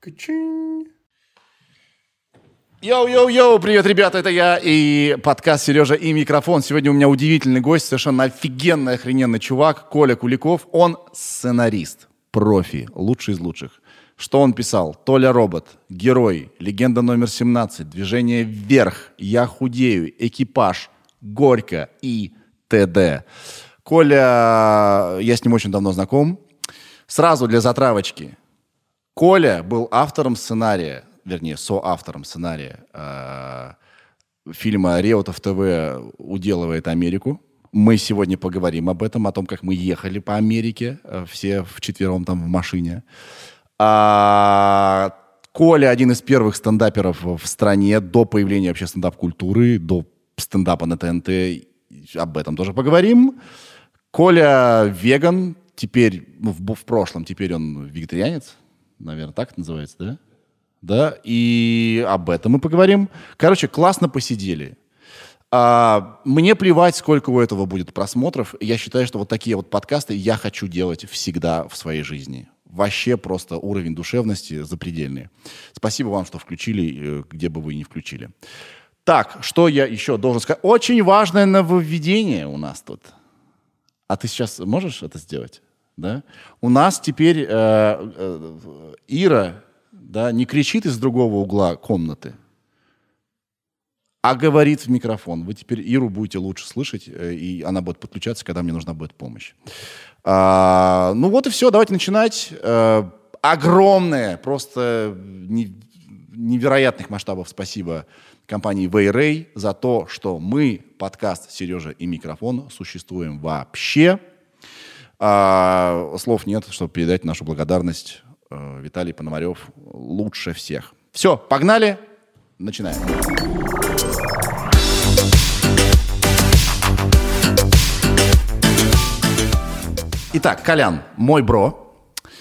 Качинь. Йоу-йоу-йоу, привет, ребята, это я и подкаст «Сережа и микрофон». Сегодня у меня удивительный гость, совершенно офигенный, охрененный чувак, Коля Куликов. Он сценарист, профи, лучший из лучших. Что он писал? «Толя робот», «Герой», «Легенда номер 17», «Движение вверх», «Я худею», «Экипаж», «Горько» и т.д. Коля, я с ним очень давно знаком. Сразу для затравочки. Коля был автором сценария, вернее, соавтором сценария фильма «Реутов ТВ уделывает Америку». Мы сегодня поговорим об этом, о том, как мы ехали по Америке, все вчетвером там в машине. Коля один из первых стендаперов в стране до появления вообще стендап-культуры, до стендапа на ТНТ. Об этом тоже поговорим. Коля веган, теперь, в прошлом, теперь он вегетарианец. Наверное, так это называется, да? Да, и об этом мы поговорим. Короче, классно посидели. Мне плевать, сколько у этого будет просмотров. Я считаю, что вот такие вот подкасты я хочу делать всегда в своей жизни. Вообще просто уровень душевности запредельный. Спасибо вам, что включили, где бы вы ни включили. Так, что я еще должен сказать? Очень важное нововведение у нас тут. А ты сейчас можешь это сделать? Да? У нас теперь Ира, да, не кричит из другого угла комнаты, а говорит в микрофон. Вы теперь Иру будете лучше слышать, и она будет подключаться, когда мне нужна будет помощь. Ну вот и все, давайте начинать. Огромное, просто невероятных масштабов спасибо компании Way-Ray за то, что мы, подкаст «Сережа и микрофон», существуем вообще. Слов нет, чтобы передать нашу благодарность. Виталий Пономарев лучше всех. Все, погнали, начинаем. Итак, Колян, мой бро.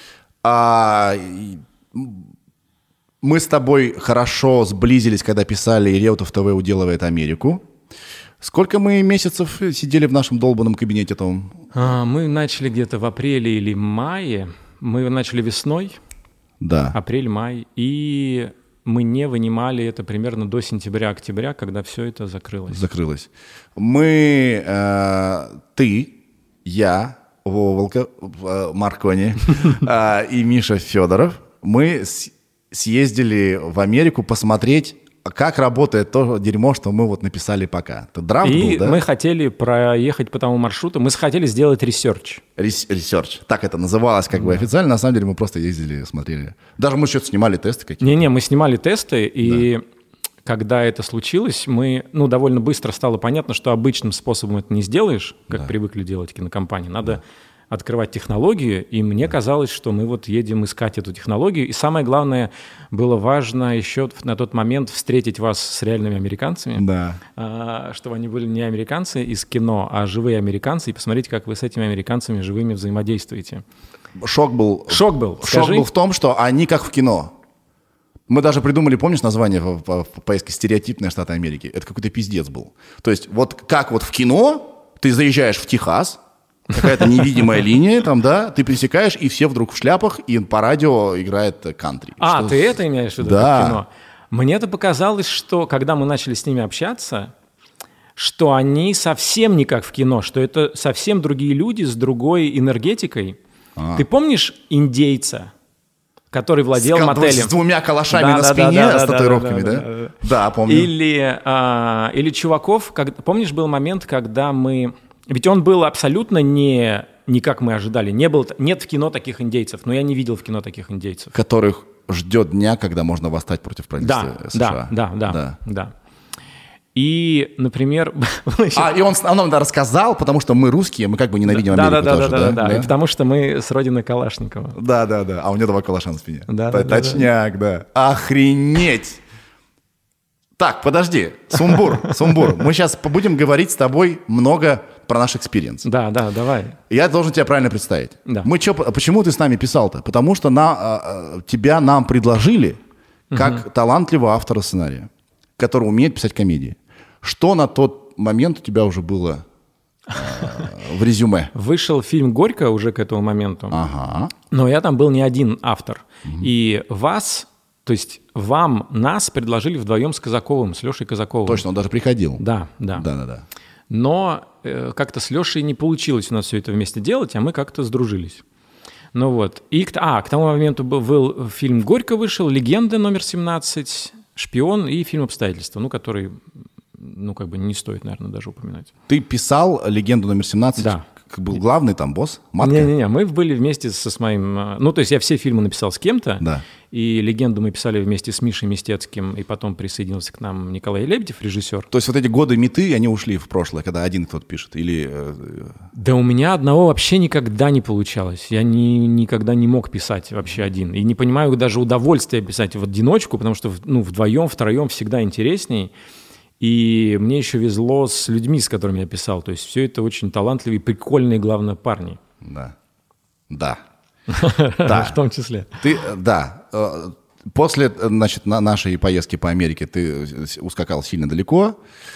Мы с тобой хорошо сблизились, когда писали «Реутов ТВ уделывает Америку». Сколько мы месяцев сидели в нашем долбанном кабинете том? Мы начали где-то в апреле или мае. Мы начали весной. Да. Апрель, май. И мы не вынимали это примерно до сентября-октября, когда все это закрылось. Закрылось. Мы, ты, я, Маркони и Миша Федоров, мы съездили в Америку посмотреть, как работает то дерьмо, что мы вот написали пока. Это драфт был, да? И мы хотели проехать по тому маршруту, мы хотели сделать ресерч. Ресерч. Так это называлось как бы официально. На самом деле мы просто ездили, смотрели. Даже мы что-то снимали тесты какие-то. Не-не, мы снимали тесты, и когда это случилось, довольно быстро стало понятно, что обычным способом это не сделаешь, как привыкли делать кинокомпании. Надо открывать технологию, и мне казалось, что мы вот едем искать эту технологию. И самое главное, было важно еще на тот момент встретить вас с реальными американцами, чтобы они были не американцы из кино, а живые американцы, и посмотреть, как вы с этими американцами живыми взаимодействуете. Шок был. Скажи. Шок был в том, что они как в кино. Мы даже придумали, помнишь, название по поиске «Стереотипные Штаты Америки». Это какой-то пиздец был. То есть вот как вот в кино ты заезжаешь в Техас, какая-то невидимая линия, там, да, ты пересекаешь, и все вдруг в шляпах, и по радио играет кантри. Ты это имеешь в виду, да. кино? Мне-то показалось, что когда мы начали с ними общаться, что они совсем не как в кино, что это совсем другие люди с другой энергетикой. Ты помнишь индейца, который владел мотелем? С двумя калашами на спине, с татуировками, да? Да, помню. Или чуваков, помнишь, был момент, когда мы... Ведь он был абсолютно не как мы ожидали. Нет в кино таких индейцев, но я не видел в кино таких индейцев. Которых ждет дня, когда можно восстать против правительства США. Да. И, например... И он нам рассказал, потому что мы русские, мы как бы ненавидим Америку тоже. Да, и потому что мы с родины Калашникова. Да. А у него 2 калаша на спине. Точняк, да. Охренеть! Так, подожди, Сумбур. Мы сейчас будем говорить с тобой много про наш экспириенс. Да, давай. Я должен тебя правильно представить. Да. Почему ты с нами писал-то? Потому что тебя нам предложили как талантливого автора сценария, который умеет писать комедии. Что на тот момент у тебя уже было в резюме? Вышел фильм «Горько» уже к этому моменту, Ага. но я там был не один автор. И вас То есть нас предложили вдвоем с Казаковым, с Лешей Казаковым. Точно, он даже приходил. Да. Но как-то с Лешей не получилось у нас все это вместе делать, а мы как-то сдружились. Ну вот. И к тому моменту был фильм «Горько» вышел, «Легенда» номер 17, «Шпион» и фильм «Обстоятельства», который, как бы не стоит, наверное, даже упоминать. Ты писал «Легенду» номер 17? Да. Был главный там босс? Матка? Не-не-не, мы были вместе с моим... Ну, то есть я все фильмы написал с кем-то, да. И «Легенду» мы писали вместе с Мишей Мистецким, и потом присоединился к нам Николай Лебедев, режиссер. То есть вот эти годы меты, они ушли в прошлое, когда один кто-то пишет? Или... Да у меня одного вообще никогда не получалось. Я никогда не мог писать вообще один. И не понимаю даже удовольствия писать в одиночку, потому что вдвоем, втроем всегда интересней. И мне еще везло с людьми, с которыми я писал. То есть все это очень талантливые, прикольные, главное, парни. Да. В том числе. После, значит, нашей поездки по Америке ты ускакал сильно далеко.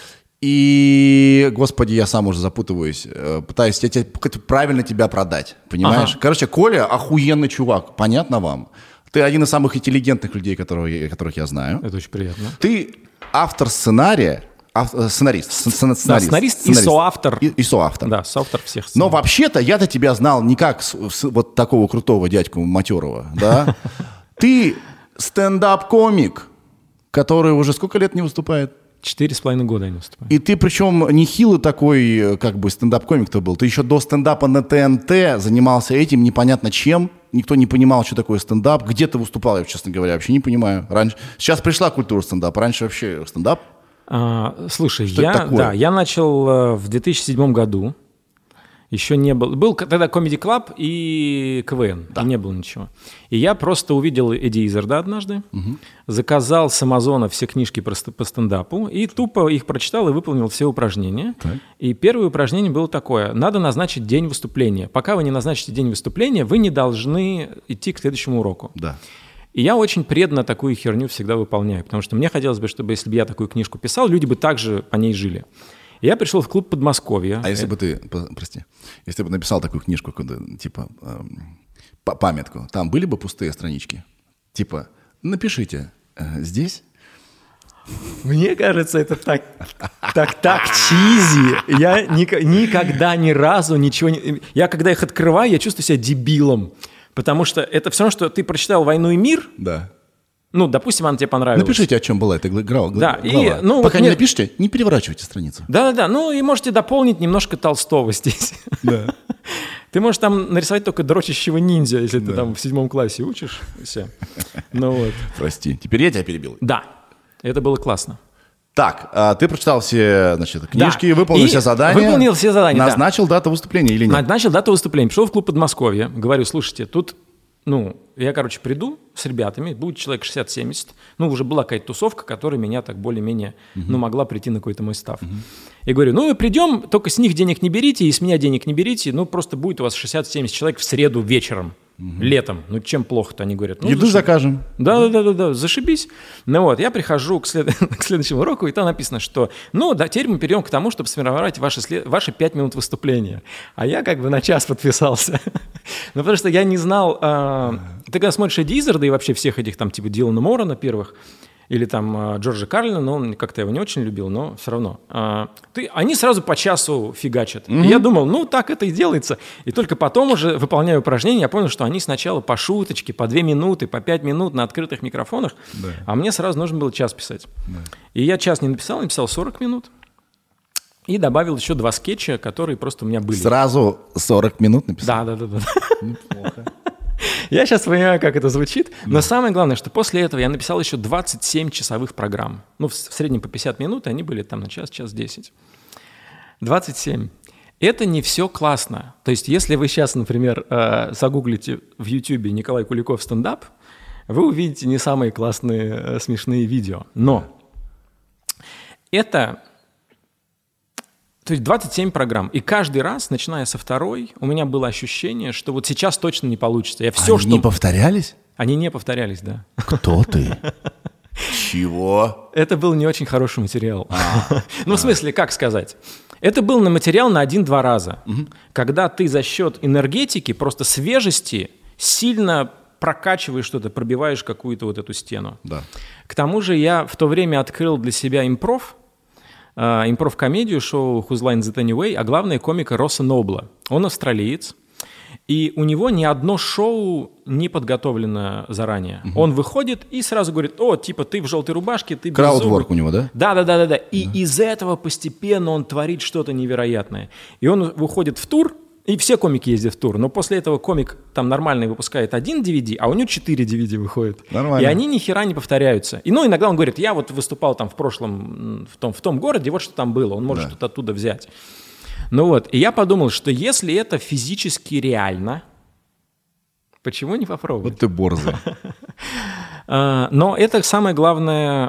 И, господи, я сам уже запутываюсь. Пытаюсь правильно тебя продать. Понимаешь? Ага. Короче, Коля охуенный чувак. Понятно вам? Ты один из самых интеллигентных людей, которых я знаю. Это очень приятно. Ты автор сценария. Сценарист. Сценарист и соавтор. И соавтор. Да, соавтор всех сценариев. Но вообще-то я-то тебя знал не как вот такого крутого дядьку матерого, да? Ты стендап-комик, который уже сколько лет не выступает? 4,5 года я не выступаю. И ты причем нехилый такой, как бы, стендап-комик-то был. Ты еще до стендапа на ТНТ занимался этим непонятно чем. Никто не понимал, что такое стендап. Где ты выступал, я, честно говоря, вообще не понимаю. Сейчас пришла культура стендапа. Раньше вообще стендап. Слушай, я начал в 2007 году. Еще не был. Был тогда Comedy Club и КВН. Да. И не было ничего. И я просто увидел Эдди Иззарда однажды, заказал с Амазона все книжки по стендапу и тупо их прочитал и выполнил все упражнения. Так. И первое упражнение было такое. Надо назначить день выступления. Пока вы не назначите день выступления, вы не должны идти к следующему уроку. Да. И я очень преданно такую херню всегда выполняю, потому что мне хотелось бы, чтобы если бы я такую книжку писал, люди бы также по ней жили. И я пришел в клуб Подмосковья. А если бы ты, если бы написал такую книжку, типа памятку, там были бы пустые странички? Типа, напишите здесь. Мне кажется, это так чизи. Я никогда ни разу ничего не... Я когда их открываю, я чувствую себя дебилом. Потому что это все равно, что ты прочитал «Войну и мир». Да. Ну, допустим, она тебе понравилась. Напишите, о чем была эта глава. Да, глава. Пока не напишите, не переворачивайте страницу. Да. Ну, и можете дополнить немножко Толстого здесь. Да. Ты можешь там нарисовать только дрочащего ниндзя, если ты там в 7 классе учишь. Все. Ну вот. Прости, теперь я тебя перебил. Да, это было классно. Так, ты прочитал все, значит, книжки, выполнил все задания. Выполнил все задания, назначил дату выступления или нет? Назначил дату выступления. Пришел в клуб Подмосковья. Говорю, слушайте, тут, я, приду с ребятами, будет человек 60-70. Уже была какая-то тусовка, которая меня так более-менее, могла прийти на какой-то мой став. И говорю, мы придем, только с них денег не берите, и с меня денег не берите, просто будет у вас 60-70 человек в среду вечером. Летом. Чем плохо-то, они говорят. Еду закажем. Да, зашибись. Я прихожу к следующему уроку, и там написано, что, теперь мы перейдем к тому, чтобы сформировать ваши 5 минут выступления. А я на час подписался. Потому что я не знал... Ты когда смотришь Эдди Иззарда и вообще всех этих, типа Дилана Морана первых, или там Джорджа Карлина, но он как-то его не очень любил, но все равно. Они сразу по часу фигачат. И я думал, так это и делается. И только потом уже, выполняя упражнения, я понял, что они сначала по шуточке, по 2 минуты, по 5 минут на открытых микрофонах, а мне сразу нужно было час писать. Да. И я час не написал 40 минут. И добавил еще 2 скетча, которые просто у меня были. Сразу 40 минут написал? Да. Неплохо. Я сейчас понимаю, как это звучит, но самое главное, что после этого я написал еще 27 часовых программ. В среднем по 50 минут, и они были там на час 10. 27. Это не все классно. То есть, если вы сейчас, например, загуглите в YouTube Николай Куликов стендап, вы увидите не самые классные смешные видео. Но это... То есть 27 программ. И каждый раз, начиная со второй, у меня было ощущение, что вот сейчас точно не получится. Они не повторялись? Они не повторялись, да. Кто ты? Чего? Это был не очень хороший материал. В смысле, как сказать? Это был материал на 1-2 раза. Когда ты за счет энергетики, просто свежести, сильно прокачиваешь что-то, пробиваешь какую-то вот эту стену. Да. К тому же я в то время открыл для себя импров-комедию, шоу «Whose Line Is It Anyway», а главное комика Росса Нобла. Он австралиец, и у него ни одно шоу не подготовлено заранее. Он выходит и сразу говорит: о, типа, ты в желтой рубашке, ты беззубый. Краудворк у него, да? Да. И из этого постепенно он творит что-то невероятное. И он выходит в тур, и все комики ездят в тур, но после этого комик там нормальный выпускает 1 DVD, а у него 4 DVD выходит. Нормально. И они ни хера не повторяются. И иногда он говорит: я вот выступал там в прошлом, в том городе, вот что там было, он может что-то оттуда взять. Ну вот, и я подумал, что если это физически реально, почему не попробовать? Вот ты борзый. Но это самое главное,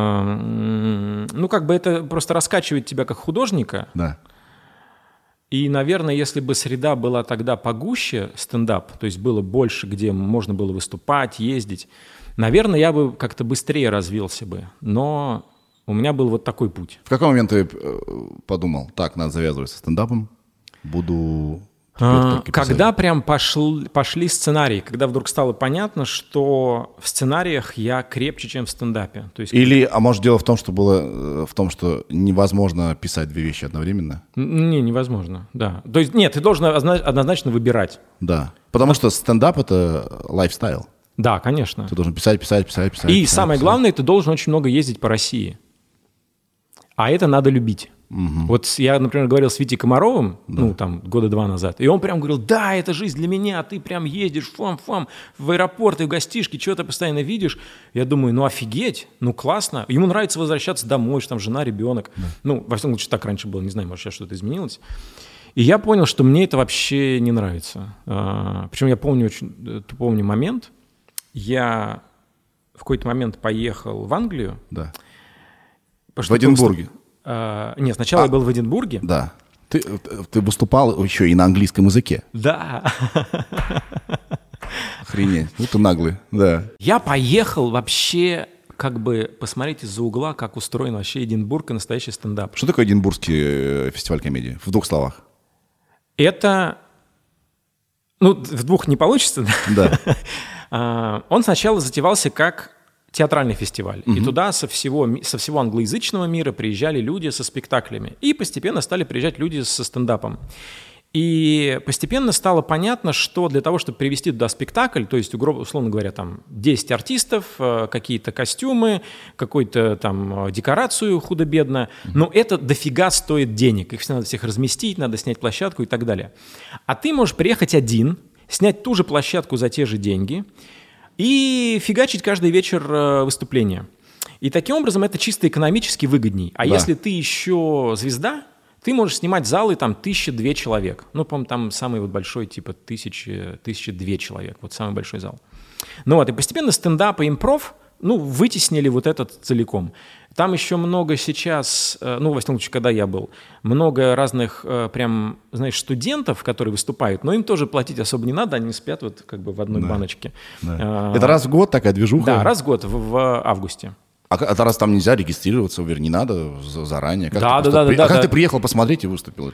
это просто раскачивает тебя как художника. Да. И, наверное, если бы среда была тогда погуще, стендап, то есть было больше, где можно было выступать, ездить, наверное, я бы как-то быстрее развился бы. Но у меня был вот такой путь. В какой момент ты подумал: так, надо завязывать со стендапом, буду... Когда прям пошли сценарии, когда вдруг стало понятно, что в сценариях я крепче, чем в стендапе. То есть... может, дело в том, что что невозможно писать 2 вещи одновременно? Невозможно, да. То есть нет, ты должен однозначно выбирать. Да, потому что стендап — это лайфстайл. Да, конечно. Ты должен писать. И самое главное, ты должен очень много ездить по России. А это надо любить. Угу. Вот я, например, говорил с Витей Комаровым, 2 года назад, и он прям говорил: да, это жизнь для меня, ты прям ездишь в аэропорты, в гостишки, что-то постоянно видишь. Я думаю, офигеть, классно. Ему нравится возвращаться домой, что там жена, ребенок. Да. Во всяком случае, так раньше было, не знаю, может, сейчас что-то изменилось. И я понял, что мне это вообще не нравится. Причем я помню момент, я в какой-то момент поехал в Англию. Да. В Эдинбурге? Нет, сначала я был в Эдинбурге. Да. Ты выступал еще и на английском языке. Да. Охренеть. Ты наглый, да. Я поехал вообще посмотреть из-за угла, как устроен вообще Эдинбург и настоящий стендап. Что такое Эдинбургский фестиваль комедии? В 2 словах. Это... в 2 не получится. Да. Он сначала затевался как театральный фестиваль. И туда со всего англоязычного мира приезжали люди со спектаклями. И постепенно стали приезжать люди со стендапом. И постепенно стало понятно, что для того, чтобы привести туда спектакль, то есть, условно говоря, там 10 артистов, какие-то костюмы, какую-то там декорацию худо-бедно, но это дофига стоит денег. Их надо всех разместить, надо снять площадку и так далее. А ты можешь приехать один, снять ту же площадку за те же деньги и фигачить каждый вечер выступления. И таким образом это чисто экономически выгодней. А если ты еще звезда, ты можешь снимать залы там 1000-2 человек. По-моему, там самый большой типа 1000-2 человек. Вот самый большой зал. И постепенно стендап и импров вытеснили вот этот целиком. Там еще много сейчас, во всяком случае, когда я был, много разных прям, студентов, которые выступают, но им тоже платить особо не надо, они спят в одной баночке. Да. Это раз в год такая движуха? Да, раз в год, в августе. А раз там нельзя регистрироваться, не надо заранее? Да. Как ты приехал посмотреть и выступил?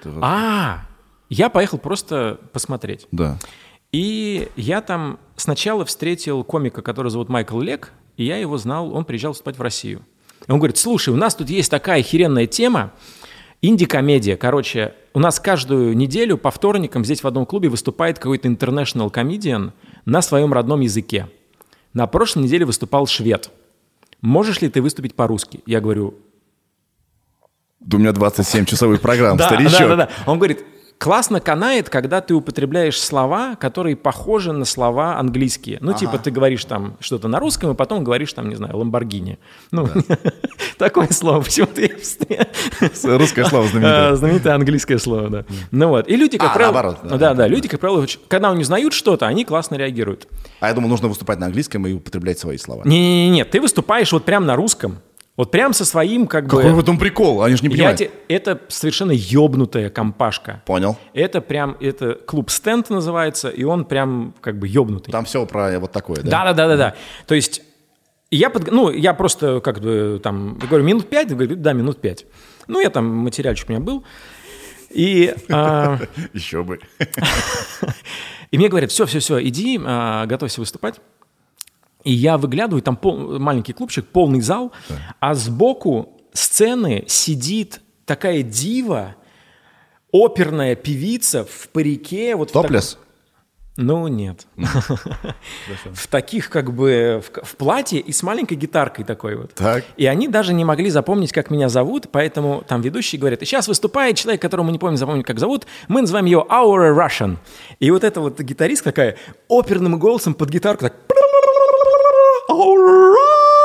Я поехал просто посмотреть. Да. И я там сначала встретил комика, который зовут Майкл Лек, и я его знал, он приезжал выступать в Россию. И он говорит: слушай, у нас тут есть такая охеренная тема, инди-комедия. Короче, у нас каждую неделю по вторникам здесь в одном клубе выступает какой-то international comedian на своем родном языке. На прошлой неделе выступал швед. Можешь ли ты выступить по-русски? Я говорю... Да у меня 27-часовых программ, старичок. Да. Он говорит: классно канает, когда ты употребляешь слова, которые похожи на слова английские. Типа ты говоришь там что-то на русском, и потом говоришь там, не знаю, Ламборгини. Такое слово. Почему-то я... Русское слово знаменитое. Знаменитое английское слово, да. И люди, как правило... наоборот. Да, люди, как правило, когда они узнают что-то, они классно реагируют. А я думал, нужно выступать на английском и употреблять свои слова. Нет, ты выступаешь вот прям на русском. Вот прям со своим Какой в этом прикол? Они же не понимают. Это совершенно ёбнутая компашка. Понял. Это клуб «Стенд» называется, и он прям ёбнутый. Там все про вот такое, да? Да. То есть я просто говорю, минут 5? Говорю, да, минут 5. Я там, материальчик у меня был. И, Еще бы. и мне говорят, все, иди, готовься выступать. И я выглядываю, там маленький клубчик, полный зал, а сбоку сцены сидит такая дива, оперная певица в парике. Вот Топлес? Ну, нет. В таких как бы в платье и с маленькой гитаркой такой вот. Так. И они даже не могли запомнить, как меня зовут, поэтому там ведущий говорит, сейчас выступает человек, которого мы не помним запомнить, как зовут, мы называем ее Our Russian. И вот эта вот гитарист такая оперным голосом под гитарку так... Our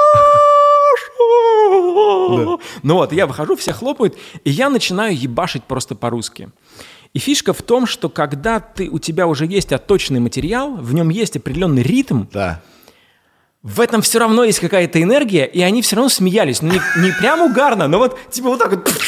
Russian. Ну вот, я выхожу, все хлопают, и я начинаю ебашить просто по-русски. И фишка в том, что когда у тебя уже есть отточенный материал, в нем есть определенный ритм, Да. в этом все равно есть какая-то энергия, и они все равно смеялись. Ну, не прям угарно, но вот типа вот так вот.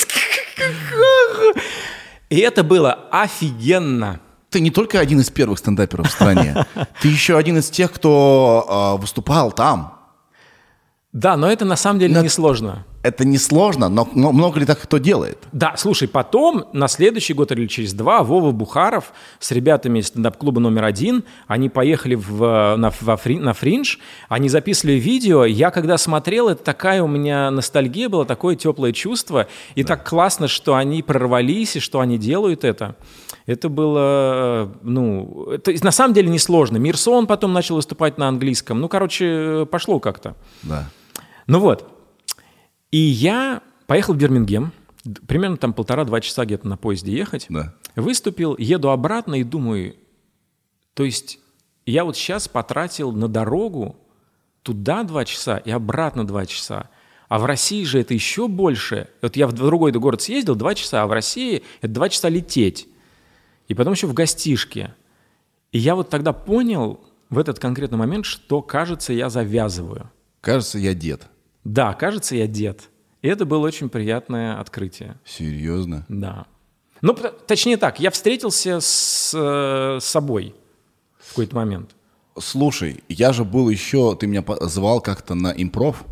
И это было офигенно. Ты не только один из первых стендаперов в стране, ты еще один из тех, кто выступал там. Да, но это на самом деле несложно. Это несложно, но много ли так кто делает? Да, слушай, потом, на следующий год или через 2, Вова Бухаров с ребятами из стендап-клуба номер 1, они поехали на Фриндж, они записывали видео, я когда смотрел, это такая у меня ностальгия была, такое теплое чувство, и так классно, что они прорвались, и что они делают это. Это было, это на самом деле несложно. Мирсон потом начал выступать на английском, пошло как-то. Да. Ну вот. И я поехал в Бирмингем, примерно там 1,5-2 часа где-то на поезде ехать, Да. выступил, еду обратно и думаю, то есть я вот сейчас потратил на дорогу туда 2 часа и обратно 2 часа, а в России же это еще больше. Вот я в другой город съездил 2 часа, а в России это 2 часа лететь. И потом еще в гостишке. И я вот тогда понял в этот конкретный момент, что, кажется, я завязываю. Кажется, я дед. Да, кажется, я дед. И это было очень приятное открытие. Серьезно? Да. Ну, точнее так, я встретился с собой в какой-то момент. Слушай, я же был еще, ты меня звал как-то на импров.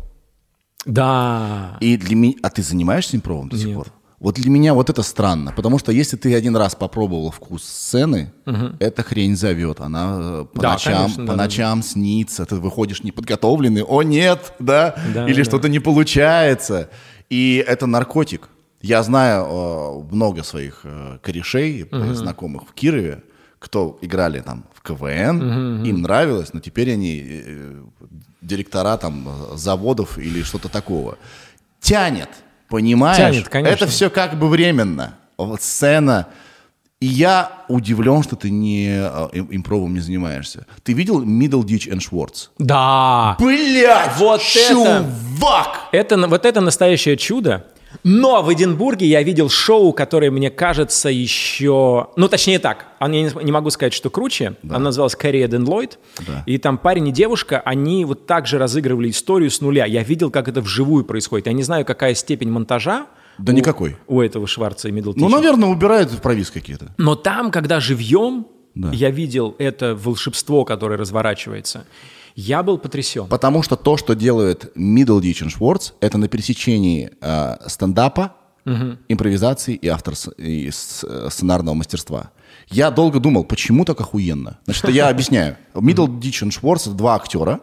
Да. И для меня, а ты занимаешься импровом до сих Нет. пор? Вот для меня вот это странно, потому что если ты один раз попробовал вкус сцены, эта хрень зовет, она по ночам снится, ты выходишь неподготовленный, о нет, да, или что-то не получается, и это наркотик. Я знаю много своих корешей, знакомых в Кирове, кто играли там в КВН, им нравилось, но теперь они директора там заводов или что-то такого. Тянет. Понимаешь? Тянет, конечно. Это все как бы временно. Вот сцена. И я удивлен, что ты импровом не занимаешься. Ты видел Middleditch and Schwartz? Да. Блядь, вот чувак! Вот это настоящее чудо. Но в Эдинбурге я видел шоу, которое, мне кажется, еще... Ну, точнее так, я не могу сказать, что круче. Да. Оно называлось Carrie and Lloyd. Да. И там парень и девушка, они вот так же разыгрывали историю с нуля. Я видел, как это вживую происходит. Я не знаю, какая степень монтажа никакой. У этого Шварца и Миддлтича. Ну, наверное, убирают провиз какие-то. Но там, когда живьем, Да. я видел это волшебство, которое разворачивается. Я был потрясен. Потому что то, что делают Middleditch and Schwartz, это на пересечении стендапа, импровизации и сценарного мастерства. Я долго думал, почему так охуенно. Значит, я объясняю. Middleditch and Schwartz — это 2 актера,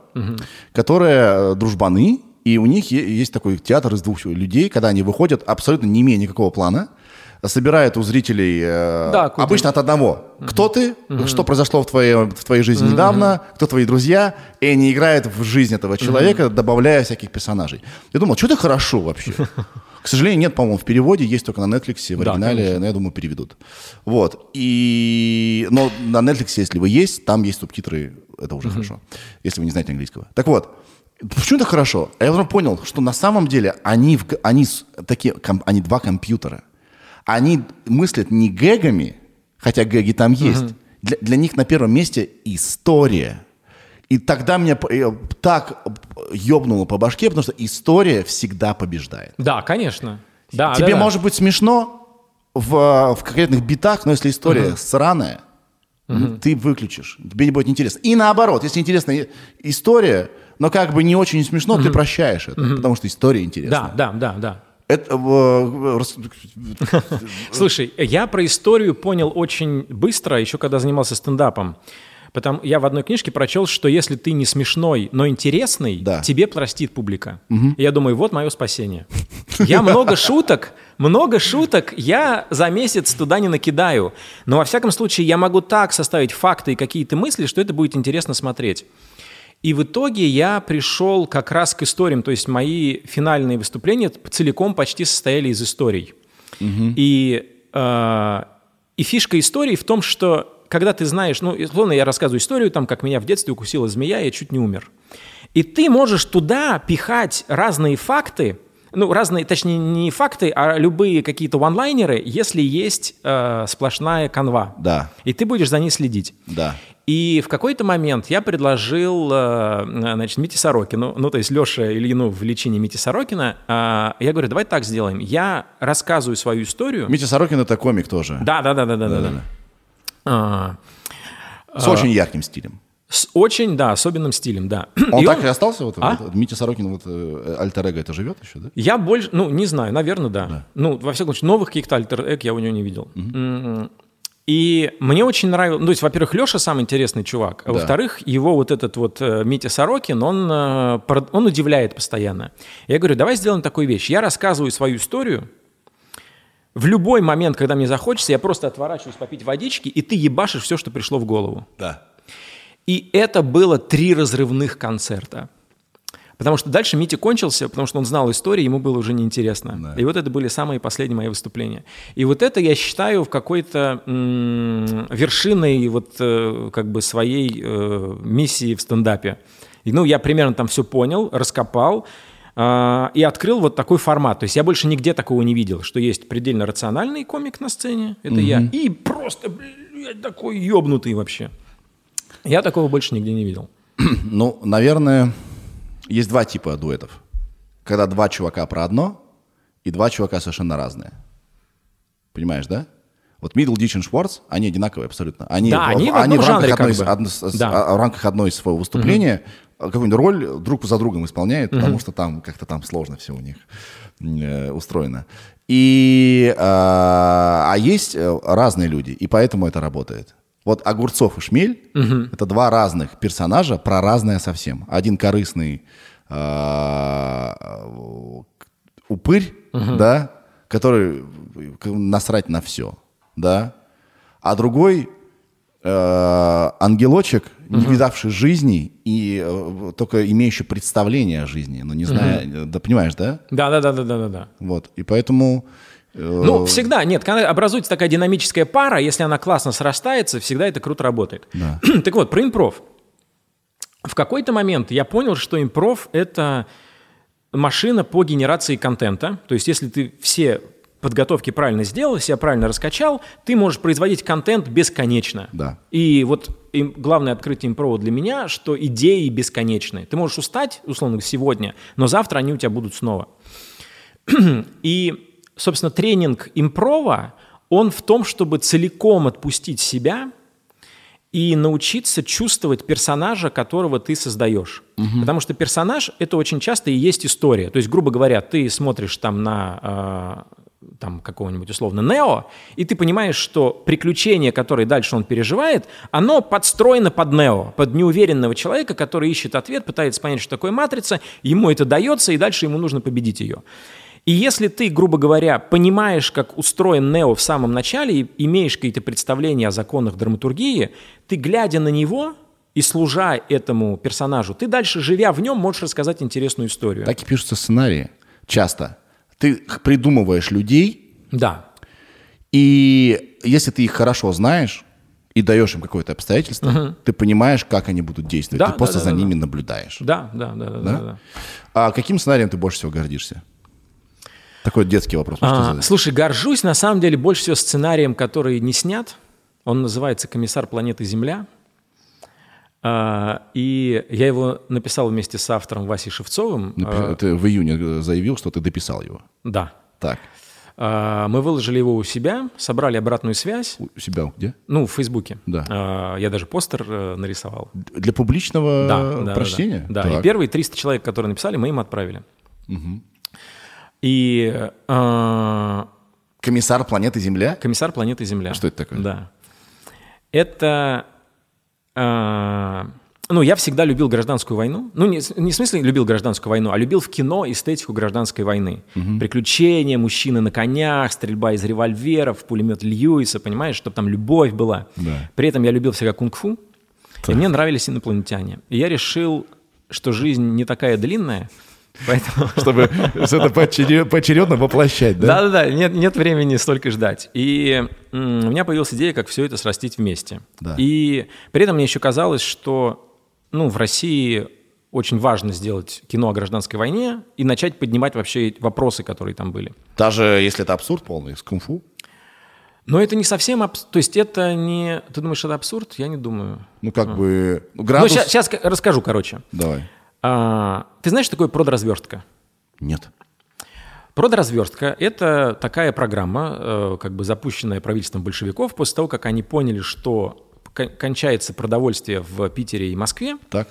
которые дружбаны, и у них есть такой театр из 2 людей, когда они выходят, абсолютно не имея никакого плана, собирают у зрителей обычно от одного. Кто ты? Что произошло в твоей жизни недавно? Кто твои друзья? И они играют в жизнь этого человека, добавляя всяких персонажей. Я думал, что это хорошо вообще. К сожалению, нет, по-моему, в переводе, есть только на Netflix, в оригинале, но я думаю, переведут. Вот. Но на Netflix, если вы есть, там есть субтитры, это уже хорошо, если вы не знаете английского. Так вот, почему это хорошо? Я потом понял, что на самом деле они 2 компьютера. Они мыслят не гэгами, хотя гэги там есть. Для них на первом месте история. И тогда меня так ёбнуло по башке, потому что история всегда побеждает. Да, конечно. Да, Тебе может быть смешно в конкретных битах, но если история сраная, ты выключишь. Тебе не будет интересно. И наоборот, если интересная история, но как бы не очень смешно, ты прощаешь это, потому что история интересная. Да. Слушай, я про историю понял очень быстро, еще когда занимался стендапом. Я в одной книжке прочел, что если ты не смешной, но интересный, тебе простит публика. И я думаю, вот мое спасение. Я много шуток я за месяц туда не накидаю. Но во всяком случае я могу так составить факты и какие-то мысли, что это будет интересно смотреть. И в итоге я пришел как раз к историям, то есть мои финальные выступления целиком почти состояли из историй. И фишка истории в том, что когда ты знаешь, условно я рассказываю историю, там, как меня в детстве укусила змея, я чуть не умер. И ты можешь туда пихать разные факты, разные, точнее, не факты, а любые какие-то ванлайнеры, если есть сплошная канва. Да. И ты будешь за ней следить. Да. И в какой-то момент я предложил, Мите Сорокину, то есть Леше Ильину в личине Мити Сорокина, я говорю, давай так сделаем. Я рассказываю свою историю. Митя Сорокин — это комик тоже. Да. С очень ярким стилем. С очень, особенным стилем, да. Он так и остался? Митя Сорокин, альтер-эго, это живет еще, да? Я больше, не знаю, наверное, да. Во всяком случае, новых каких-то альтер-эго я у него не видел. И мне очень нравилось, то есть, во-первых, Леша самый интересный чувак, а во-вторых, его вот этот вот Митя Сорокин, он удивляет постоянно. Я говорю, давай сделаем такую вещь. Я рассказываю свою историю, в любой момент, когда мне захочется, я просто отворачиваюсь попить водички, и ты ебашишь все, что пришло в голову. Да. И это было 3 разрывных концерта. Потому что дальше Митя кончился, потому что он знал историю, ему было уже неинтересно. Да. И вот это были самые последние мои выступления. И вот это я считаю в какой-то вершиной своей миссии в стендапе. И, я примерно там все понял, раскопал и открыл вот такой формат. То есть я больше нигде такого не видел, что есть предельно рациональный комик на сцене, это я, и просто, такой ёбнутый вообще. Я такого больше нигде не видел. Наверное... Есть 2 типа дуэтов. Когда 2 чувака про одно, и 2 чувака совершенно разные. Понимаешь, да? Вот Миддлдич и Шварц, они одинаковые абсолютно. Они в рамках одной из своего выступления какую-нибудь роль друг за другом исполняют, потому что там как-то там сложно все у них устроено. А есть разные люди, и поэтому это работает. Вот Огурцов и Шмель — это 2 разных персонажа про разное совсем. Один корыстный упырь, да, который насрать на все, да, а другой ангелочек, не видавший жизни и только имеющий представление о жизни, но не зная, да, понимаешь, да? Да. Вот, и поэтому... всегда, нет, когда образуется такая динамическая пара, если она классно срастается, всегда это круто работает. Да. Так вот, про импров. В какой-то момент я понял, что импров – это машина по генерации контента. То есть если ты все подготовки правильно сделал, себя правильно раскачал, ты можешь производить контент бесконечно. Да. И вот главное открытие импрова для меня, что идеи бесконечны. Ты можешь устать, условно, сегодня, но завтра они у тебя будут снова. И... Собственно, тренинг импрова, он в том, чтобы целиком отпустить себя и научиться чувствовать персонажа, которого ты создаешь. Потому что персонаж – это очень часто и есть история. То есть, грубо говоря, ты смотришь там на какого-нибудь условно Нео, и ты понимаешь, что приключение, которое дальше он переживает, оно подстроено под Нео, под неуверенного человека, который ищет ответ, пытается понять, что такое матрица, ему это дается, и дальше ему нужно победить ее. И если ты, грубо говоря, понимаешь, как устроен Нео в самом начале, и имеешь какие-то представления о законах драматургии, ты, глядя на него и служа этому персонажу, ты дальше, живя в нем, можешь рассказать интересную историю. Так и пишутся сценарии часто. Ты придумываешь людей, да. И если ты их хорошо знаешь и даешь им какое-то обстоятельство, ты понимаешь, как они будут действовать. Ты просто за ними наблюдаешь. Да. А каким сценарием ты больше всего гордишься? Такой детский вопрос. Слушай, горжусь на самом деле больше всего сценарием, который не снят. Он называется «Комиссар планеты Земля». И я его написал вместе с автором Васей Шевцовым. Ты в июне заявил, что ты дописал его. Да. Так. Мы выложили его у себя, собрали обратную связь. У себя где? В Фейсбуке. Да. Я даже постер нарисовал. Для публичного прочтения? Да. И первые 300 человек, которые написали, мы им отправили. И Комиссар планеты Земля? комиссар планеты Земля. Что это такое? Да. Это... Ну, я всегда любил гражданскую войну. Ну, не в смысле любил гражданскую войну, а любил в кино эстетику гражданской войны. Приключения, мужчины на конях, стрельба из револьверов, пулемет Льюиса, понимаешь, чтобы там любовь была. Да. При этом я любил всегда кунг-фу, и мне нравились инопланетяне. И я решил, что жизнь не такая длинная, поэтому... Чтобы это поочередно воплощать, да? Да-да-да, нет времени столько ждать. И у меня появилась идея, как все это срастить вместе. Да. И при этом мне еще казалось, что в России очень важно сделать кино о гражданской войне и начать поднимать вообще вопросы, которые там были. Даже если это абсурд полный, с кунг-фу? Но это не совсем... То есть это не... Ты думаешь, это абсурд? Я не думаю. Ну, как бы... Градус... Ну, сейчас расскажу, короче. Давай. Ты знаешь, что такое продразверстка? Нет. Продразверстка – это такая программа, как бы запущенная правительством большевиков после того, как они поняли, что кончается продовольствие в Питере и Москве. Так.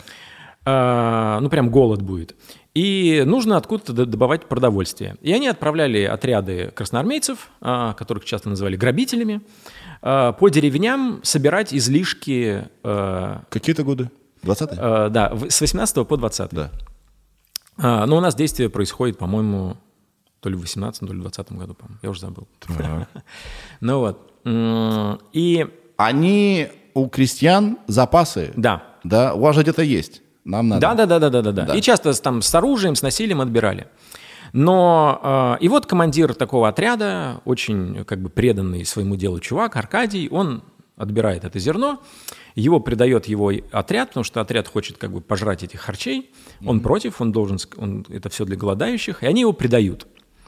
Прям голод будет. И нужно откуда-то добывать продовольствие. И они отправляли отряды красноармейцев, которых часто называли грабителями, по деревням собирать излишки. Какие-то годы? 20-е? Да, с 18 по 20. Да. Но у нас действие происходит, по-моему, то ли в 18, то ли в 20 году, по-моему. Я уже забыл. Ну вот. И... Они у крестьян запасы? Да. Да? У вас же где-то есть. Нам надо. Да. И часто там с оружием, с насилием отбирали. Но и вот командир такого отряда, очень как бы преданный своему делу чувак, Аркадий, он отбирает это зерно, его предает его отряд, потому что отряд хочет как бы пожрать этих харчей, он против, это все для голодающих, и они его предают.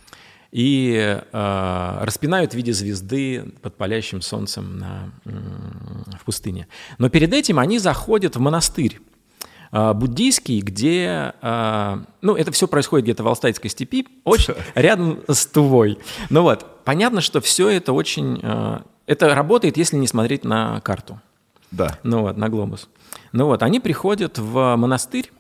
И распинают в виде звезды под палящим солнцем в пустыне. Но перед этим они заходят в монастырь буддийский, где... это все происходит где-то в Алтайской степи, очень рядом с Тувой. Ну вот, понятно, что все это очень... Это работает, если не смотреть на карту. Да. На глобус. Они приходят в монастырь,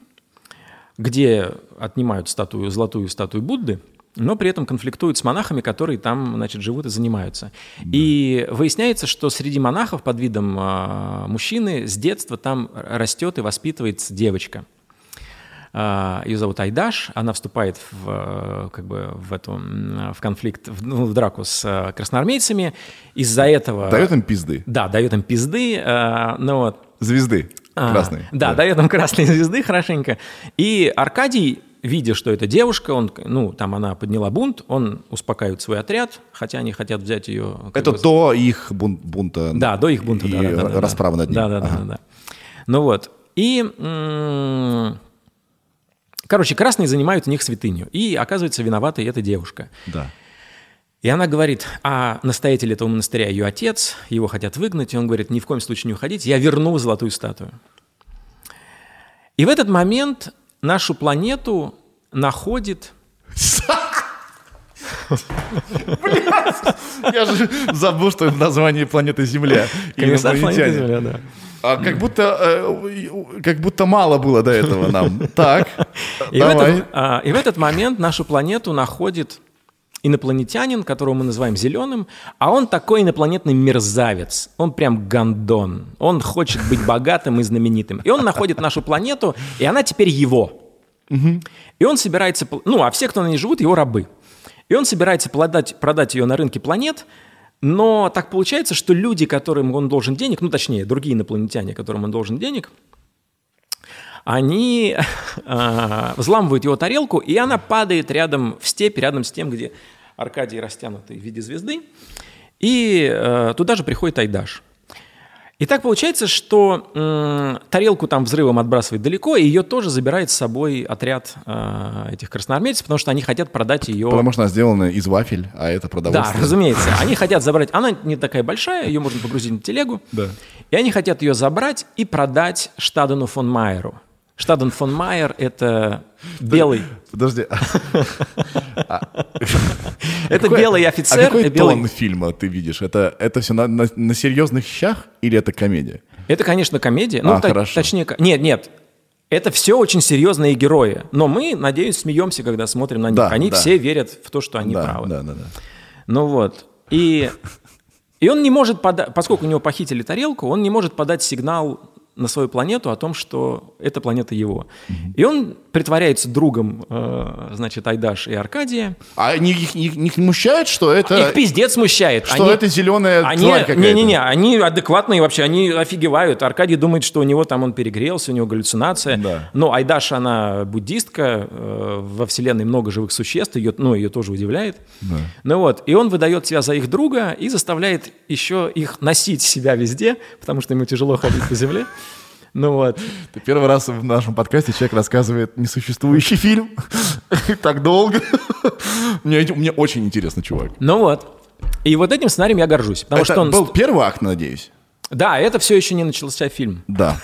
где отнимают золотую статую Будды, но при этом конфликтуют с монахами, которые там, живут и занимаются. Да. И выясняется, что среди монахов под видом мужчины с детства там растет и воспитывается девочка. Ее зовут Айдаш, она вступает в конфликт, в драку с красноармейцами. Из-за этого... Дает им пизды. Да, дает им пизды. Звезды красные. Да, дает им красные звезды хорошенько. И Аркадий, видя, что это девушка, она подняла бунт, он успокаивает свой отряд, хотя они хотят взять ее... Это до их бунта. Да, до их бунта. И расправы над ним. Да. И... красные занимают у них святыню. И оказывается, виноватой эта девушка. Да. И она говорит, настоятель этого монастыря ее отец, его хотят выгнать. И он говорит, ни в коем случае не уходите, я верну золотую статую. И в этот момент нашу планету находит... Блядь! Я же забыл, что это название планеты Земля. Комиссар планеты Земля, да. Как будто мало было до этого нам. Так, давай. И в этот момент нашу планету находит инопланетянин, которого мы называем зеленым, а он такой инопланетный мерзавец. Он прям гондон. Он хочет быть богатым и знаменитым. И он находит нашу планету, и она теперь его. И он собирается... а все, кто на ней живут, его рабы. И он собирается продать ее на рынке планет, но так получается, что люди, которым он должен денег, точнее, другие инопланетяне, которым он должен денег, они взламывают его тарелку, и она падает рядом в степь, рядом с тем, где Аркадий растянутый в виде звезды, и туда же приходит Айдаш. И так получается, что тарелку там взрывом отбрасывает далеко, и ее тоже забирает с собой отряд этих красноармейцев, потому что они хотят продать ее... Потому что она сделана из вафель, а это продовольствие. Да, разумеется. Они хотят забрать... Она не такая большая, ее можно погрузить на телегу. Да. И они хотят ее забрать и продать Штадену фон Майеру. Штаден фон Майер – это белый... Подожди. Это белый офицер. А какой тон фильма ты видишь? Это все на серьезных щах или это комедия? Это, конечно, комедия. Хорошо. Точнее, нет. Это все очень серьезные герои. Но мы, надеюсь, смеемся, когда смотрим на них. Да, они да. все верят в то, что они Да, правы. да. Ну вот. И он не может подать, поскольку у него похитили тарелку, он не может подать сигнал на свою планету о том, что эта планета его. И он притворяется другом, значит, Айдаш и Аркадия. А их не смущает, что это... Их пиздец смущает. Что это зеленая тварь какая-то? Не-не-не, они адекватные вообще, они офигевают. Аркадий думает, что у него там он перегрелся, у него галлюцинация. Да. Но Айдаш, она буддистка, во Вселенной много живых существ, ее тоже удивляет. Да. Ну вот, и он выдает себя за их друга и заставляет еще их носить себя везде, потому что ему тяжело ходить по земле. Ну вот. Ты первый раз в нашем подкасте человек рассказывает несуществующий фильм. Так долго. Мне очень интересно, чувак. Ну вот. И вот этим сценарием я горжусь. Потому Это что он... был первый акт, надеюсь? Да, это все еще не начался фильм. Да.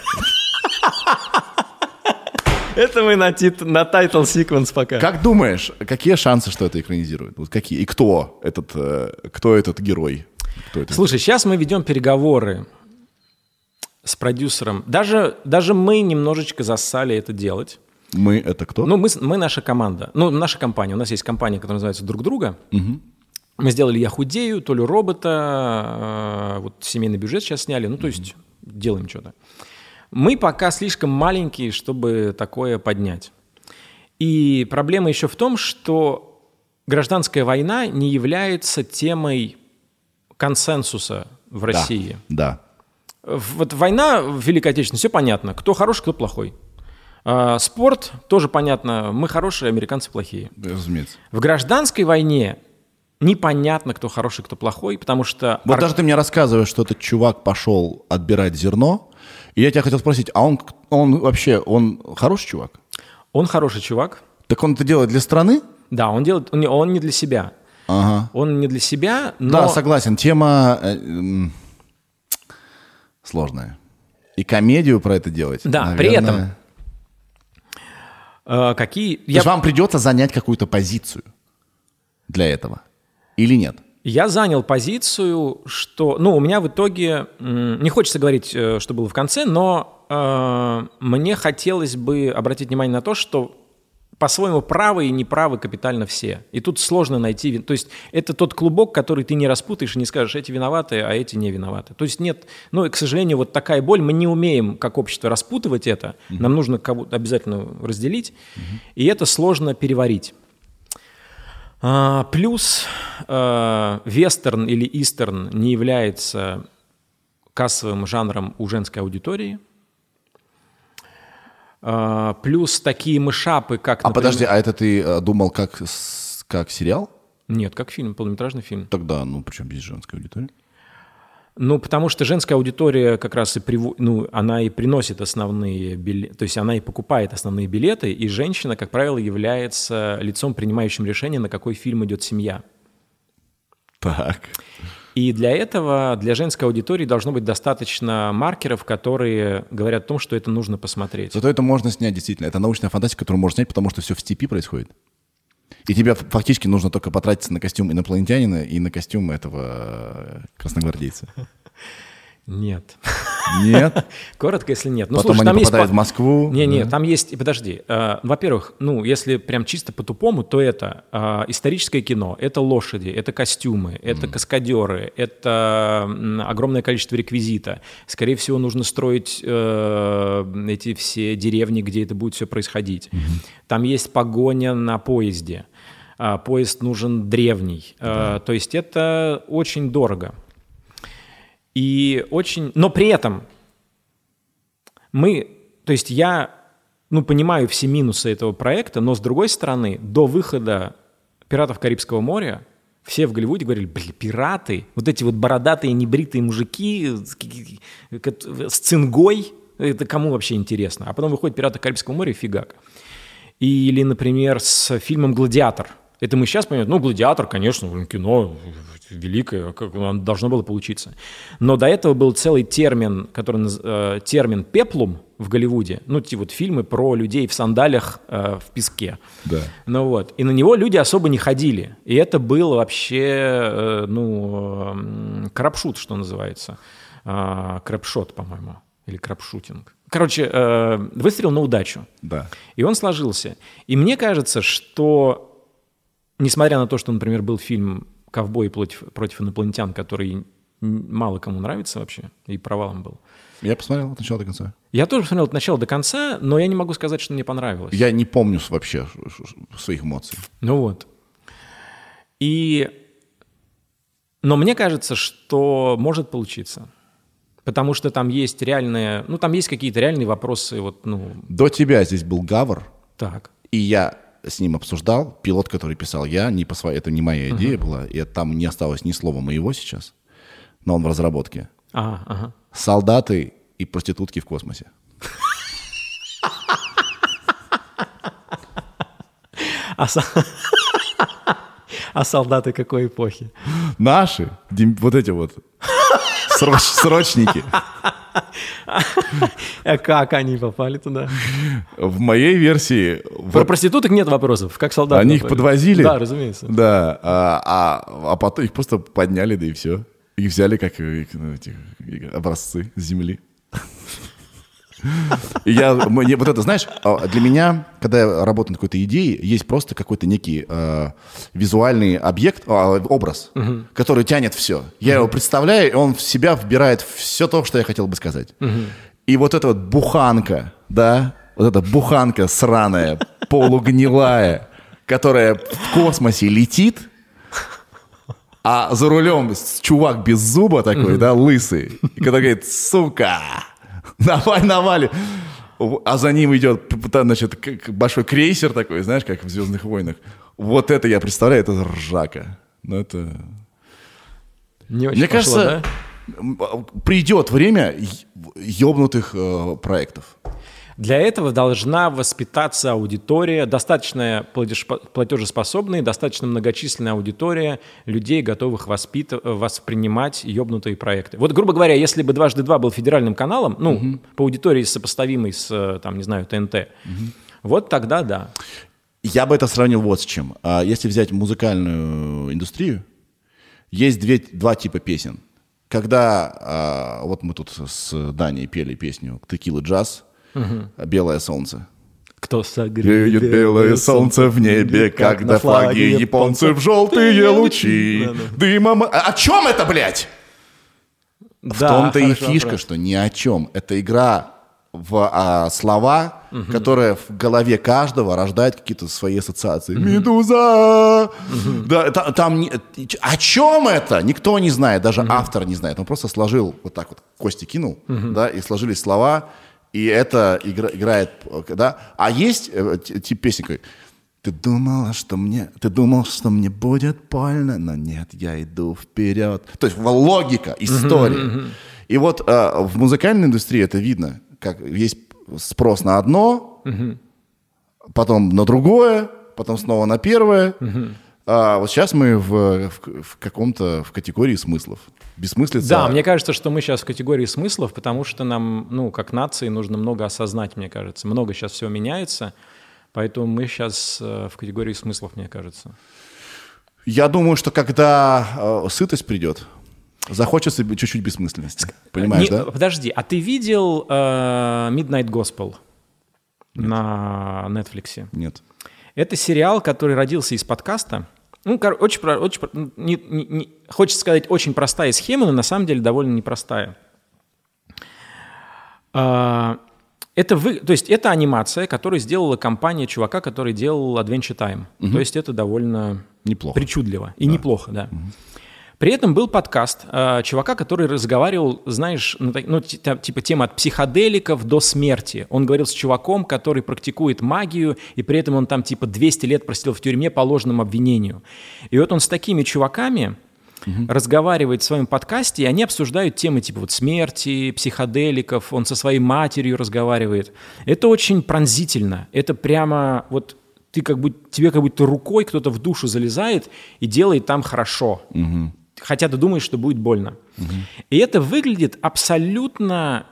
Это мы на тайтл секвенс пока. Как думаешь, какие шансы, что это экранизируют? Вот какие? И кто этот герой? Кто это? Слушай, сейчас мы ведем переговоры с продюсером. Даже мы немножечко зассали это делать. Мы это кто? Ну, мы наша команда. Ну, наша компания. У нас есть компания, которая называется «Друг друга». Угу. Мы сделали «Я худею», Толю робота, вот семейный бюджет сейчас сняли. Ну, то есть делаем что-то. Мы пока слишком маленькие, чтобы такое поднять. И проблема еще в том, что гражданская война не является темой консенсуса в России. Да. Вот война в Великой Отечественной, все понятно. Кто хороший, кто плохой. Спорт тоже понятно. Мы хорошие, американцы плохие. Разумеется. В гражданской войне непонятно, кто хороший, кто плохой, потому что... Вот даже ты мне рассказываешь, что этот чувак пошел отбирать зерно, и я тебя хотел спросить, а он вообще хороший чувак? Он хороший чувак. Так он это делает для страны? Да, он не для себя. Ага. Он не для себя, но... Да, согласен. Тема сложная. И комедию про это делать. Да, наверное... при этом... То есть вам придется занять какую-то позицию для этого? Или нет? Я занял позицию, что... Ну, у меня в итоге... Не хочется говорить, что было в конце, но мне хотелось бы обратить внимание на то, что по-своему правы и неправы капитально все. И тут сложно найти... То есть это тот клубок, который ты не распутаешь и не скажешь, эти виноваты, а эти не виноваты. То есть нет... Ну, и, к сожалению, вот такая боль. Мы не умеем, как общество, распутывать это. Нам нужно кого-то обязательно разделить. И это сложно переварить. Плюс вестерн или истерн не является кассовым жанром у женской аудитории. Плюс такие мышапы, как... Например... подожди, а это ты думал как сериал? Нет, как фильм, полнометражный фильм. Тогда, причем здесь женская аудитория? Ну, потому что женская аудитория как раз она и приносит основные билеты, то есть она и покупает основные билеты, и женщина, как правило, является лицом, принимающим решение, на какой фильм идет семья. Так. И для этого, для женской аудитории должно быть достаточно маркеров, которые говорят о том, что это нужно посмотреть. Зато это можно снять, действительно. Это научная фантастика, которую можно снять, потому что все в степи происходит. И тебе фактически нужно только потратиться на костюм инопланетянина и на костюм этого красногвардейца. Нет. Нет? Коротко, если нет. Ну, потом слушай, они там попадают есть... в Москву. Не, там есть... Подожди. Во-первых, если прям чисто по-тупому, то это историческое кино, это лошади, это костюмы, это каскадеры, это огромное количество реквизита. Скорее всего, нужно строить эти все деревни, где это будет все происходить. Там есть погоня на поезде. Поезд нужен древний. То есть это очень дорого. Но при этом я понимаю все минусы этого проекта, но с другой стороны, до выхода «Пиратов Карибского моря» все в Голливуде говорили, пираты, вот эти вот бородатые небритые мужики с цингой, это кому вообще интересно? А потом выходит «Пираты Карибского моря» и фигак. Или, например, с фильмом «Гладиатор». Это мы сейчас понимаем, «Гладиатор», конечно, кино великое, как оно должно было получиться. Но до этого был целый термин, термин «пеплум» в Голливуде. Фильмы про людей в сандалиях в песке. Да. И на него люди особо не ходили. И это был вообще, крапшут, что называется. Крэпшот, по-моему. Или крапшутинг. выстрел на удачу. Да. И он сложился. И мне кажется, что, несмотря на то, что, например, был фильм «Ковбой против инопланетян», который мало кому нравится вообще, и провалом был. Я посмотрел от начала до конца. Я тоже посмотрел от начала до конца, но я не могу сказать, что мне понравилось. Я не помню вообще своих эмоций. Ну вот. Но мне кажется, что может получиться. Потому что там есть реальные... Ну, там есть какие-то реальные вопросы. До тебя здесь был Гавр. Так. И я с ним обсуждал. Пилот, который писал я, это не моя идея была. И там не осталось ни слова моего сейчас. Но он в разработке. Ага. Солдаты и проститутки в космосе. А солдаты какой эпохи? Наши, вот эти вот срочники. А как они попали туда? В моей версии... Про проституток нет вопросов, как солдаты. Они их подвозили. Да, разумеется. Да, а потом их просто подняли, да и все. Их взяли как образцы с земли. И вот это, знаешь, для меня, когда я работаю над какой-то идеей, есть просто какой-то некий визуальный объект, образ, который тянет все. Я его представляю, и он в себя вбирает все то, что я хотел бы сказать. И вот эта вот буханка, да, вот эта буханка сраная, полугнилая, которая в космосе летит, а за рулем чувак без зуба такой, да, лысый, и который говорит: сука, давай навали. А за ним идет, значит, большой крейсер такой, знаешь, как в «Звездных войнах». Вот это я представляю, это ржака. Ну, это... Не очень Мне пошло, кажется, да? придет время ёбнутых проектов. Для этого должна воспитаться аудитория, достаточно платежеспособная, достаточно многочисленная аудитория людей, готовых воспринимать ёбнутые проекты. Вот, грубо говоря, если бы «Дважды два» был федеральным каналом, по аудитории сопоставимой с, там, не знаю, ТНТ, вот тогда да. Я бы это сравнил вот с чем. Если взять музыкальную индустрию, есть два типа песен. Когда вот мы тут с Даней пели песню «Текила джаз», «Белое солнце». Кто согреет белое солнце в небе, когда флаги японцев желтые лучи. Дымом... О чем это, блядь? В том-то и фишка, что ни о чем. Это игра в слова, которая в голове каждого рождает какие-то свои ассоциации. «Медуза!» Да, там о чем это? Никто не знает, даже автор не знает. Он просто сложил, вот так вот кости кинул, да, и сложились слова. И это играет, да. А есть тип песни, ты думал, что мне будет больно, но нет, я иду вперед. То есть логика, история. И вот в музыкальной индустрии это видно, как есть спрос на одно, потом на другое, потом снова на первое. Вот сейчас мы в категории смыслов. Бессмыслица. Да, мне кажется, что мы сейчас в категории смыслов, потому что нам, как нации, нужно много осознать, мне кажется. Много сейчас всего меняется, поэтому мы сейчас в категории смыслов, мне кажется. Я думаю, что когда сытость придет, захочется чуть-чуть бессмысленности. Понимаешь, да? Подожди, а ты видел Midnight Gospel на Netflix? Нет. Это сериал, который родился из подкаста. Хочется сказать, очень простая схема, но на самом деле довольно непростая. То есть это анимация, которую сделала компания чувака, который делал Adventure Time. То есть это довольно причудливо и неплохо, да. При этом был подкаст чувака, который разговаривал, знаешь, типа тема от психоделиков до смерти. Он говорил с чуваком, который практикует магию, и при этом он там типа 200 лет просидел в тюрьме по ложному обвинению. И вот он с такими чуваками разговаривает в своем подкасте, и они обсуждают темы типа вот смерти, психоделиков, он со своей матерью разговаривает. Это очень пронзительно. Это прямо вот тебе как будто рукой кто-то в душу залезает и делает там хорошо. Хотя ты думаешь, что будет больно. И это выглядит абсолютно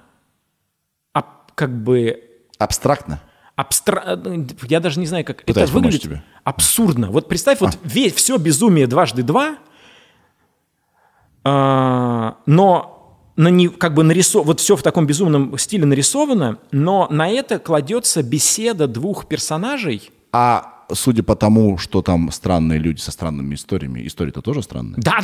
абстрактно. Я даже не знаю, как Пытаюсь это выглядит. Тебе. Абсурдно. Вот представь, вот все безумие «Дважды два», но как бы вот все в таком безумном стиле нарисовано, но на это кладется беседа двух персонажей. А судя по тому, что там странные люди со странными историями, история-то тоже странная. Да.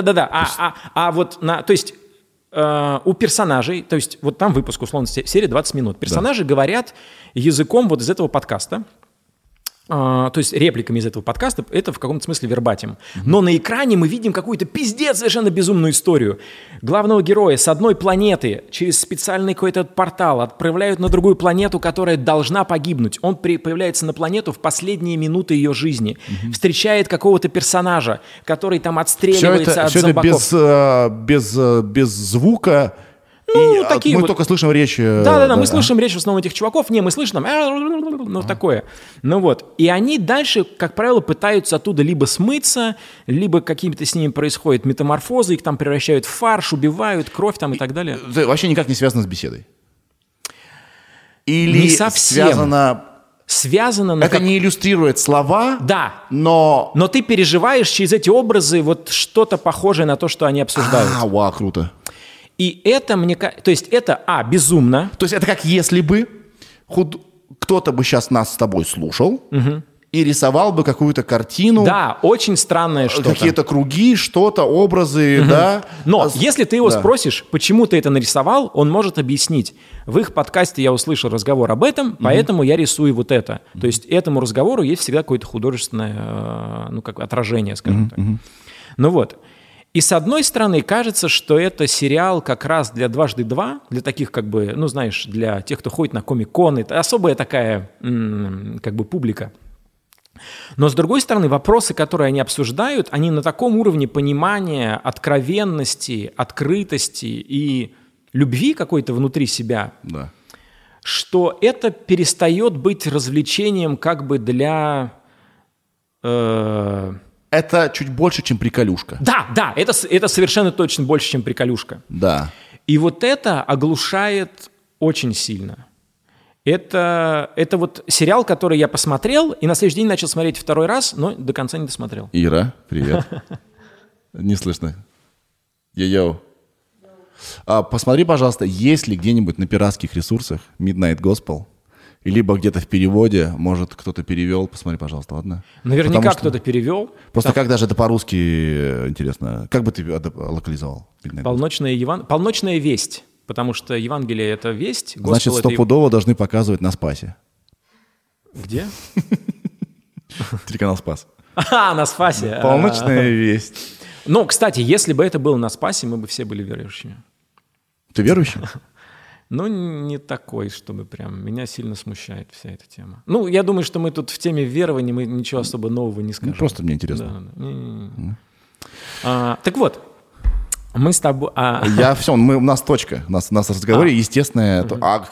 То есть у персонажей, то есть вот там выпуск, условно, серия 20 минут, персонажи говорят языком вот из этого подкаста, то есть репликами из этого подкаста, это в каком-то смысле вербатим. Но на экране мы видим какую-то пиздец совершенно безумную историю. Главного героя с одной планеты через специальный какой-то портал отправляют на другую планету, которая должна погибнуть. Он появляется на планету в последние минуты ее жизни, встречает какого-то персонажа, который там отстреливается от зомбаков. Все это без звука. Ну, такие мы вот... только слышим речь. Да, мы слышим речь в основном этих чуваков. Не, мы слышим там, такое. Ну вот. И они дальше, как правило, пытаются оттуда либо смыться, либо какими-то с ними происходят метаморфозы, их там превращают в фарш, убивают, кровь там и так далее. Это вообще никак не связано с беседой? Или не совсем. Связано. Это не иллюстрирует слова, да. Но ты переживаешь через эти образы вот что-то похожее на то, что они обсуждают. Вау, круто. И это, то есть это, безумно. То есть это как если бы кто-то бы сейчас нас с тобой слушал и рисовал бы какую-то картину. Да, очень странное что-то. Какие-то круги, что-то, образы, да. Но если ты его спросишь, почему ты это нарисовал, он может объяснить. В их подкасте я услышал разговор об этом, поэтому я рисую вот это. То есть этому разговору есть всегда какое-то художественное, как отражение, скажем так. Ну вот. И с одной стороны, кажется, что это сериал как раз для «Дважды два», для таких, как бы, знаешь, для тех, кто ходит на комик-кон, это особая такая, как бы, публика. Но с другой стороны, вопросы, которые они обсуждают, они на таком уровне понимания, откровенности, открытости и любви какой-то внутри себя, что это перестает быть развлечением как бы для... Это чуть больше, чем приколюшка. Да, это совершенно точно больше, чем приколюшка. Да. И вот это оглушает очень сильно. Это вот сериал, который я посмотрел, и на следующий день начал смотреть второй раз, но до конца не досмотрел. Ира, привет. Не слышно. Йо-йо. Посмотри, пожалуйста, есть ли где-нибудь на пиратских ресурсах Midnight Gospel? Либо где-то в переводе, может, кто-то перевел. Посмотри, пожалуйста, ладно? Наверняка кто-то перевел. Просто как даже это по-русски, интересно. Как бы ты локализовал? Полночная весть. Потому что Евангелие — это весть. Значит, стопудово должны показывать на Спасе. Где? Телеканал Спас. На Спасе. Полночная весть. Ну, кстати, если бы это было на Спасе, мы бы все были верующими. Ты верующий? Ну, не такой, чтобы прям... Меня сильно смущает вся эта тема. Ну, я думаю, что мы тут в теме верования мы ничего особо нового не скажем. Просто мне интересно. Так вот, мы с тобой... У нас точка. У нас в разговоре естественная...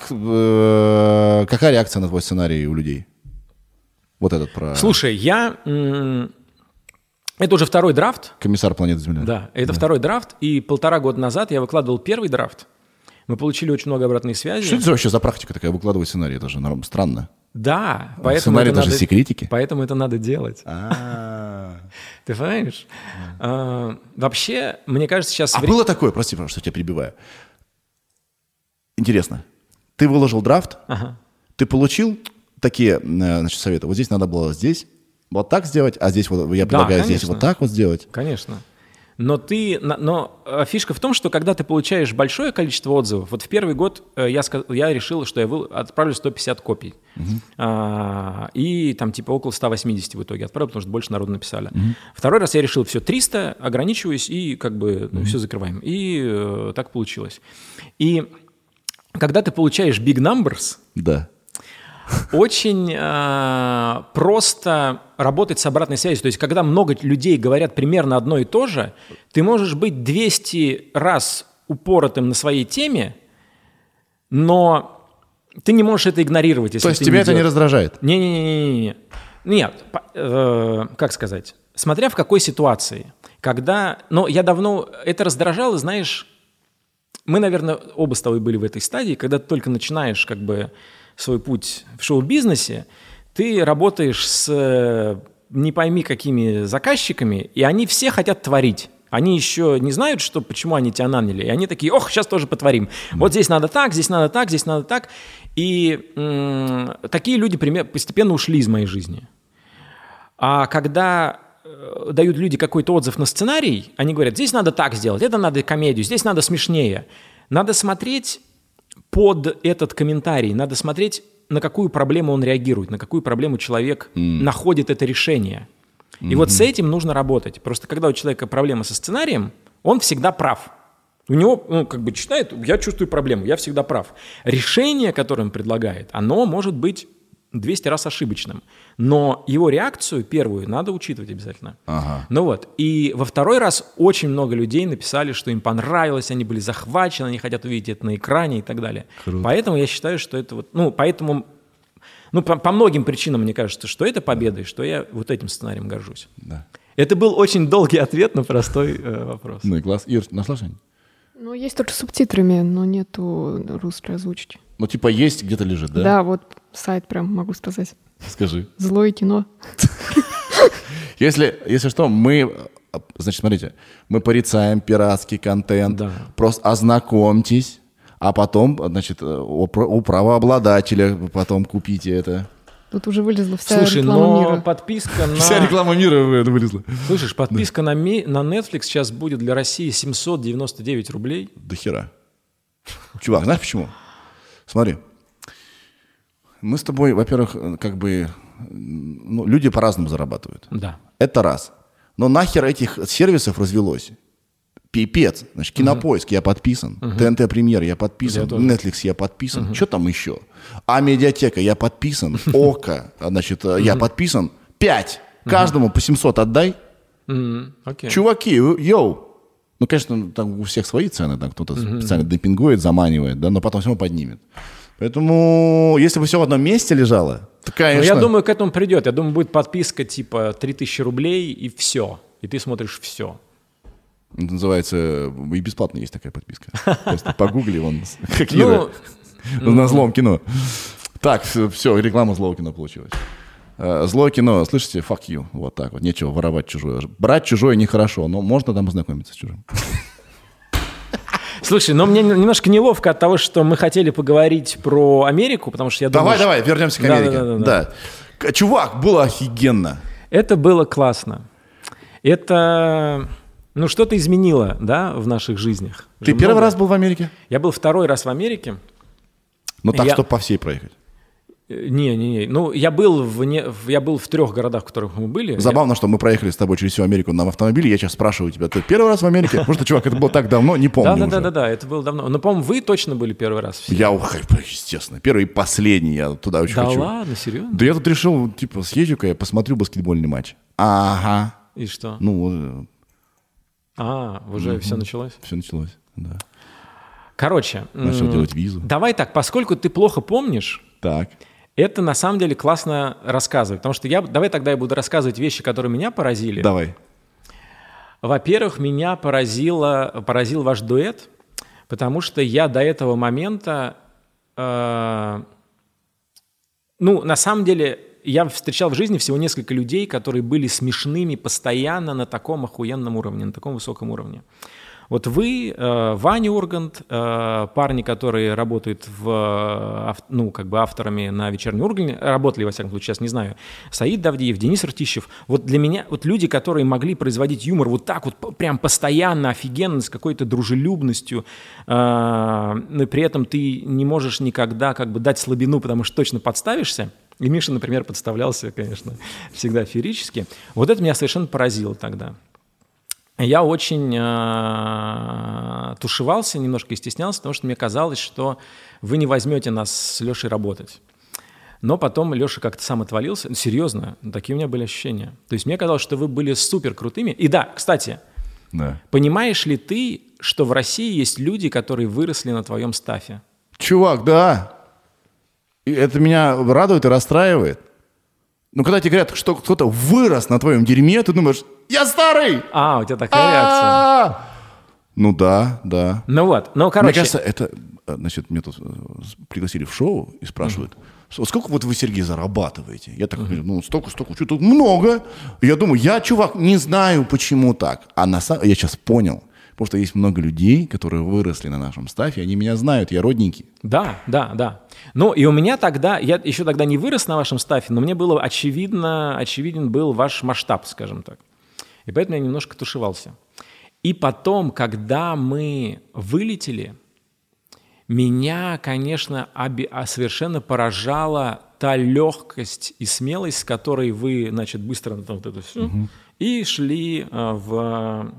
Какая реакция на твой сценарий у людей? Вот этот про... Слушай, это уже второй драфт. Комиссар планеты Земля. Да, это второй драфт. И 1,5 года назад я выкладывал первый драфт. Мы получили очень много обратной связи. Что это вообще за практика такая, выкладывать сценарий? Это же странно. Да, поэтому сценарий даже секретики. Поэтому это надо делать. Ты понимаешь? Вообще, мне кажется, сейчас... было такое, прости, пожалуйста, что я тебя перебиваю. Интересно. Ты выложил драфт, ты получил такие, советы. Вот здесь надо было вот так сделать, а здесь вот я предлагаю здесь вот так вот сделать. Конечно. Но фишка в том, что когда ты получаешь большое количество отзывов, вот в первый год я решил, что я отправлю 150 копий. И там типа около 180 в итоге отправил, потому что больше народу написали. Второй раз я решил, все, 300, ограничиваюсь и как бы все закрываем. И так получилось. И когда ты получаешь big numbers... Да. Очень просто работать с обратной связью. То есть, когда много людей говорят примерно одно и то же, ты можешь быть 200 раз упоротым на своей теме, но ты не можешь это игнорировать, если то есть тебя это не раздражает? Не. Нет, как сказать? Смотря в какой ситуации. Я давно... Это раздражало, знаешь... Мы, наверное, оба с тобой были в этой стадии, когда ты только начинаешь как бы... свой путь в шоу-бизнесе, ты работаешь с не пойми какими заказчиками, и они все хотят творить. Они еще не знают, почему они тебя наняли. И они такие, ох, сейчас тоже потворим. Вот здесь надо так, здесь надо так, здесь надо так. И такие люди постепенно ушли из моей жизни. А когда дают люди какой-то отзыв на сценарий, они говорят, здесь надо так сделать, это надо комедию, здесь надо смешнее. Надо смотреть под этот комментарий, надо смотреть, на какую проблему он реагирует, на какую проблему человек находит это решение. И вот с этим нужно работать. Просто когда у человека проблема со сценарием, он всегда прав. У него, читает, я чувствую проблему, я всегда прав. Решение, которое он предлагает, оно может быть 200 раз ошибочным. Но его реакцию первую надо учитывать обязательно. Ага. И во второй раз очень много людей написали, что им понравилось, они были захвачены, они хотят увидеть это на экране и так далее. Круто. Поэтому я считаю, что это по многим причинам мне кажется, что это победа, и что я вот этим сценарием горжусь. Да. Это был очень долгий ответ на простой вопрос. Ну и класс. Ир, нашла что-нибудь? Есть только с субтитрами, но нету русской озвучки. Есть, где-то лежит, да? Да, вот сайт прям могу сказать. Скажи. Злое кино. Если что, значит, смотрите, мы порицаем пиратский контент, да. Просто ознакомьтесь, а потом, значит, у правообладателя потом купите это. Тут уже вылезла вся Слушай, реклама мира. Подписка на... Вся реклама мира вылезла. Слышишь, подписка на Netflix сейчас будет для России 799 рублей. До хера. Чувак, знаешь почему? Смотри. Мы с тобой, во-первых, люди по-разному зарабатывают. Да. Это раз. Но нахер этих сервисов развелось? Пипец. Значит, Кинопоиск, я подписан. ТНТ Премьер, я подписан. Netflix, я подписан. Что там еще? А Медиатека, я подписан. Око, значит, я подписан. 5. Каждому по 700 отдай. Okay. Чуваки, йоу. Ну, конечно, там у всех свои цены. Там кто-то специально демпингует, заманивает, да, но потом все равно поднимет. Поэтому, если бы все в одном месте лежало, то, конечно... Я думаю, к этому придет. Я думаю, будет подписка типа 3000 рублей и все. И ты смотришь все. Это называется... И бесплатно есть такая подписка. Просто погугли, вон, как Ира. На злом кино. Так, все, реклама злого кино получилась. Злое кино, слышите, fuck you. Вот так вот, нечего воровать чужое. Брать чужое нехорошо, но можно там ознакомиться с чужим. Слушай, но мне немножко неловко от того, что мы хотели поговорить про Америку, потому что я думаю... Давай, вернемся к Америке. Да. Чувак, было офигенно. Это было классно. Это... что-то изменило, да, в наших жизнь. Ты первый раз был в Америке? Я был второй раз в Америке. Ну так, чтобы по всей проехать. Не. Я был в 3 городах, в которых мы были. Забавно, что мы проехали с тобой через всю Америку на автомобиле. Я сейчас спрашиваю тебя, ты первый раз в Америке? Потому что, чувак, это было так давно, не помню уже. Да, это было давно. Но, по-моему, вы точно были первый раз. Я, естественно, первый и последний. Я туда очень хочу. Да ладно, серьезно? Да я тут решил, съезжу-ка я посмотрю баскетбольный матч. Ага. И что? Уже все началось? Все началось, да. Короче. Начал делать визу. Давай так, поскольку ты плохо помнишь... Так. Это на самом деле классно рассказывать, потому что давай тогда я буду рассказывать вещи, которые меня поразили. Давай. Во-первых, меня поразил ваш дуэт, потому что я до этого момента, на самом деле, я встречал в жизни всего несколько людей, которые были смешными постоянно на таком охуенном уровне, на таком высоком уровне. Вот вы, Ваня Ургант, парни, которые работают авторами на «Вечернем Урганте», работали, во всяком случае, сейчас не знаю, Саид Давдиев, Денис Ртищев, вот для меня, вот люди, которые могли производить юмор вот так вот прям постоянно, офигенно, с какой-то дружелюбностью, но при этом ты не можешь никогда дать слабину, потому что точно подставишься. И Миша, например, подставлялся, конечно, всегда феерически. Вот это меня совершенно поразило тогда. Я очень тушевался немножко и стеснялся, потому что мне казалось, что вы не возьмете нас с Лешей работать. Но потом Леша как-то сам отвалился. Серьезно, такие у меня были ощущения. То есть мне казалось, что вы были супер крутыми. И да, кстати, понимаешь ли ты, что в России есть люди, которые выросли на твоем стафе? Чувак, да. И это меня радует и расстраивает. Но когда тебе говорят, что кто-то вырос на твоем дерьме, ты думаешь, я старый! У тебя такая реакция. Ну да. Ну, короче. Мне кажется, это, значит, меня тут пригласили в шоу и спрашивают, сколько вот вы, Сергей, зарабатываете? Я так говорю, ну, столько, что-то много. Я думаю, чувак, не знаю, почему так. А я сейчас понял. Потому что есть много людей, которые выросли на нашем стафе, они меня знают, я родненький. Да. Ну, и у меня тогда, я еще тогда не вырос на вашем стафе, но мне было очевиден был ваш масштаб, скажем так. И поэтому я немножко тушевался. И потом, когда мы вылетели, меня, конечно, совершенно поражала та легкость и смелость, с которой вы, значит, быстро вот это все, и шли в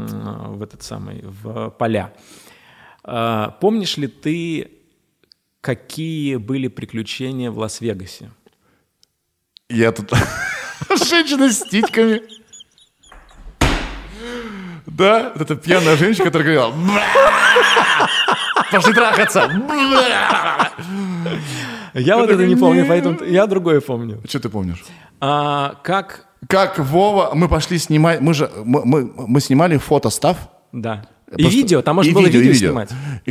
поля. Помнишь ли ты, какие были приключения в Лас-Вегасе? Я тут... Женщина с титьками. Да, вот эта пьяная женщина, которая говорила... Пошли трахаться. Я вот это не помню, поэтому я другое помню. Что ты помнишь? Как Вова, мы пошли снимать, мы снимали фотостав. Да. И видео, там можно было видео снимать.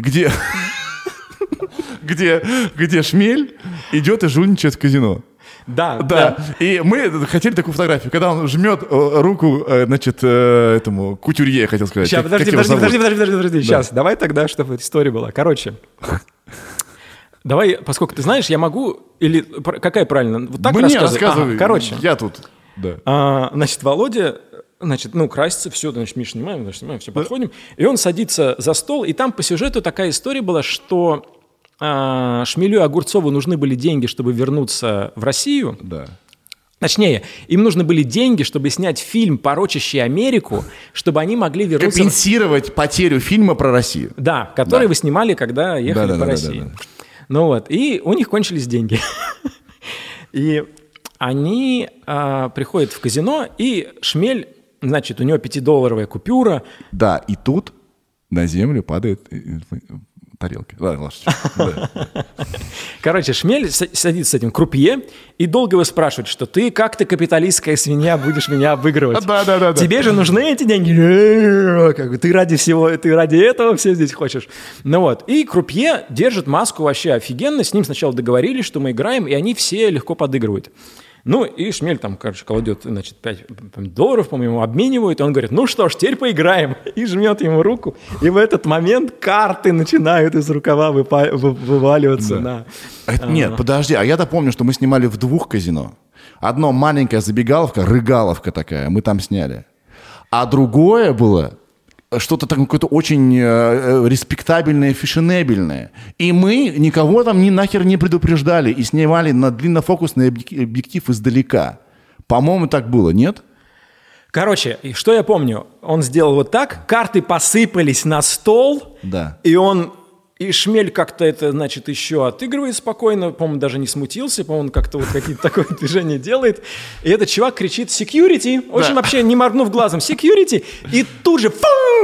Где Шмель идет и жульничает в казино. Да. И мы хотели такую фотографию, когда он жмет руку, значит, этому кутюрье, я хотел сказать. Сейчас, подожди. Сейчас, давай тогда, чтобы история была. Короче, давай, поскольку ты знаешь, я могу, или какая правильно? Вот так рассказывай. Короче. Я тут, да. Значит, Володя, красится, все, значит, Миша снимаем, все, подходим. И он садится за стол, и там по сюжету такая история была, что Шмелю и Огурцову нужны были деньги, чтобы вернуться в Россию. Да. Точнее, им нужны были деньги, чтобы снять фильм, порочащий Америку, чтобы они могли вернуться... Компенсировать потерю фильма про Россию. Да, который вы снимали, когда ехали по России. Да. Ну вот, и у них кончились деньги. И они приходят в казино, и Шмель, значит, у него 5-долларовая купюра. Да, и тут на землю падает... тарелки. Ладно. Короче, Шмель садится с этим крупье и долго его спрашивает, что ты капиталистская свинья будешь меня обыгрывать. Да. Тебе же нужны эти деньги. Ты ради этого все здесь хочешь. Ну вот. И крупье держит маску вообще офигенно. С ним сначала договорились, что мы играем, и они все легко подыгрывают. Ну, и Шмель там, кладет, значит, 5 долларов, по-моему, обменивают, и он говорит, ну что ж, теперь поиграем, и жмет ему руку, и в этот момент карты начинают из рукава вываливаться. Да. Нет, подожди, а я-то помню, что мы снимали в 2 казино. Одно маленькая забегаловка, рыгаловка такая, мы там сняли. А другое было... что-то там какое-то очень респектабельное, фешенебельное. И мы никого там нахер не предупреждали и снимали на длиннофокусный объектив издалека. По-моему, так было, нет? Короче, что я помню? Он сделал вот так, карты посыпались на стол, да. И Шмель как-то это, значит, еще отыгрывает спокойно, по-моему, даже не смутился, по-моему, он как-то вот какие-то такое движение делает. И этот чувак кричит «Security!», очень вообще не моргнув глазом, «Security!», и тут же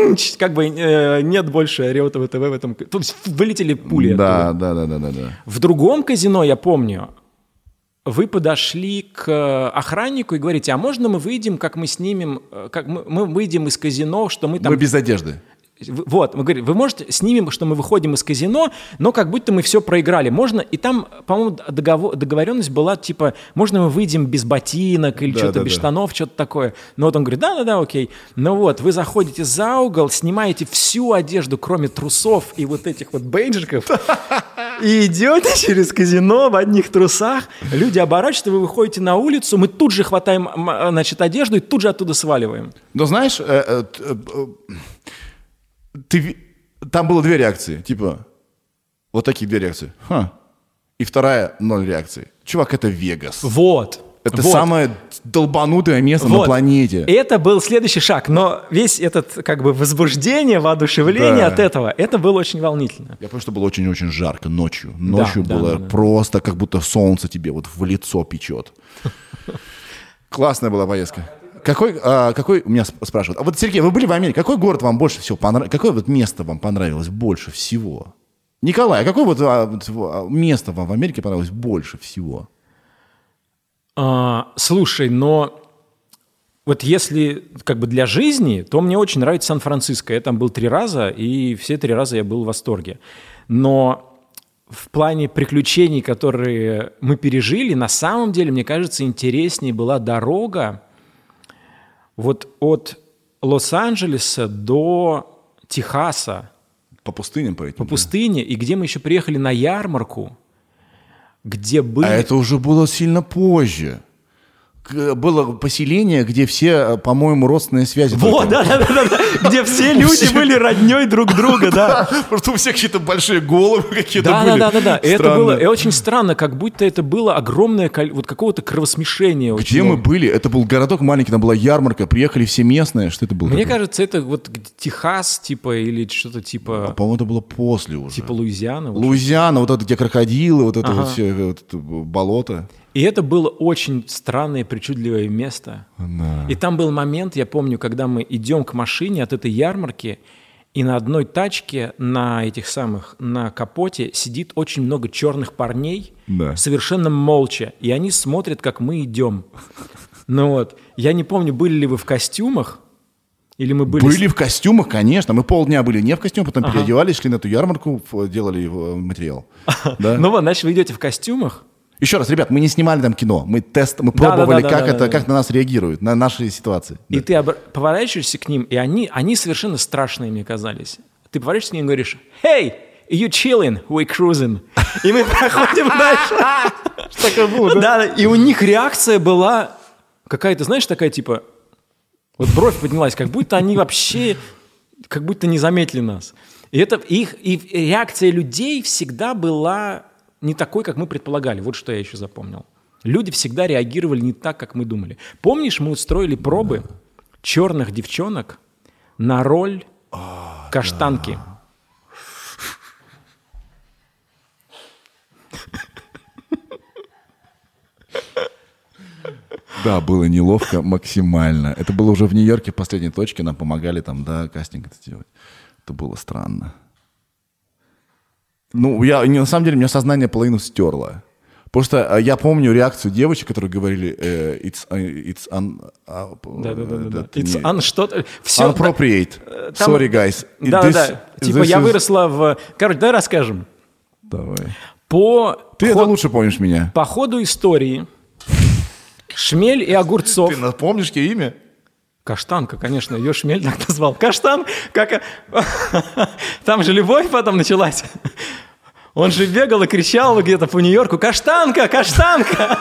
нет больше Реутова ТВ в этом. То есть вылетели пули оттуда. Да. В другом казино, я помню, вы подошли к охраннику и говорите, а можно мы выйдем, как мы снимем, как мы выйдем из казино, что мы там... Мы без одежды. Вот, мы говорим, вы можете, снимем, что мы выходим из казино, но как будто мы все проиграли. Можно, и там, по-моему, договоренность была, типа, можно мы выйдем без ботинок или что-то, без штанов, что-то такое. Ну вот он говорит, да, окей. Ну вот, вы заходите за угол, снимаете всю одежду, кроме трусов и вот этих вот бейджиков, и идете через казино в одних трусах, люди оборачиваются, вы выходите на улицу, мы тут же хватаем, значит, одежду и тут же оттуда сваливаем. Но знаешь... Там было 2 реакции, типа, вот такие 2 реакции. И вторая 0 реакции. Чувак, это Вегас. Вот. Это самое долбанутое место на планете. Это был следующий шаг, но весь этот, возбуждение, воодушевление от этого, это было очень волнительно. Я помню, что было очень-очень жарко ночью. Ночью было просто как будто солнце тебе вот в лицо печет. Классная была поездка. Какой, у меня спрашивают, а вот, Сергей, вы были в Америке, какой город вам больше всего понравилось, какое вот место вам понравилось больше всего? Николай, какое вот место вам в Америке понравилось больше всего? Слушай, но вот если для жизни, то мне очень нравится Сан-Франциско. Я там был 3 раза, и все 3 раза я был в восторге. Но в плане приключений, которые мы пережили, на самом деле, мне кажется, интереснее была дорога вот от Лос-Анджелеса до Техаса. По пустыням по этим. По пустыне, и где мы еще приехали на ярмарку, где были... А это уже было сильно позже. Было поселение, где все, по-моему, родственные связи. Вот, да, где все люди были родней друг друга, да. Просто у всех какие-то большие головы какие-то были. Да. Это было очень странно, как будто это было огромное вот какого-то кровосмешения. Где мы были? Это был городок маленький, там была ярмарка, приехали все местные. Что это было? Мне кажется, это вот Техас, типа, или что-то типа... По-моему, это было после уже. Типа Луизиана. Луизиана, вот это, где крокодилы, вот это вот все, вот это болото. И это было очень странное, причудливое место. Да. И там был момент, я помню, когда мы идем к машине от этой ярмарки, и на одной тачке, на капоте сидит очень много черных парней, совершенно молча. И они смотрят, как мы идем. Ну вот, я не помню, были ли вы в костюмах, или мы были... Были в костюмах, конечно. Мы полдня были не в костюмах, потом переодевались, шли на эту ярмарку, делали материал. Ну вот, значит, вы идете в костюмах. Еще раз, ребят, мы не снимали там кино, мы пробовали, как на нас реагируют, на наши ситуации. И ты поворачиваешься к ним, и они совершенно страшные мне казались. Ты поворачиваешься к ним и говоришь: «Hey, you chilling, we cruising». И мы проходим дальше. Что такое было, да? Да, и у них реакция была какая-то, знаешь, такая типа... Вот бровь поднялась, как будто они вообще... Как будто не заметили нас. И реакция людей всегда была... не такой, как мы предполагали. Вот что я еще запомнил. Люди всегда реагировали не так, как мы думали. Помнишь, мы устроили пробы черных девчонок на роль каштанки? Да, было неловко максимально. Это было уже в Нью-Йорке, в последней точке. Нам помогали там, кастинг это делать. Это было странно. Ну, на самом деле, меня сознание половину стерло. Потому что я помню реакцию девочек, которые говорили it's что-то... Unappropriate. Sorry, guys. Да. Типа я выросла в... Короче, давай расскажем. Давай. Ты это лучше помнишь меня. По ходу истории Шмель и Огурцов... Ты напомнишь, какое имя? Каштанка, конечно, ее Шмель так назвал. Каштан, как... Там же любовь потом началась. Он же бегал и кричал где-то по Нью-Йорку: «Каштанка! Каштанка!»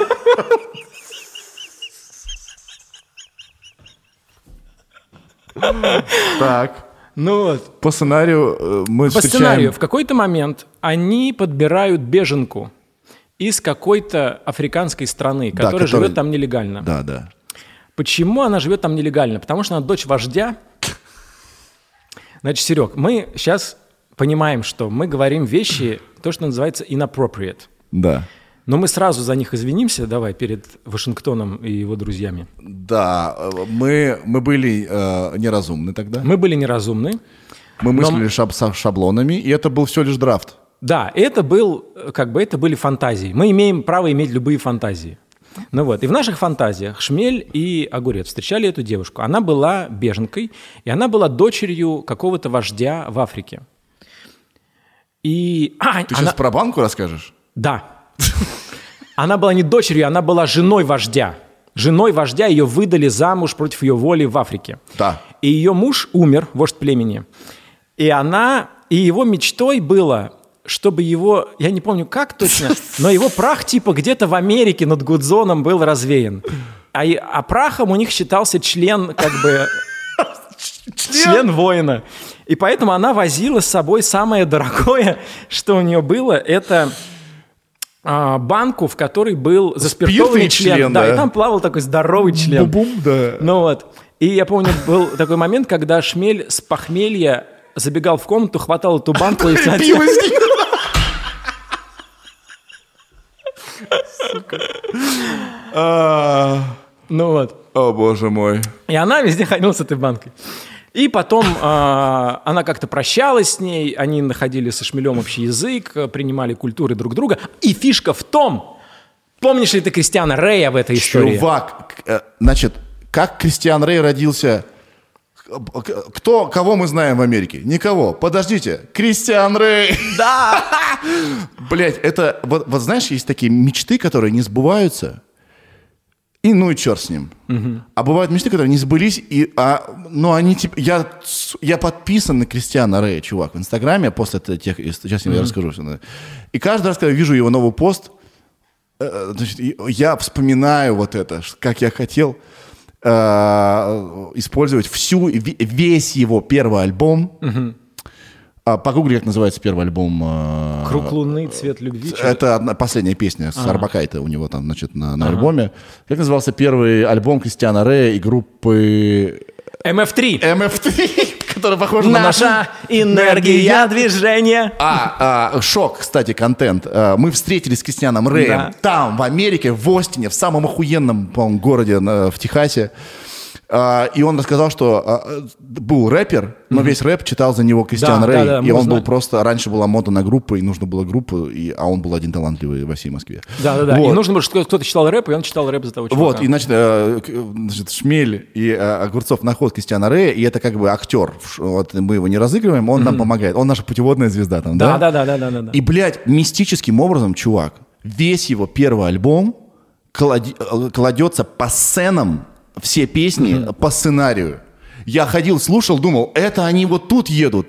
Так. Ну вот. По сценарию мы встречаем... По сценарию в какой-то момент они подбирают беженку из какой-то африканской страны, которая живет там нелегально. Да. Почему она живет там нелегально? Потому что она дочь вождя. Значит, Серег, мы сейчас понимаем, что мы говорим вещи, то, что называется inappropriate. Да. Но мы сразу за них извинимся, давай, перед Вашингтоном и его друзьями. Да, мы были неразумны тогда. Мы были неразумны. Мы мыслили шаблонами, и это был все лишь драфт. Да, это были фантазии. Мы имеем право иметь любые фантазии. Ну вот, и в наших фантазиях Шмель и Огурец встречали эту девушку. Она была беженкой, и она была дочерью какого-то вождя в Африке. И... Ты сейчас про банку расскажешь? Да. Она была не дочерью, она была женой вождя. Женой вождя, ее выдали замуж против ее воли в Африке. Да. И ее муж умер, вождь племени. И его мечтой было, чтобы его, я не помню как точно, но его прах типа где-то в Америке над Гудзоном был развеян. А прахом у них считался член член воина. И поэтому она возила с собой самое дорогое, что у нее было, это банку, в которой был заспиртованный член. Да, и там плавал такой здоровый член. Бум-бум, да. Ну вот. И я помню, был такой момент, когда Шмель с похмелья забегал в комнату, хватал эту банку и садил. Ну вот. О, боже мой. И она везде ходила с этой банкой. И потом она как-то прощалась с ней, они находили со Шмелем общий язык, принимали культуры друг друга. И фишка в том, помнишь ли ты Кристиана Рэя в этой истории? Чувак, значит, как Кристиан Рэй родился Кого мы знаем в Америке? Никого. Подождите. Кристиан Рэй. Да! Блять, это... Вот знаешь, есть такие мечты, которые не сбываются. И ну и черт с ним. А бывают мечты, которые не сбылись, но они типа... Я подписан на Кристиана Рэя, чувак, в Инстаграме после тех... Сейчас я расскажу. И каждый раз, когда вижу его новый пост, значит, я вспоминаю вот это, как я хотел использовать весь его первый альбом. Погугли, как называется первый альбом. «Круг луны, цвет любви». Это последняя песня с Арбакайте у него там, значит, на альбоме. Как назывался первый альбом Кристиана Рэя и группы... MF3. MF3, который похож на... Наша энергия движения. Шок, кстати, контент. Мы встретились с Кристианом Рэем там, в Америке, в Остине, в самом охуенном, по-моему, городе в Техасе. И он рассказал, что был рэпер, но весь рэп читал за него Кристиан Рэй. И он был просто... Раньше была мода на группы, и нужно было группу, а он был один талантливый во всей Москве. Да-да-да. Вот. И нужно было, чтобы кто-то читал рэп, и он читал рэп за того чувака. Вот, и значит, Шмель и Огурцов находят Кристиана Рэя, и это как бы актер. Вот мы его не разыгрываем, он нам помогает. Он наша путеводная звезда там, да? Да. И, блядь, мистическим образом, чувак, весь его первый альбом кладется по сценам, все песни по сценарию. Я ходил, слушал, думал, это они вот тут едут.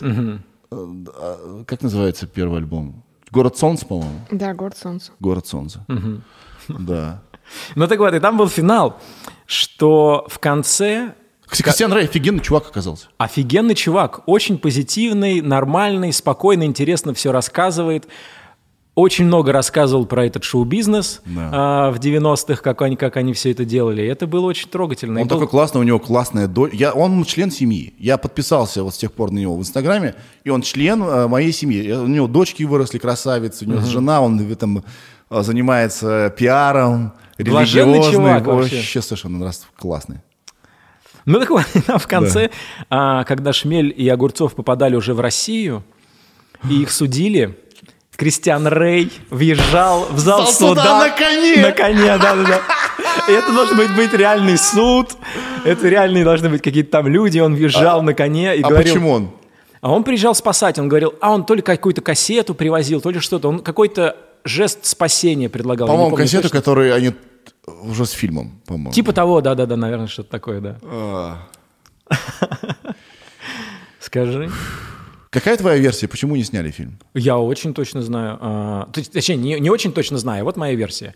Как называется первый альбом? «Город солнца», по-моему? Да, «Город солнца». «Город солнца». Да. Ну так вот, и там был финал, что в конце... Кристиан Рэй офигенный чувак оказался. Офигенный чувак. Очень позитивный, нормальный, спокойно, интересно все рассказывает. Очень много рассказывал про этот шоу-бизнес в 90-х, как они все это делали. Это было очень трогательно. Он такой классный, у него классная дочь. Он член семьи. Я подписался вот с тех пор на него в Инстаграме, и он член моей семьи. У него дочки выросли, красавицы, у него жена, он там занимается пиаром, религиозный. Чувак вообще. Вообще совершенно классный. Ну так вот, в конце, когда Шмель и Огурцов попадали уже в Россию, и их судили... Кристиан Рэй въезжал в зал суда на коне. На коне, да. И это должен быть реальный суд. Это реальные должны быть какие-то там люди. Он въезжал на коне и говорил... почему он? А он приезжал спасать. Он говорил, он то ли какую-то кассету привозил, то ли что-то. Он какой-то жест спасения предлагал. По-моему, кассету, которую они уже с фильмом, по-моему. Типа того, да, наверное, что-то такое, да. Скажи. Какая твоя версия? Почему не сняли фильм? Я очень точно знаю. Точнее, не очень точно знаю. Вот моя версия.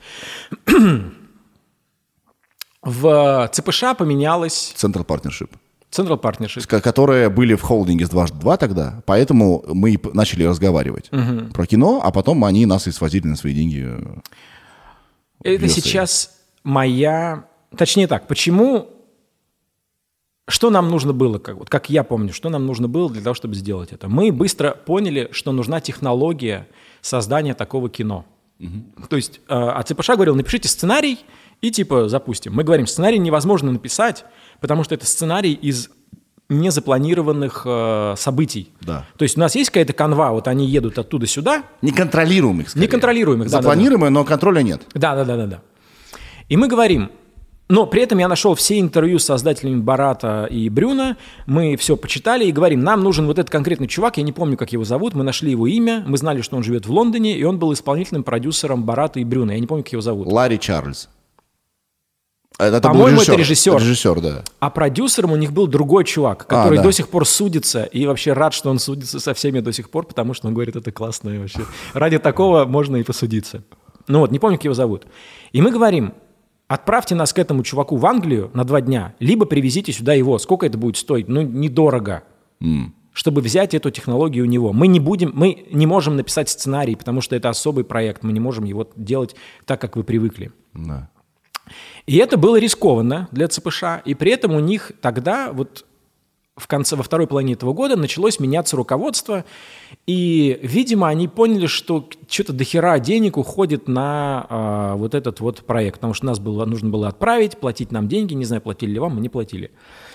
В ЦПШ поменялась... Central Partnership. Central Partnership. Которые были в холдинге с «Дважды два» тогда. Поэтому мы и начали разговаривать про кино, а потом они нас и свозили на свои деньги. Это сейчас моя... Точнее так, почему... Что нам нужно было, как я помню, что нам нужно было для того, чтобы сделать это? Мы быстро поняли, что нужна технология создания такого кино. То есть ЦПШ говорил, напишите сценарий и типа запустим. Мы говорим, сценарий невозможно написать, потому что это сценарий из незапланированных событий. Да. То есть у нас есть какая-то канва, вот они едут оттуда сюда. Неконтролируемых, скорее. Неконтролируемых, да. Запланируемые, но контроля нет. Да. И мы говорим... Но при этом я нашел все интервью с создателями Бората и Брюна, мы все почитали и говорим, нам нужен вот этот конкретный чувак, я не помню, как его зовут, мы нашли его имя, мы знали, что он живет в Лондоне, и он был исполнительным продюсером Бората и Брюна, я не помню, как его зовут. Ларри Чарльз. По-моему, это режиссер. Режиссер, да. А продюсером у них был другой чувак, который до сих пор судится, и вообще рад, что он судится со всеми до сих пор, потому что он говорит, это классно и вообще. Ради такого можно и посудиться. Ну вот, не помню, как его зовут. И мы говорим... Отправьте нас к этому чуваку в Англию на 2 дня, либо привезите сюда его. Сколько это будет стоить? Ну, недорого. Чтобы взять эту технологию у него. Мы не можем написать сценарий, потому что это особый проект. Мы не можем его делать так, как вы привыкли. Да. И это было рискованно для ЦПШ. И при этом у них тогда, вот во второй половине этого года, началось меняться руководство. И, видимо, они поняли, что что-то дохера денег уходит на вот этот вот проект. Потому что нужно было отправить, платить нам деньги. Не знаю, платили ли вам, мы не платили.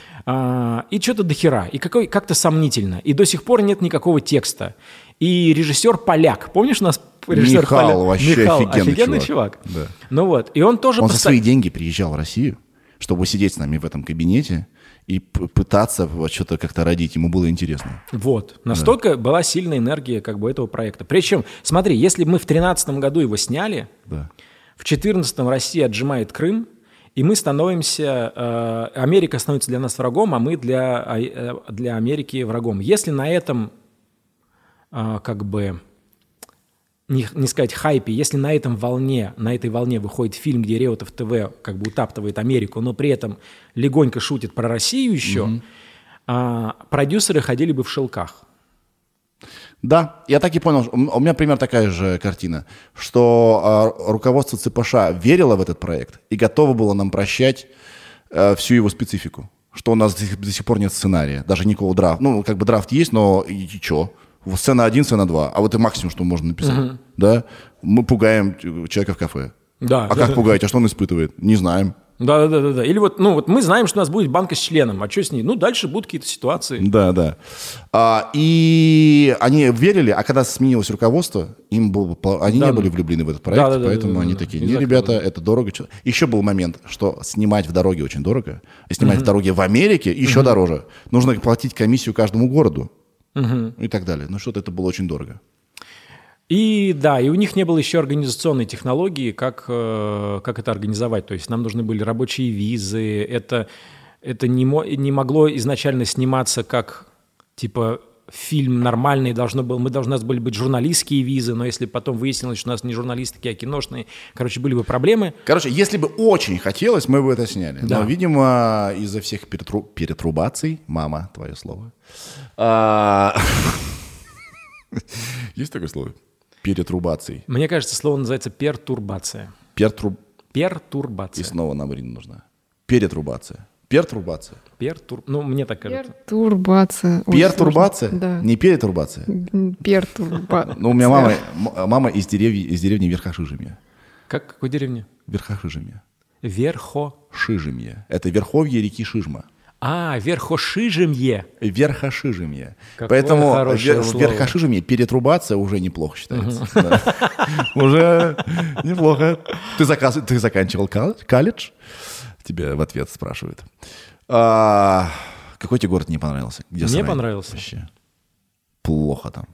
И что-то дохера. И как-то сомнительно. И до сих пор нет никакого текста. И режиссер поляк. Помнишь, у нас режиссер поляк? Вообще Михал, офигенный чувак. Да. Ну вот. И он тоже... Он за свои деньги приезжал в Россию, чтобы сидеть с нами в этом кабинете и пытаться вот что-то как-то родить. Ему было интересно. Вот. Настолько была сильная энергия как бы этого проекта. Причем, смотри, если бы мы в 2013 году его сняли, Да. в 2014 Россия отжимает Крым, и мы становимся... Америка становится для нас врагом, а мы для Америки врагом. Если на этом как бы... Не сказать хайпе, если на этой волне выходит фильм, где Реутов ТВ как бы утаптывает Америку, но при этом легонько шутит про Россию еще, продюсеры ходили бы в шелках. Да, я так и понял. У меня примерно такая же картина, что руководство ЦПШ верило в этот проект и готово было нам прощать всю его специфику. Что у нас до сих пор нет сценария, даже никакого драфта. Ну, как бы драфт есть, но и что? Сцена 1, сцена 2. А вот и максимум, что можно написать. Да? Мы пугаем человека в кафе. Да, а как пугаете? А что он испытывает? Не знаем. Да. Или вот мы знаем, что у нас будет банка с членом. А что с ней? Дальше будут какие-то ситуации. Да. И они верили, а когда сменилось руководство, они не были влюблены в этот проект, поэтому они такие, не, ребята, это дорого. Еще был момент, что снимать в дороге очень дорого, а снимать в дороге в Америке еще дороже. Нужно платить комиссию каждому городу. И так далее. Но что-то это было очень дорого. И у них не было еще организационной технологии, как это организовать. То есть нам нужны были рабочие визы. Это не могло изначально сниматься как типа фильм нормальный. У нас были быть журналистские визы, но если потом выяснилось, что у нас не журналистские, а киношные, были бы проблемы. Если бы очень хотелось, мы бы это сняли. Да. Но, видимо, из-за всех перетрубаций, мама, твое слово. Есть такое слово? Перетрубаций. Мне кажется, слово называется пертурбация. Пертурбация. И снова нам Ирина нужна. Перетрубация. Пертурбация. Мне так кажется. Пертурбация. Пертурбация? Да. Не перетрубация? Пертурбация. У меня мама из деревни Верхошижемья. Какой деревни? Верхошижемья. Шижемье. Это верховье реки Шижма. Верхошижемье. Верхошижемье. Какое Поэтому в Верхошижемье перетрубация уже неплохо считается. Уже неплохо. Ты заканчивал колледж? Тебя в ответ спрашивают. Какой тебе город не понравился? Мне понравился. Вообще. Плохо там.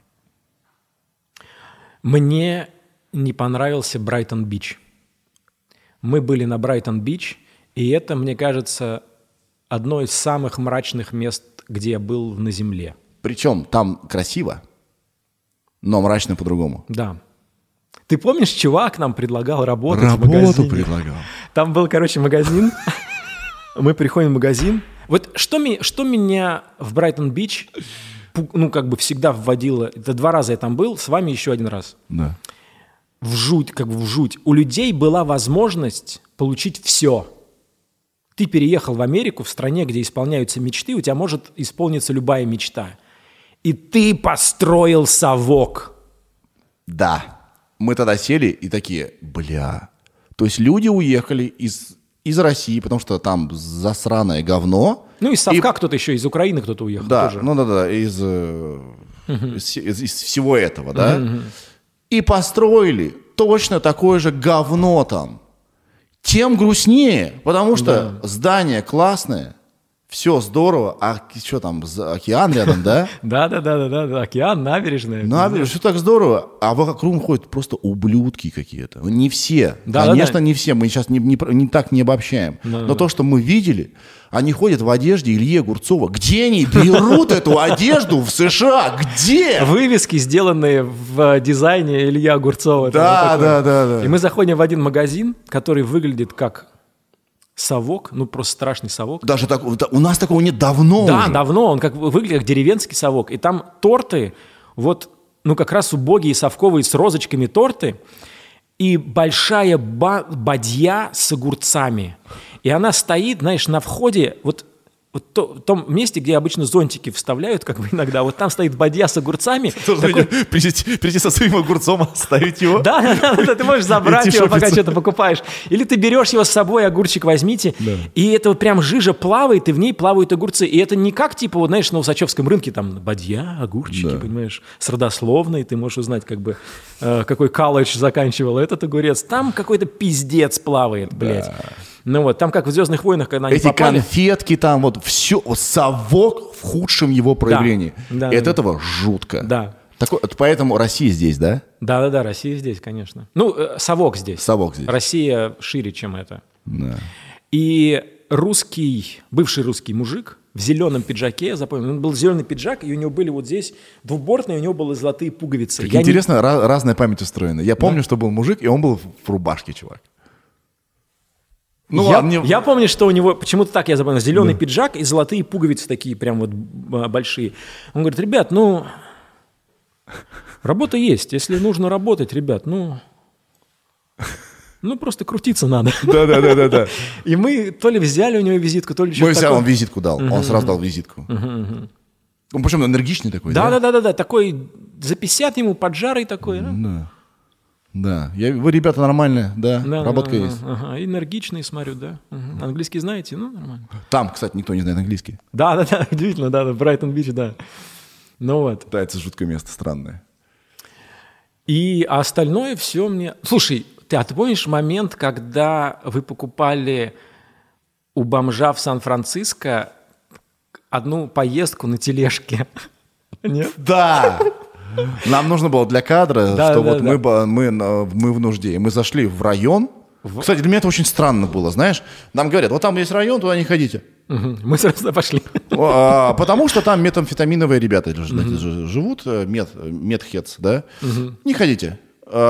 Мне не понравился Брайтон-Бич. Мы были на Брайтон-Бич, и это, мне кажется, одно из самых мрачных мест, где я был на Земле. Причем там красиво, но мрачно по-другому. Да. Ты помнишь, чувак нам предлагал работать в магазине? Работу предлагал. Там был, магазин. Мы приходим в магазин. Вот что меня в Брайтон-Бич, всегда вводило, это 2 раза я там был, с вами еще 1 раз. Да. В жуть. У людей была возможность получить все. Ты переехал в Америку, в стране, где исполняются мечты, у тебя может исполниться любая мечта. И ты построил совок. Да. Мы тогда сели и такие, То есть люди уехали из России, потому что там засраное говно. Из совка кто-то еще, из Украины кто-то уехал. Да, тоже. из всего этого, да. И построили точно такое же говно там. Тем грустнее, потому что здание классное, все здорово, а что там, океан рядом, да? Да, океан, набережная. Набережная, все так здорово, а вокруг ходят просто ублюдки какие-то. Не все, конечно, не все, мы сейчас не так не обобщаем. Но то, что мы видели, они ходят в одежде Ильи Огурцова. Где они берут эту одежду в США? Где? Вывески, сделанные в дизайне Ильи Огурцова. Да. И мы заходим в один магазин, который выглядит как совок, просто страшный совок. Даже так, у нас такого нет давно уже. Да, давно, он выглядит как деревенский совок. И там торты, как раз убогие совковые с розочками торты, и большая бадья с огурцами. И она стоит, на входе, в том месте, где обычно зонтики вставляют, иногда, там стоит бадья с огурцами. Прийти со своим огурцом, оставить его. Да, ты можешь забрать его, пока что-то покупаешь. Или ты берешь его с собой, огурчик возьмите, и это прям жижа плавает, и в ней плавают огурцы. И это не как, на Усачевском рынке, там, бадья, огурчики, понимаешь, с родословной, ты можешь узнать, какой колледж заканчивал этот огурец. Там какой-то пиздец плавает, блядь. Ну вот, там как в «Звездных войнах», когда они Эти попали... конфетки там, вот все, совок в худшем его проявлении. Да, И от да. этого жутко. Да. Поэтому Россия здесь, да? Да-да-да, Россия здесь, конечно. Ну, совок здесь. Совок здесь. Россия шире, чем это. Да. И бывший русский мужик в зеленом пиджаке, я запомнил, он был зеленый пиджак, и у него были вот здесь двубортные, у него были золотые пуговицы. Как интересно, разная память устроена. Я помню, что был мужик, и он был в рубашке, чувак. Я помню, что у него, почему-то так я запомнил, зеленый пиджак и золотые пуговицы такие прям вот большие. Он говорит: ребят, работа есть, если нужно работать, ребят, просто крутиться надо. Да. И мы то ли взяли у него визитку, то ли что-то Мы взяли, такое. он визитку дал. Он сразу дал визитку. Он причем энергичный такой, Да, такой за 50 ему поджарый такой. Да. Вы, ребята, нормальные, да, работка есть. Ага, энергичный, смотрю, да. Английский знаете? Нормально. Там, кстати, никто не знает английский. Да, удивительно, да, Брайтон-Бич, да. Ну вот. Да, это жуткое место, странное. А остальное все мне... Слушай, ты помнишь момент, когда вы покупали у бомжа в Сан-Франциско одну поездку на тележке? Нет? Да! Нам нужно было для кадра, Да, что да, вот да. мы в нужде. И мы зашли в район. Кстати, для меня это очень странно было, знаешь. Нам говорят, вот там есть район, туда не ходите. Мы сразу туда пошли. Потому что там метамфетаминовые ребята живут, медхедс, да? Не ходите.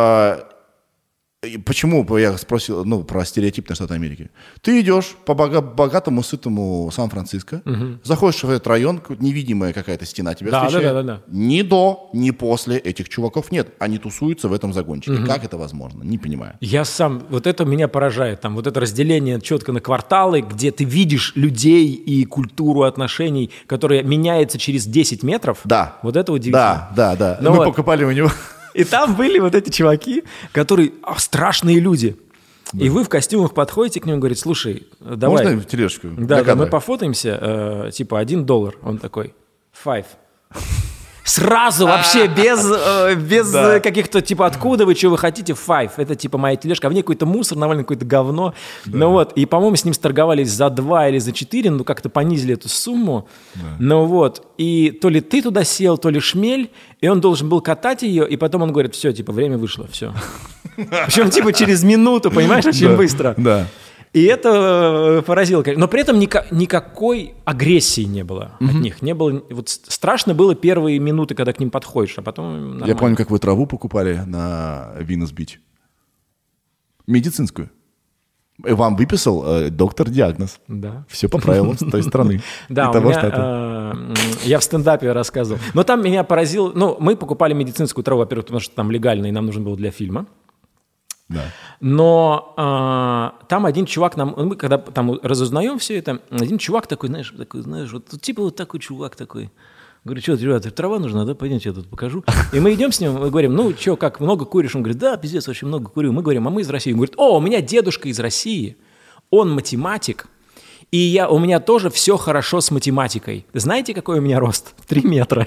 Почему, я спросил, про стереотип на Штаты Америки. Ты идешь по богатому, сытому Сан-Франциско, заходишь в этот район, невидимая какая-то стена тебя встречает. Да. Ни до, ни после этих чуваков нет. Они тусуются в этом загончике. Как это возможно? Не понимаю. Я сам, вот это меня поражает, там вот это разделение четко на кварталы, где ты видишь людей и культуру отношений, которая меняется через 10 метров. Да. Вот это удивительно. Да. Ну Мы вот. покупали у него... И там были вот эти чуваки, которые страшные люди. Да. И вы в костюмах подходите к нему и говорите: слушай, давай. Можно в тележку? Да, мы пофотаемся, типа $1. Он такой: 5. Сразу вообще без каких-то типа откуда вы, что вы хотите, 5. Это типа моя тележка, а в ней какой-то мусор, навалено какое-то говно. Да. Ну вот, и, по-моему, с ним торговались за 2 или за 4, как-то понизили эту сумму. Да. Ну вот, и то ли ты туда сел, то ли шмель, и он должен был катать ее, и потом он говорит: все, типа, время вышло, все. Причем типа через минуту, понимаешь, очень быстро. Да. И это поразило, но при этом никакой агрессии не было от них. Не было, вот страшно было первые минуты, когда к ним подходишь, а потом нормально. Я помню, как вы траву покупали на Виннес-Бич. Медицинскую. И вам выписал доктор диагноз. Да. Все по правилам той страны. Да, я в стендапе рассказывал. Но там меня поразило... мы покупали медицинскую траву, во-первых, потому что там легально, и нам нужно было для фильма. Да. Но там один чувак, мы когда там разузнаем все это, один чувак такой, знаешь, вот типа вот такой чувак такой. Говорю: что, ребята, трава нужна, да? Пойдемте, я тут покажу. И мы идем с ним, мы говорим: как, много куришь? Он говорит: да, пиздец, очень много курю. Мы говорим: а мы из России. Он говорит: у меня дедушка из России, он математик, и у меня тоже все хорошо с математикой. Знаете, какой у меня рост? 3 метра.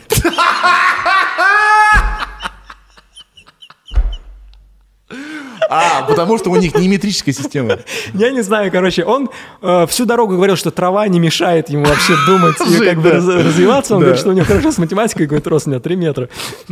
Потому что у них не метрическая система. Я не знаю, короче, он всю дорогу говорил, что трава не мешает ему вообще думать и как бы развиваться. Он говорит, что у него хорошо с математикой, говорит, рост у меня 3 метра.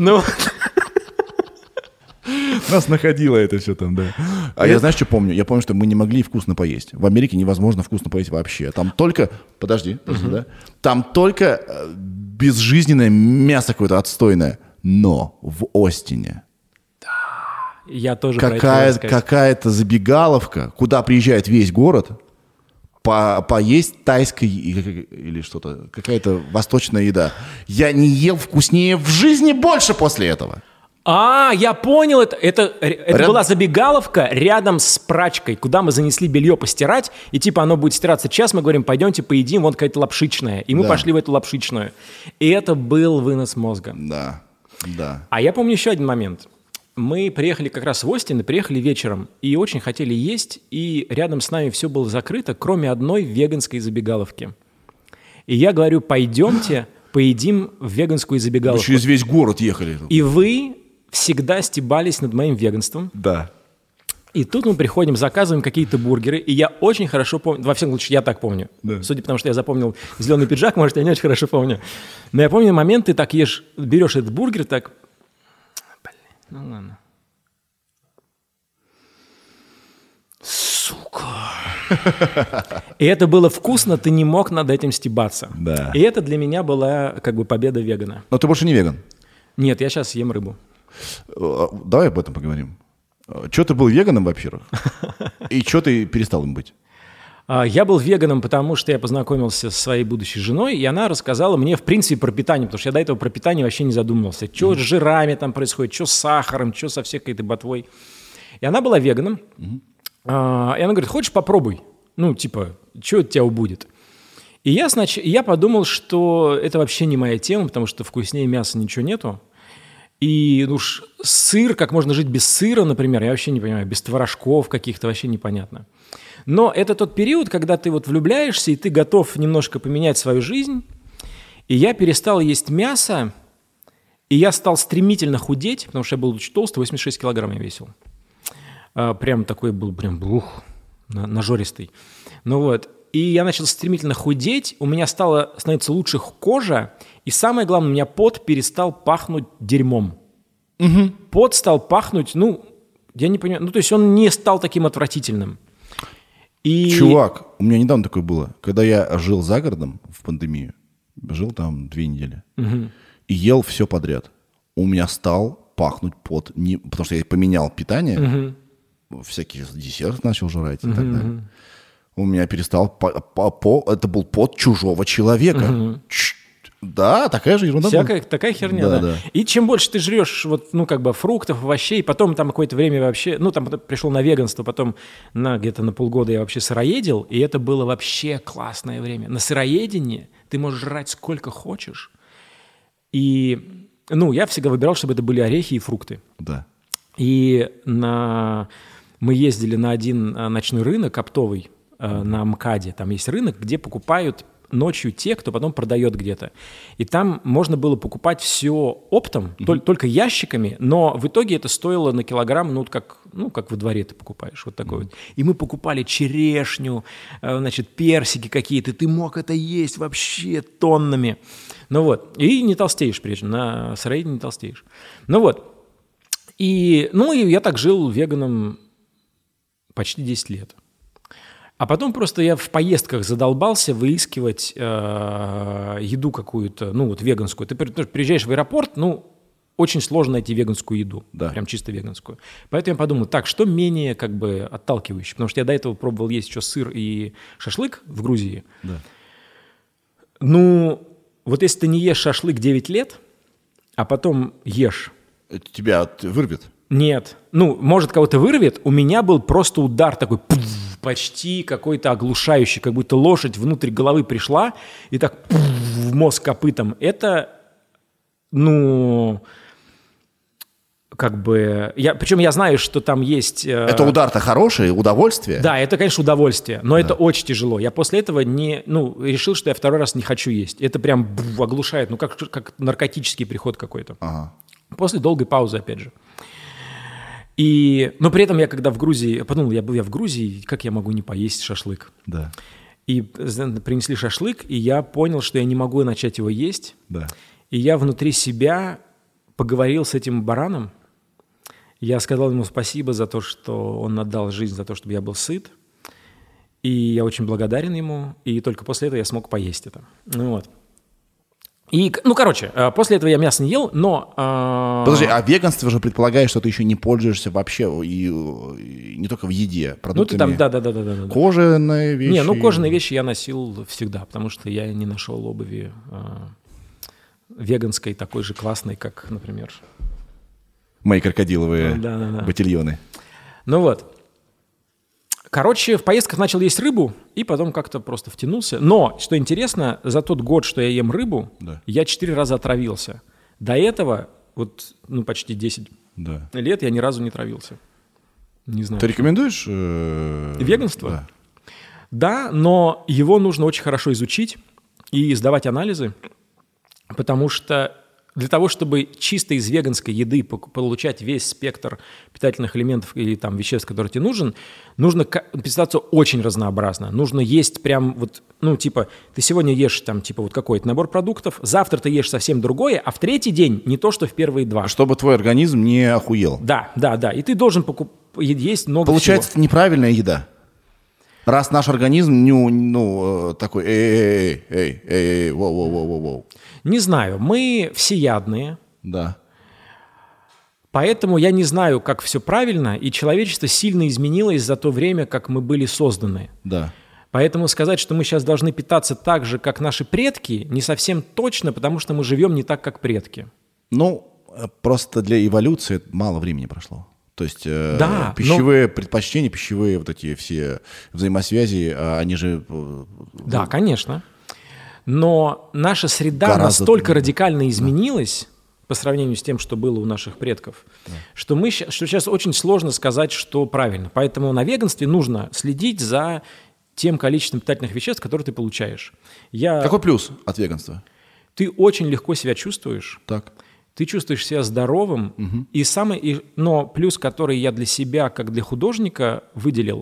Нас находило это все там, да. Я знаешь, что помню? Я помню, что мы не могли вкусно поесть. В Америке невозможно вкусно поесть вообще. Там только... Подожди, да? Там только безжизненное мясо какое-то отстойное. Но в Остине... Я тоже какая-то забегаловка, куда приезжает весь город поесть тайской или что-то, какая-то восточная еда. Я не ел вкуснее в жизни больше после этого. Я понял это. Это была забегаловка рядом с прачкой, куда мы занесли белье постирать, и типа оно будет стираться час, мы говорим: пойдемте поедим, вон какая-то лапшичная. И мы пошли в эту лапшичную. И это был вынос мозга. Да. А я помню еще один момент. Мы приехали как раз в Остин, и приехали вечером, и очень хотели есть, и рядом с нами все было закрыто, кроме одной веганской забегаловки. И я говорю: пойдемте, поедим в веганскую забегаловку. Вы через весь город ехали. И вы всегда стебались над моим веганством. Да. И тут мы приходим, заказываем какие-то бургеры, и я очень хорошо помню, во всяком случае, я так помню. Да. Судя по тому, что я запомнил зеленый пиджак, может, я не очень хорошо помню. Но я помню момент, ты так ешь, берешь этот бургер, так... Блин, ну ладно. Сука. И это было вкусно, ты не мог над этим стебаться. Да. И это для меня была как бы победа вегана. Но ты больше не веган? Нет, я сейчас ем рыбу. Давай об этом поговорим. Чего ты был веганом, во-первых? И чего ты перестал им быть? Я был веганом, потому что я познакомился со своей будущей женой, и она рассказала мне, в принципе, про питание, потому что я до этого про питание вообще не задумывался. Что с жирами там происходит, что с сахаром, что со всякой этой ботвой. И она была веганом. И она говорит, хочешь, попробуй? Ну, типа, что от тебя убудет? И я подумал, что это вообще не моя тема, потому что вкуснее мяса ничего нету. И уж сыр, как можно жить без сыра, например, я вообще не понимаю, без творожков каких-то вообще непонятно. Но это тот период, когда ты вот влюбляешься, и ты готов немножко поменять свою жизнь. И я перестал есть мясо, и я стал стремительно худеть, потому что я был очень толстый, 86 килограмм я весил. Прям такой был, прям нажористый. Ну вот. И я начал стремительно худеть, у меня стала становиться лучше кожа, и самое главное, у меня пот перестал пахнуть дерьмом. Угу. Пот стал пахнуть, ну, я не понимаю, ну, то есть он не стал таким отвратительным. И... Чувак, у меня недавно такое было, когда я жил за городом в пандемию, жил там 2 недели, и ел все подряд. У меня стал пахнуть пот, потому что я поменял питание, всяких десертов начал жрать и так далее. У меня перестал... это был пот чужого человека. Да, такая же ерунда. Такая херня, да. И чем больше ты жрешь вот, ну, как бы фруктов, овощей, потом там какое-то время вообще... Ну, там пришел на веганство, потом где-то на полгода я вообще сыроедил, и это было вообще классное время. На сыроедении ты можешь жрать сколько хочешь. И, ну, я всегда выбирал, чтобы это были орехи и фрукты. Да. И мы ездили на один ночной рынок оптовый, на МКАДе. Там есть рынок, где покупают ночью те, кто потом продает где-то. И там можно было покупать все оптом, только ящиками, но в итоге это стоило на килограмм, ну, как во дворе ты покупаешь, вот такой вот. И мы покупали черешню, значит, персики какие-то, ты мог это есть вообще тоннами. Ну вот, и не толстеешь при этом, на сыроедении не толстеешь. Ну вот, и я так жил веганом почти 10 лет. А потом просто я в поездках задолбался выискивать еду какую-то, ну вот веганскую. Ты приезжаешь в аэропорт, очень сложно найти веганскую еду, да. Прям чисто веганскую. Поэтому я подумал, так, что менее как бы отталкивающее? Потому что я до этого пробовал есть еще сыр и шашлык в Грузии. Да. Ну, вот если ты не ешь шашлык 9 лет, а потом ешь... Это тебя вырвет? Нет. Ну, может, кого-то вырвет. У меня был просто удар такой... почти какой-то оглушающий, как будто лошадь внутрь головы пришла и так в мозг копытом. Это, как бы... Причем я знаю, что там есть... Это удар-то хороший, удовольствие? Да, это, конечно, удовольствие, но это очень тяжело. Я после этого решил, что я второй раз не хочу есть. Это прям оглушает, как наркотический приход какой-то. Ага. После долгой паузы, опять же. Но при этом я, когда в Грузии, подумал, я в Грузии, как я могу не поесть шашлык? Да. И принесли шашлык, и я понял, что я не могу начать его есть. Да. И я внутри себя поговорил с этим бараном. Я сказал ему спасибо за то, что он отдал жизнь, за то, чтобы я был сыт. И я очень благодарен ему. И только после этого я смог поесть это. Вот. И, после этого я мясо не ел, но... Подожди, а веганство же предполагает, что ты еще не пользуешься вообще, и не только в еде, продуктами. Ну, ты там, да. Кожаные вещи. Кожаные вещи я носил всегда, потому что я не нашел обуви веганской, такой же классной, как, например... Мои крокодиловые ботильоны. Ну вот. В поездках начал есть рыбу, и потом как-то просто втянулся. Но, что интересно, за тот год, что я ем рыбу, я 4 раза отравился. До этого, почти 10 лет я ни разу не травился. Не знаю. Ты рекомендуешь? Веганство? Да, но его нужно очень хорошо изучить и сдавать анализы, потому что для того, чтобы чисто из веганской еды получать весь спектр питательных элементов или там веществ, которые тебе нужно питаться очень разнообразно. Нужно есть прям вот, ну, типа, ты сегодня ешь там, типа, вот какой-то набор продуктов, завтра ты ешь совсем другое, а в третий день не то, что в первые два. Чтобы твой организм не охуел. Да. И ты должен есть много Получается, всего. это неправильная еда. Раз наш организм, такой, воу. Не знаю, мы всеядные. Да. Поэтому я не знаю, как все правильно, и человечество сильно изменилось за то время, как мы были созданы. Да. Поэтому сказать, что мы сейчас должны питаться так же, как наши предки, не совсем точно, потому что мы живем не так, как предки. Ну, просто для эволюции мало времени прошло. То есть пищевые предпочтения, пищевые вот эти все взаимосвязи, они же... Да, конечно. Но наша среда настолько радикально изменилась по сравнению с тем, что было у наших предков, что сейчас очень сложно сказать, что правильно. Поэтому на веганстве нужно следить за тем количеством питательных веществ, которые ты получаешь. Какой плюс от веганства? Ты очень легко себя чувствуешь. Так. Ты чувствуешь себя здоровым. Но плюс, который я для себя, как для художника, выделил,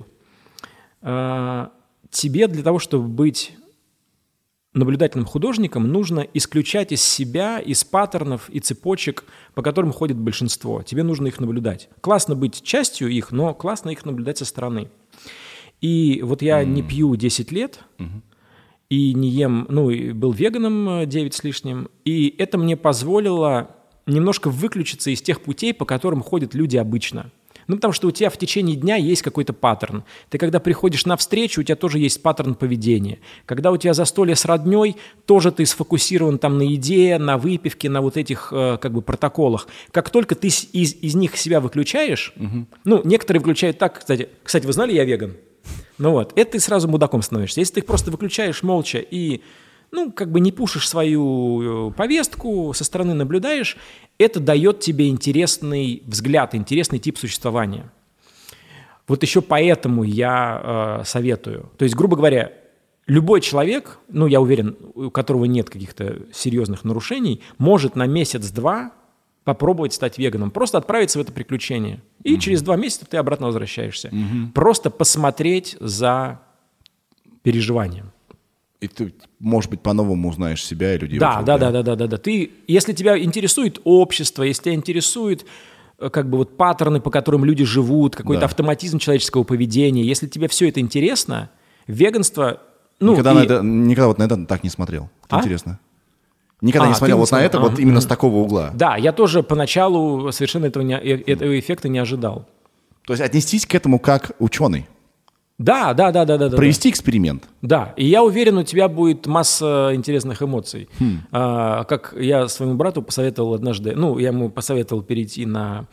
тебе для того, чтобы быть наблюдательным художником, нужно исключать из себя, из паттернов и цепочек, по которым ходит большинство. Тебе нужно их наблюдать. Классно быть частью их, но классно их наблюдать со стороны. И вот я не пью 10 лет, и не ем, и был веганом 9 с лишним, и это мне позволило немножко выключиться из тех путей, по которым ходят люди обычно. Потому что у тебя в течение дня есть какой-то паттерн. Ты когда приходишь на встречу, у тебя тоже есть паттерн поведения. Когда у тебя застолье с родней, тоже ты сфокусирован там на еде, на выпивке, на вот этих протоколах. Как только ты из них себя выключаешь, некоторые выключают так, кстати, вы знали, я веган? Это ты сразу мудаком становишься. Если ты их просто выключаешь молча и не пушишь свою повестку, со стороны наблюдаешь, это дает тебе интересный взгляд, интересный тип существования. Вот еще поэтому я советую. То есть, грубо говоря, любой человек, я уверен, у которого нет каких-то серьезных нарушений, может на месяц-два попробовать стать веганом, просто отправиться в это приключение. И через 2 месяца ты обратно возвращаешься. Просто посмотреть за переживанием. И ты, может быть, по-новому узнаешь себя и людей. Да. Ты, если тебя интересует общество, если тебя интересует паттерны, по которым люди живут, какой-то автоматизм человеческого поведения, если тебе все это интересно, веганство... Никогда вот на это так не смотрел. Это интересно. Никогда не смотрел вот на это вот именно с такого угла. Да, я тоже поначалу совершенно этого эффекта не ожидал. То есть отнестись к этому как ученый. Да. Провести эксперимент. Да, и я уверен, у тебя будет масса интересных эмоций. Как я своему брату посоветовал однажды, я ему посоветовал перейти на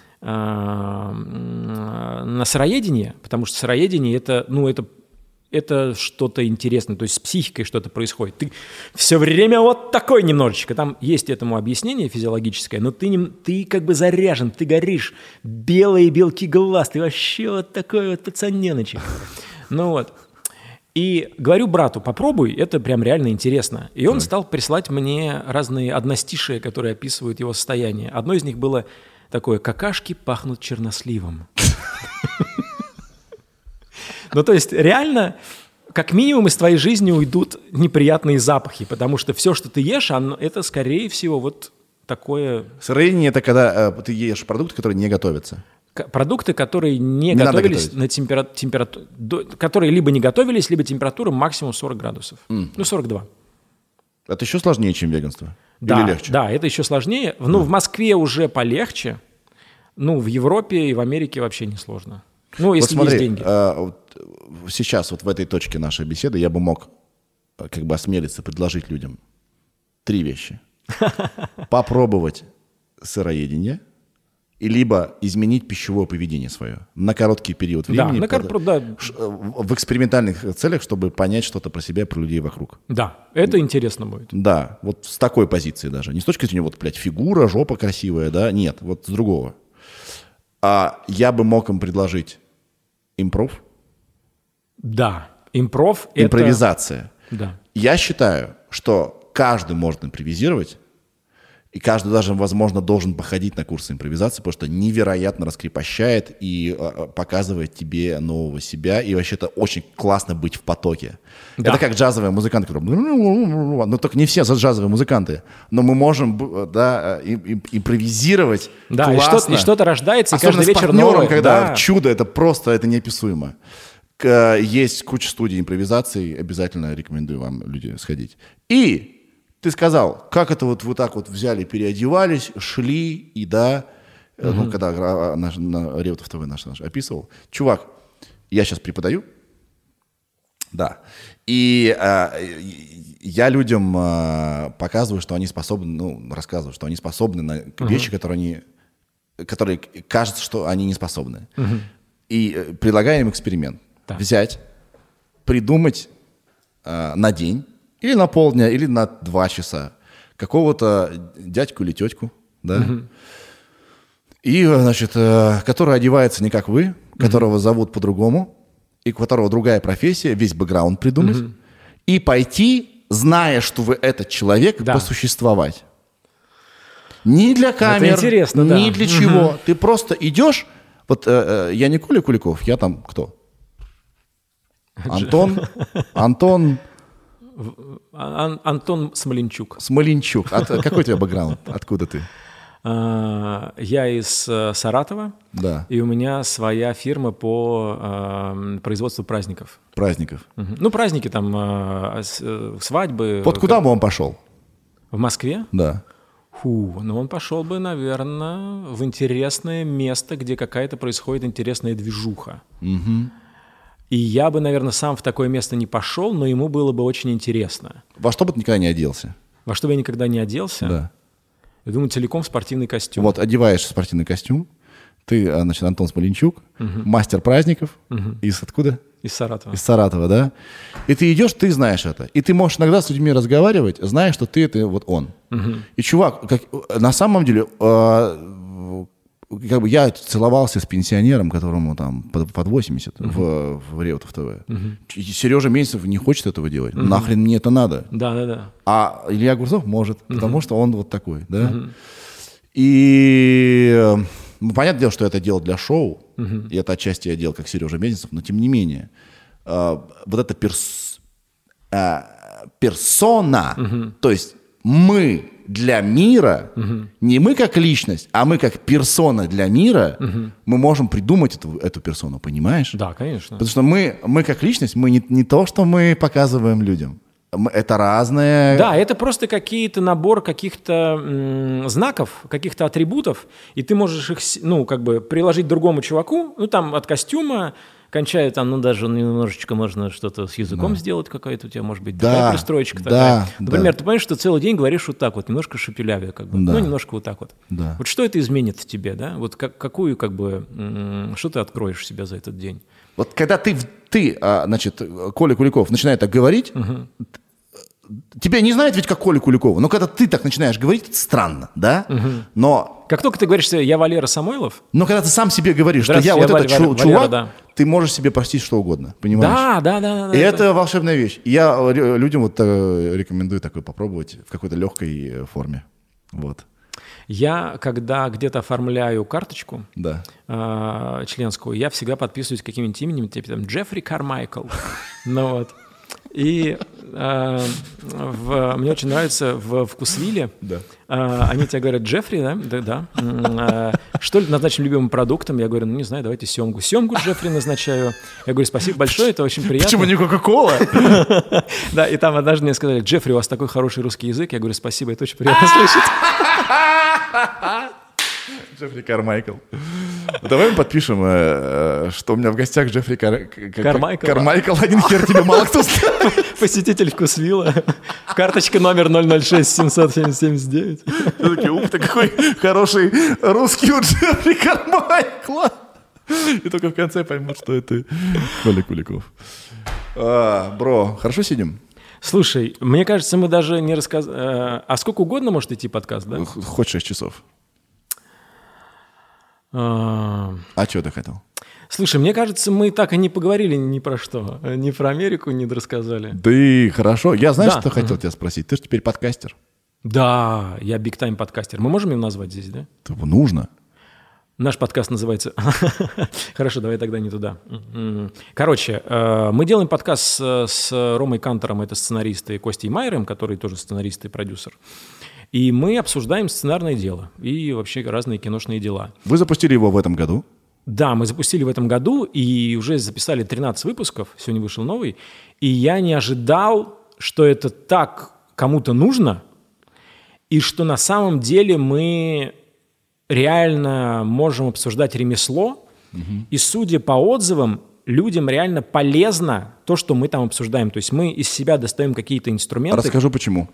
сыроедение, потому что сыроедение это что-то интересное, то есть с психикой что-то происходит. Ты все время вот такой немножечко. Там есть этому объяснение физиологическое, но ты как бы заряжен, ты горишь. Белые белки глаз, ты вообще вот такой вот пацаненочек. И говорю брату, попробуй, это прям реально интересно. И он стал присылать мне разные одностишие, которые описывают его состояние. Одно из них было такое: «Какашки пахнут черносливом». То есть реально, как минимум, из твоей жизни уйдут неприятные запахи, потому что все, что ты ешь, это, скорее всего, вот такое... Сыроедение – это когда ты ешь продукты, которые не готовятся. Продукты, которые не готовились на температуру, которые либо не готовились, либо температура максимум 40 градусов. 42. Это еще сложнее, чем веганство? Да, или легче? Да, это еще сложнее. В Москве уже полегче. В Европе и в Америке вообще не сложно. Если вот смотри, есть деньги. Сейчас вот в этой точке нашей беседы я бы мог осмелиться предложить людям 3 вещи. Попробовать сыроедение, и либо изменить пищевое поведение свое на короткий период времени в экспериментальных целях, чтобы понять что-то про себя, про людей вокруг. Да, это интересно будет. Да, вот с такой позиции даже. Не с точки зрения, фигура, жопа красивая, да, нет, вот с другого. А я бы мог им предложить импров. Да, импров – импровизация. Да. Я считаю, что каждый может импровизировать, И каждый даже, возможно, должен походить на курсы импровизации, потому что невероятно раскрепощает и показывает тебе нового себя. И вообще это очень классно быть в потоке. Да. Это как джазовые музыканты, которые... Ну, только не все джазовые музыканты. Но мы можем импровизировать классно. И что-то рождается, особенно и каждый вечер новое. Когда чудо, это просто, это неописуемо. Есть куча студий импровизации, обязательно рекомендую вам, люди, сходить. И ты сказал, как это вот вы так вот взяли, переодевались, шли, и ну, когда Реутов ТВ наш описывал, чувак, я сейчас преподаю, да, и я людям показываю, что они способны, ну, рассказываю, что они способны на вещи, которые кажется, что они не способны. И предлагаю им эксперимент. Да. Взять, придумать на день, или на полдня, или на 2 часа какого-то дядьку или тетку, да, и, значит, который одевается не как вы, которого зовут по-другому, и у которого другая профессия, весь бэкграунд придумать, и пойти, зная, что вы этот человек, посуществовать. Не для камер, не для чего. Ты просто идешь, вот я не Коля Куликов, я там кто? Антон Смоленчук. Смоленчук. Какой у тебя бэкграунд? Откуда ты? Я из Саратова, да. И у меня своя фирма по производству праздников. Ну, праздники там, свадьбы. Вот куда бы он пошел? В Москве? Да. Ну он пошел бы, наверное, в интересное место, где какая-то происходит интересная движуха. И я бы, наверное, сам в такое место не пошел, но ему было бы очень интересно. Во что бы ты никогда не оделся? Во что бы я никогда не оделся? Да. Я думаю, целиком в спортивный костюм. Вот одеваешь спортивный костюм, ты, значит, Антон Смоленчук, мастер праздников, из откуда? Из Саратова. Из Саратова, да. И ты идешь, ты знаешь это. И ты можешь иногда с людьми разговаривать, зная, что ты это вот он. И чувак, на самом деле... Как бы я целовался с пенсионером, которому там под 80 в Реутов ТВ. Сережа Мельцев не хочет этого делать. Нахрен мне это надо? Да. А Илья Гурцов может, потому что он вот такой, да. И понятное дело, что это делал для шоу, и это отчасти я делал как Сережа Мельцев, но тем не менее вот эта персона, то есть мы для мира, не мы как личность, а мы как персона для мира, мы можем придумать эту персону, понимаешь? Да, конечно. Потому что мы как личность, мы не то, что мы показываем людям. Это разное. Да, это просто какие-то набор каких-то знаков, каких-то атрибутов, и ты можешь их, ну, как бы приложить другому чуваку, ну, там, от костюма, кончая там, ну, даже немножечко можно что-то с языком сделать, какая-то у тебя, может быть, такая пристроечка такая. Например, ты понимаешь, что целый день говоришь вот так вот, немножко шепелявее, как бы, ну, немножко вот так вот. Да. Вот что это изменит в тебе, да? Вот какую, как бы, что ты откроешь в себя за этот день? Вот когда ты значит, Коля Куликов начинает так говорить, тебя не знают ведь как Коля Куликова, но когда ты так начинаешь говорить, это странно, да? Но... Как только ты говоришь, что я Валера Самойлов... Но когда ты сам себе говоришь, что я вот этот чувак, ты можешь себе простить что угодно, понимаешь? Да. И это волшебная вещь. Я людям вот рекомендую такое попробовать в какой-то легкой форме. Вот. Я, когда где-то оформляю карточку членскую, я всегда подписываюсь каким-нибудь именем, типа там Джеффри Кармайкл. Ну вот. И мне очень нравится в Вкусвилле. Они тебе говорят: Джеффри, да? Что назначим любимым продуктом? Я говорю: ну не знаю, давайте семгу. Семгу Джеффри назначаю. Я говорю: спасибо большое, это очень приятно. Почему не Кока-Кола? Да, и там однажды мне сказали: Джеффри, у вас такой хороший русский язык. Я говорю: спасибо, это очень приятно слышать. Джеффри Кармайкл. Давай мы подпишем, что у меня в гостях Джеффри Кармайкл. Один хер тебе мало кто знает. Посетитель Вкусвилла. Карточка номер 006-700-779. Такие: ух ты, какой хороший русский у Джеффри Кармайкла. И только в конце поймут, что это Коля Куликов. Бро, хорошо сидим? Слушай, мне кажется, мы даже не рассказали... А сколько угодно может идти подкаст, да? Хоть 6 часов. А что ты хотел? Слушай, мне кажется, мы так и не поговорили ни про что. Ни про Америку не рассказали. Да и хорошо. Я, знаешь, что хотел тебя спросить? Ты же теперь подкастер. Да, я биг-тайм подкастер. Мы можем его назвать здесь, да? Нужно. Наш подкаст называется... Хорошо, давай тогда не туда. Короче, мы делаем подкаст с Ромой Кантором, это сценарист, и Костей Майером, который тоже сценарист и продюсер. И мы обсуждаем сценарное дело и вообще разные киношные дела. Вы запустили его в этом году? Да, мы запустили в этом году и уже записали 13 выпусков, сегодня вышел новый. И я не ожидал, что это так кому-то нужно, и что на самом деле мы реально можем обсуждать ремесло, и, судя по отзывам, людям реально полезно то, что мы там обсуждаем. То есть мы из себя достаем какие-то инструменты. Расскажу, почему.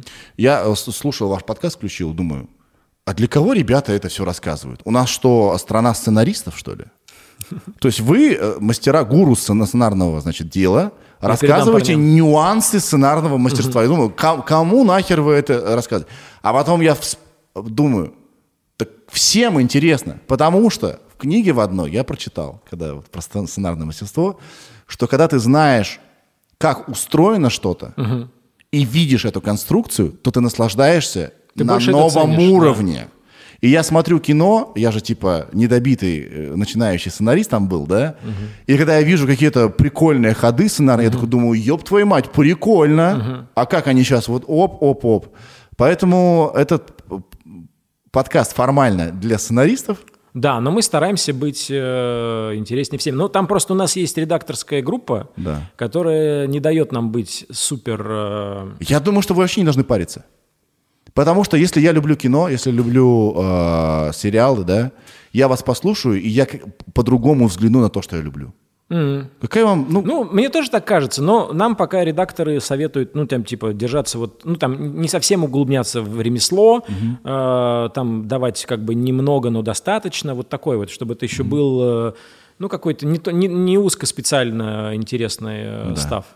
Я слушал ваш подкаст, включил, думаю, а для кого ребята это все рассказывают? У нас что, страна сценаристов, что ли? То есть вы, мастера, гуру сценарного, значит, дела, рассказываете нюансы сценарного мастерства. Я думаю, кому нахер вы это рассказываете? А потом я думаю, так всем интересно, потому что в книге в одной я прочитал, когда вот про сценарное мастерство, что когда ты знаешь, как устроено что-то, и видишь эту конструкцию, то ты наслаждаешься на новом уровне. Да. И я смотрю кино, я же типа недобитый начинающий сценарист там был, да? И когда я вижу какие-то прикольные ходы сценарные, я такой думаю, ёб твою мать, прикольно. А как они сейчас вот оп. Поэтому этот подкаст формально для сценаристов. Да, но мы стараемся быть интереснее всем. Но там просто у нас есть редакторская группа, которая не дает нам быть супер... Я думаю, что вы вообще не должны париться. Потому что если я люблю кино, если люблю сериалы, да, я вас послушаю, и я по-другому взгляну на то, что я люблю. Какая вам... Ну, мне тоже так кажется, но нам пока редакторы советуют, ну, там, типа, держаться вот, ну, там, не совсем углубляться в ремесло, там, давать как бы немного, но достаточно, вот такой вот, чтобы это еще был, ну, какой-то не узкоспециально интересный став.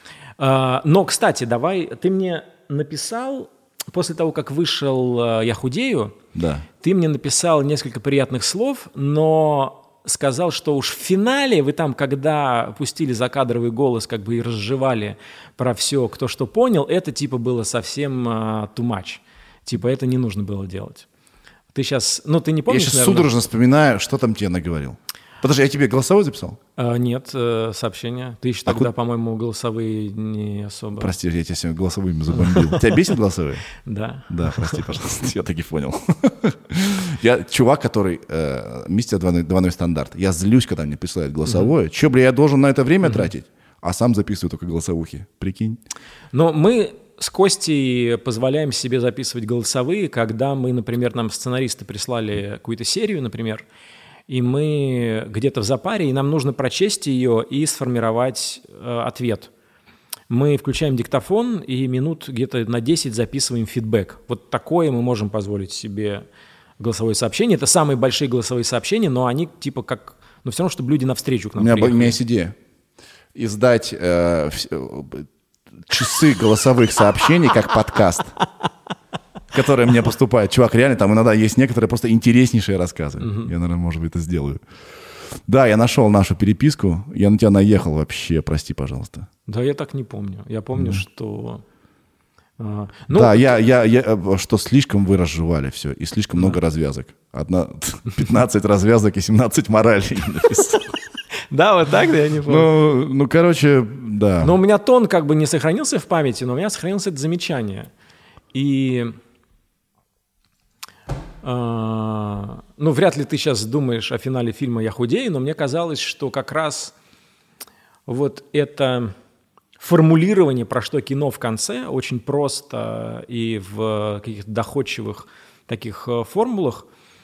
Но, кстати, давай, ты мне написал, после того, как вышел «Я худею», ты мне написал несколько приятных слов, но... сказал, что уж в финале вы там, когда пустили закадровый голос, как бы и разжевали про все, кто что понял, это типа было совсем too much. Типа это не нужно было делать. Ты сейчас, ну ты не помнишь, я сейчас судорожно вспоминаю, что там тебе наговорил. Подожди, я тебе голосовой записал? Нет, сообщение. Ты еще тогда, по-моему, голосовые не особо... Прости, я тебя сегодня голосовыми забомбил. Тебя бесит голосовые? Да. Да, прости, пожалуйста, я таки понял. Я чувак, который... Мистер двойной стандарт. Я злюсь, когда мне присылают голосовое. Че, бля, я должен на это время тратить? А сам записываю только голосовухи. Прикинь. Но мы... с Костей позволяем себе записывать голосовые, когда мы, например, нам сценаристы прислали какую-то серию, например, и мы где-то в запаре, и нам нужно прочесть ее и сформировать ответ. Мы включаем диктофон и минут где-то на 10 записываем фидбэк. Вот такое мы можем позволить себе голосовое сообщение. Это самые большие голосовые сообщения, но они типа как... Ну, все равно, чтобы люди навстречу к нам приехали. У меня есть идея. Издать часы голосовых сообщений как подкаст, которые мне поступают. Чувак, реально, там иногда есть некоторые просто интереснейшие рассказы. Я, наверное, может быть, это сделаю. Да, я нашел нашу переписку. Я на тебя наехал вообще, прости, пожалуйста. Да, я так не помню. Я помню, что... Да, что слишком вы разжевали все, и слишком много развязок. 15 развязок и 17 моралей написал. Да, вот так, да, я не помню. Ну, короче, да. Но у меня тон как бы не сохранился в памяти, но у меня сохранилось это замечание. И... ну, вряд ли ты сейчас думаешь о финале фильма «Я худею», но мне казалось, что как раз вот это формулирование, про что кино в конце, очень просто и в каких-то доходчивых таких формулах,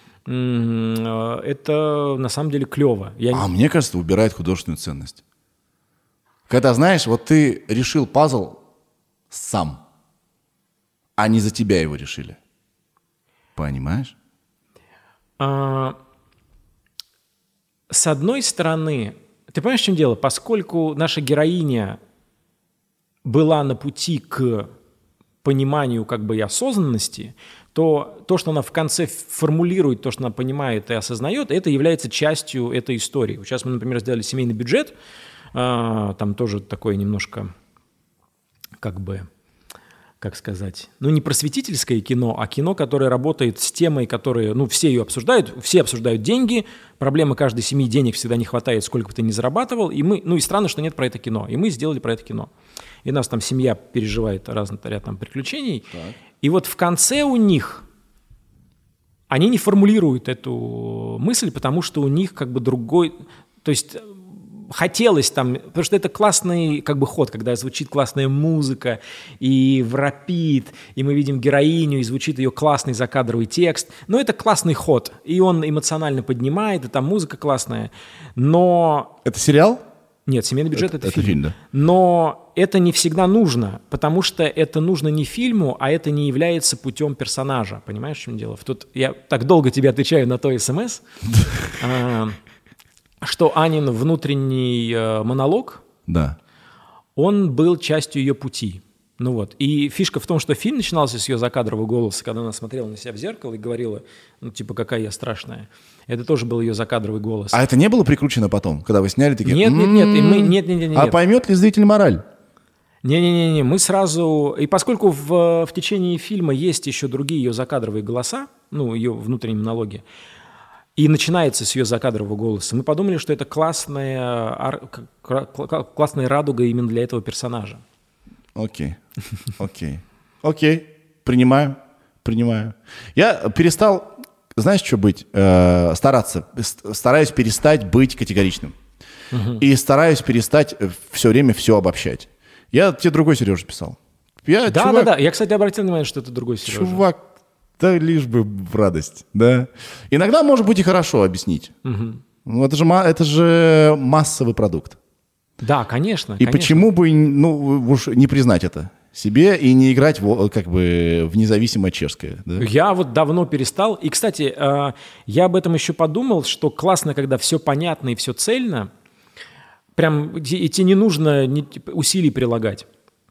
это на самом деле клево. Мне кажется, убирает художественную ценность. Когда, знаешь, вот ты решил пазл сам, а не за тебя его решили. Понимаешь? С одной стороны, ты понимаешь, в чем дело? Поскольку наша героиня была на пути к пониманию как бы и осознанности, то, что она в конце формулирует, то, что она понимает и осознает, это является частью этой истории. Сейчас мы, например, сделали семейный бюджет, там тоже такое немножко как бы как сказать, ну, не просветительское кино, а кино, которое работает с темой, которые, ну, все ее обсуждают, все обсуждают деньги, проблема каждой семьи, денег всегда не хватает, сколько бы ты ни зарабатывал, и мы, ну, и странно, что нет про это кино, и мы сделали про это кино. И у нас там семья переживает разный ряд там приключений, так. И вот в конце у них они не формулируют эту мысль, потому что у них как бы другой, то есть хотелось там, потому что это классный как бы ход, когда звучит классная музыка и врапит, и мы видим героиню, и звучит ее классный закадровый текст. Но это классный ход, и он эмоционально поднимает, и там музыка классная. Но... Это сериал? Нет, «Семейный бюджет» — это фильм. Да. Но это не всегда нужно, потому что это нужно не фильму, а это не является путем персонажа. Понимаешь, в чем дело? Тут я так долго тебе отвечаю на то СМС, что Анин внутренний монолог, да. Он был частью ее пути. Ну вот. И фишка в том, что фильм начинался с ее закадрового голоса, когда она смотрела на себя в зеркало и говорила, ну, типа, какая я страшная. Это тоже был ее закадровый голос. А это не было прикручено потом, когда вы сняли такие? Нет. А поймет ли зритель мораль? Не-не-не, мы сразу... И поскольку в течение фильма есть еще другие ее закадровые голоса, ну, ее внутренние монологи, и начинается с ее закадрового голоса, мы подумали, что это классная радуга именно для этого персонажа. Окей. Принимаю. Я перестал, знаешь, что быть? Стараюсь перестать быть категоричным. И стараюсь перестать все время все обобщать. Я тебе другой Сережа писал. Да. Я, кстати, обратил внимание, что это другой Сережа. Чувак, да лишь бы в радость, да. Иногда, может быть, и хорошо объяснить. Ну, это же массовый продукт. Да, конечно. И почему бы, уж не признать это себе и не играть как бы в независимое чешское? Да? Я вот давно перестал. И, кстати, я об этом еще подумал, что классно, когда все понятно и все цельно. Прям и тебе не нужно усилий прилагать.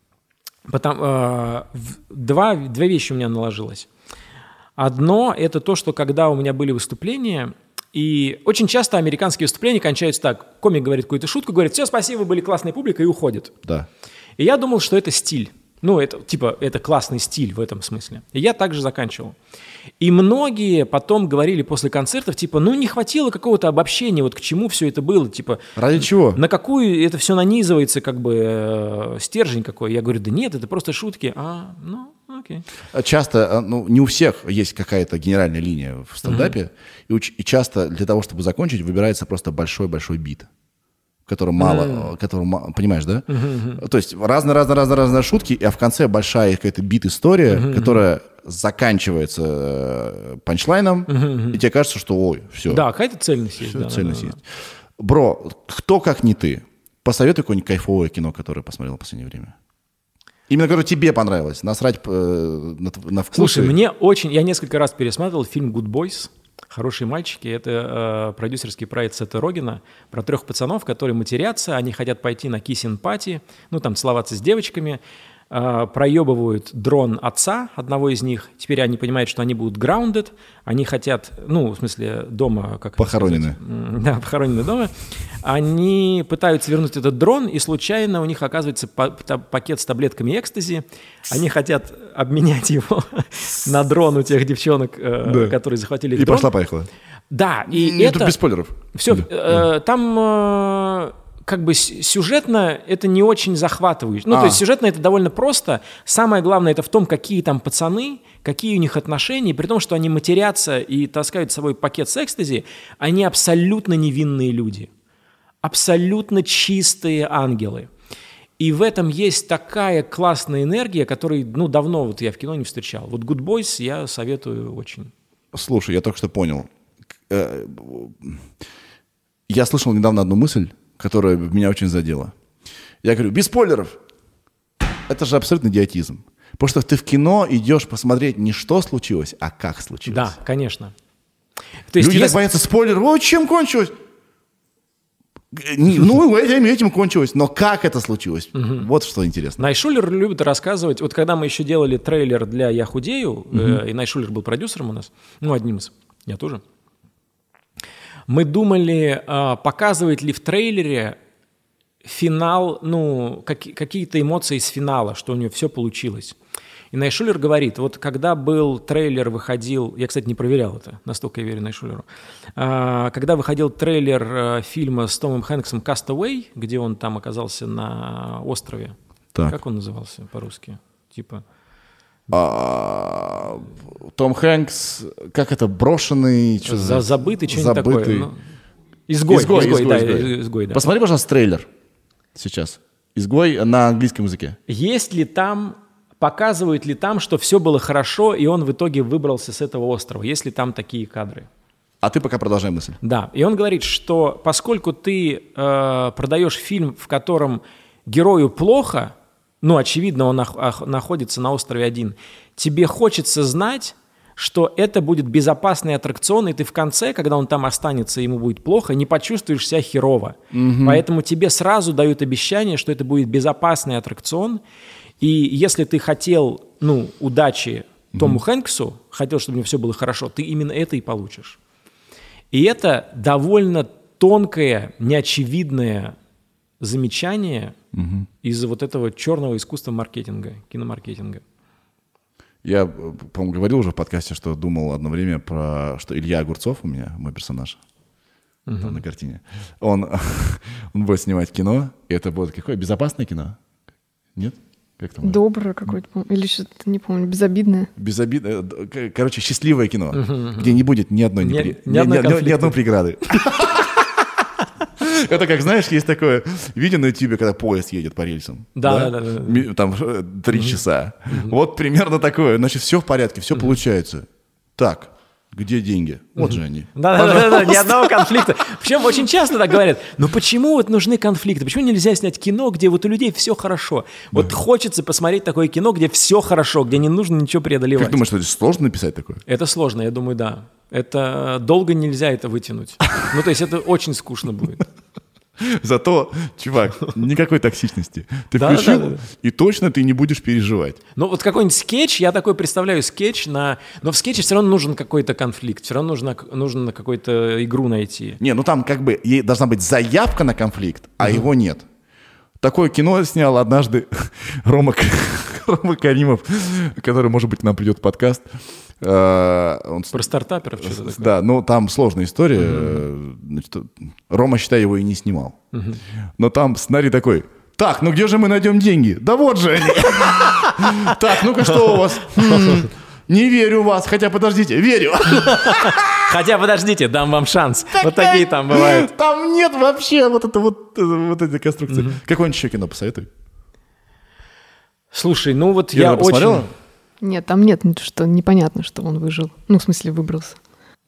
Две вещи у меня наложилось. Одно – это то, что когда у меня были выступления, и очень часто американские выступления кончаются так. Комик говорит какую-то шутку, говорит, все, спасибо, вы были классной публикой, и уходит. Да. И я думал, что это стиль. Ну, это классный стиль в этом смысле. И я также заканчивал. И многие потом говорили после концертов, типа, не хватило какого-то обобщения, вот к чему все это было, типа... Ради чего? На какую это все нанизывается, как бы, стержень какой. Я говорю, да нет, это просто шутки. Окей. Часто, не у всех есть какая-то генеральная линия в стендапе, и часто для того, чтобы закончить, выбирается просто большой-большой бит, которого мало, понимаешь, да? То есть разные шутки, а в конце большая какая-то бит-история, которая заканчивается панчлайном, и тебе кажется, что ой, все. Да, какая-то цельность есть. Цельность есть. Бро, кто как не ты, посоветуй какое-нибудь кайфовое кино, которое посмотрел в последнее время. Именно которое тебе понравилось, насрать на вкус. Слушай, я несколько раз пересматривал фильм «Good Boys», «Хорошие мальчики». Это продюсерский проект Сета Рогена про 3 пацанов, которые матерятся, они хотят пойти на киссинг-пати, там целоваться с девочками, проебывают дрон отца одного из них. Теперь они понимают, что они будут grounded, они хотят, в смысле, дома... Похоронены. Да, похоронены дома. Они пытаются вернуть этот дрон, и случайно у них оказывается пакет с таблетками экстази. Они хотят обменять его на дрон у тех девчонок, которые захватили их дрон. И пошла-поехала. Да, и это... Тут без спойлеров. Все, там... как бы сюжетно это не очень захватывающе. То есть сюжетно это довольно просто. Самое главное это в том, какие там пацаны, какие у них отношения. При том, что они матерятся и таскают с собой пакет с экстази, они абсолютно невинные люди. Абсолютно чистые ангелы. И в этом есть такая классная энергия, которой, давно я в кино не встречал. Вот «Good Boys» я советую очень. Слушай, я только что понял. Я слышал недавно одну мысль, которая меня очень задела. Я говорю, без спойлеров. Это же абсолютно идиотизм. Потому что ты в кино идешь посмотреть не что случилось, а как случилось. Да, конечно. То есть люди так боятся спойлеров. Ой, чем кончилось? Этим кончилось. Но как это случилось? Вот что интересно. Найшулер любит рассказывать. Вот когда мы еще делали трейлер для «Я худею», и Найшулер был продюсером у нас, одним из, я тоже, мы думали, показывать ли в трейлере финал, какие-то эмоции из финала, что у нее все получилось. И Найшулер говорит, вот когда был трейлер, выходил, я, кстати, не проверял это, настолько я верю Найшулеру, когда выходил трейлер фильма с Томом Хэнксом «Castaway», где он там оказался на острове, Так. как он назывался по-русски? Типа... Том Хэнкс, как это, брошенный... Забытый, что-нибудь такое. Забытый. Ну, изгой, да. Посмотри, пожалуйста, трейлер сейчас. «Изгой» на английском языке. Есть ли там, показывают ли там, что все было хорошо, и он в итоге выбрался с этого острова? Есть ли там такие кадры? А ты пока продолжай мысль. Да, и он говорит, что поскольку ты продаешь фильм, в котором герою плохо, ну, очевидно, он находится на острове один, тебе хочется знать, что это будет безопасный аттракцион, и ты в конце, когда он там останется, ему будет плохо, не почувствуешь себя херово. Поэтому тебе сразу дают обещание, что это будет безопасный аттракцион, и если ты хотел, ну, удачи Тому Хэнксу, хотел, чтобы у него все было хорошо, ты именно это и получишь. И это довольно тонкое, неочевидное замечание из-за вот этого черного искусства маркетинга, киномаркетинга. Я, по-моему, говорил уже в подкасте, что думал одно время про... Что Илья Огурцов у меня, мой персонаж, там на картине. Он будет снимать кино, и это будет какое? Безопасное кино? Нет? Как там? Доброе какое-то, или что-то, не помню, безобидное. Безобидное. Короче, счастливое кино, где не будет ни одной преграды. Это как, знаешь, есть такое видео на YouTube, когда поезд едет по рельсам. Да. Там 3 часа. Вот примерно такое. Значит, все в порядке, все получается. Так, где деньги? Вот же они. Да, ни одного конфликта. Причем очень часто так говорят, ну почему вот нужны конфликты? Почему нельзя снять кино, где вот у людей все хорошо? Вот хочется посмотреть такое кино, где все хорошо, где не нужно ничего преодолевать. Как думаешь, что это сложно написать такое? Это сложно, я думаю, да. Это долго нельзя это вытянуть. Ну, то есть это очень скучно будет. Зато, чувак, никакой токсичности. Ты включил, и точно ты не будешь переживать. Ну, вот какой-нибудь скетч, я такой представляю скетч на... Но в скетче все равно нужен какой-то конфликт, все равно нужно какую-то игру найти. Не, ну там как бы должна быть заявка на конфликт, а его нет. Такое кино снял однажды Рома Каримов, который, может быть, к нам придет в подкаст. Про стартаперов что-то такое. Да, ну там сложная история. Значит, Рома, считай, его и не снимал. Но там сценарий такой: так, ну где же мы найдем деньги? Да вот же они. Так, ну-ка, что у вас? Не верю в вас, хотя подождите, верю. Хотя подождите, дам вам шанс. Вот такие там бывают. Там нет вообще вот этой конструкции. Какое-нибудь еще кино посоветуй? Слушай, ну вот я очень... Нет, там нет, что непонятно, что он выжил. Ну, в смысле, выбрался.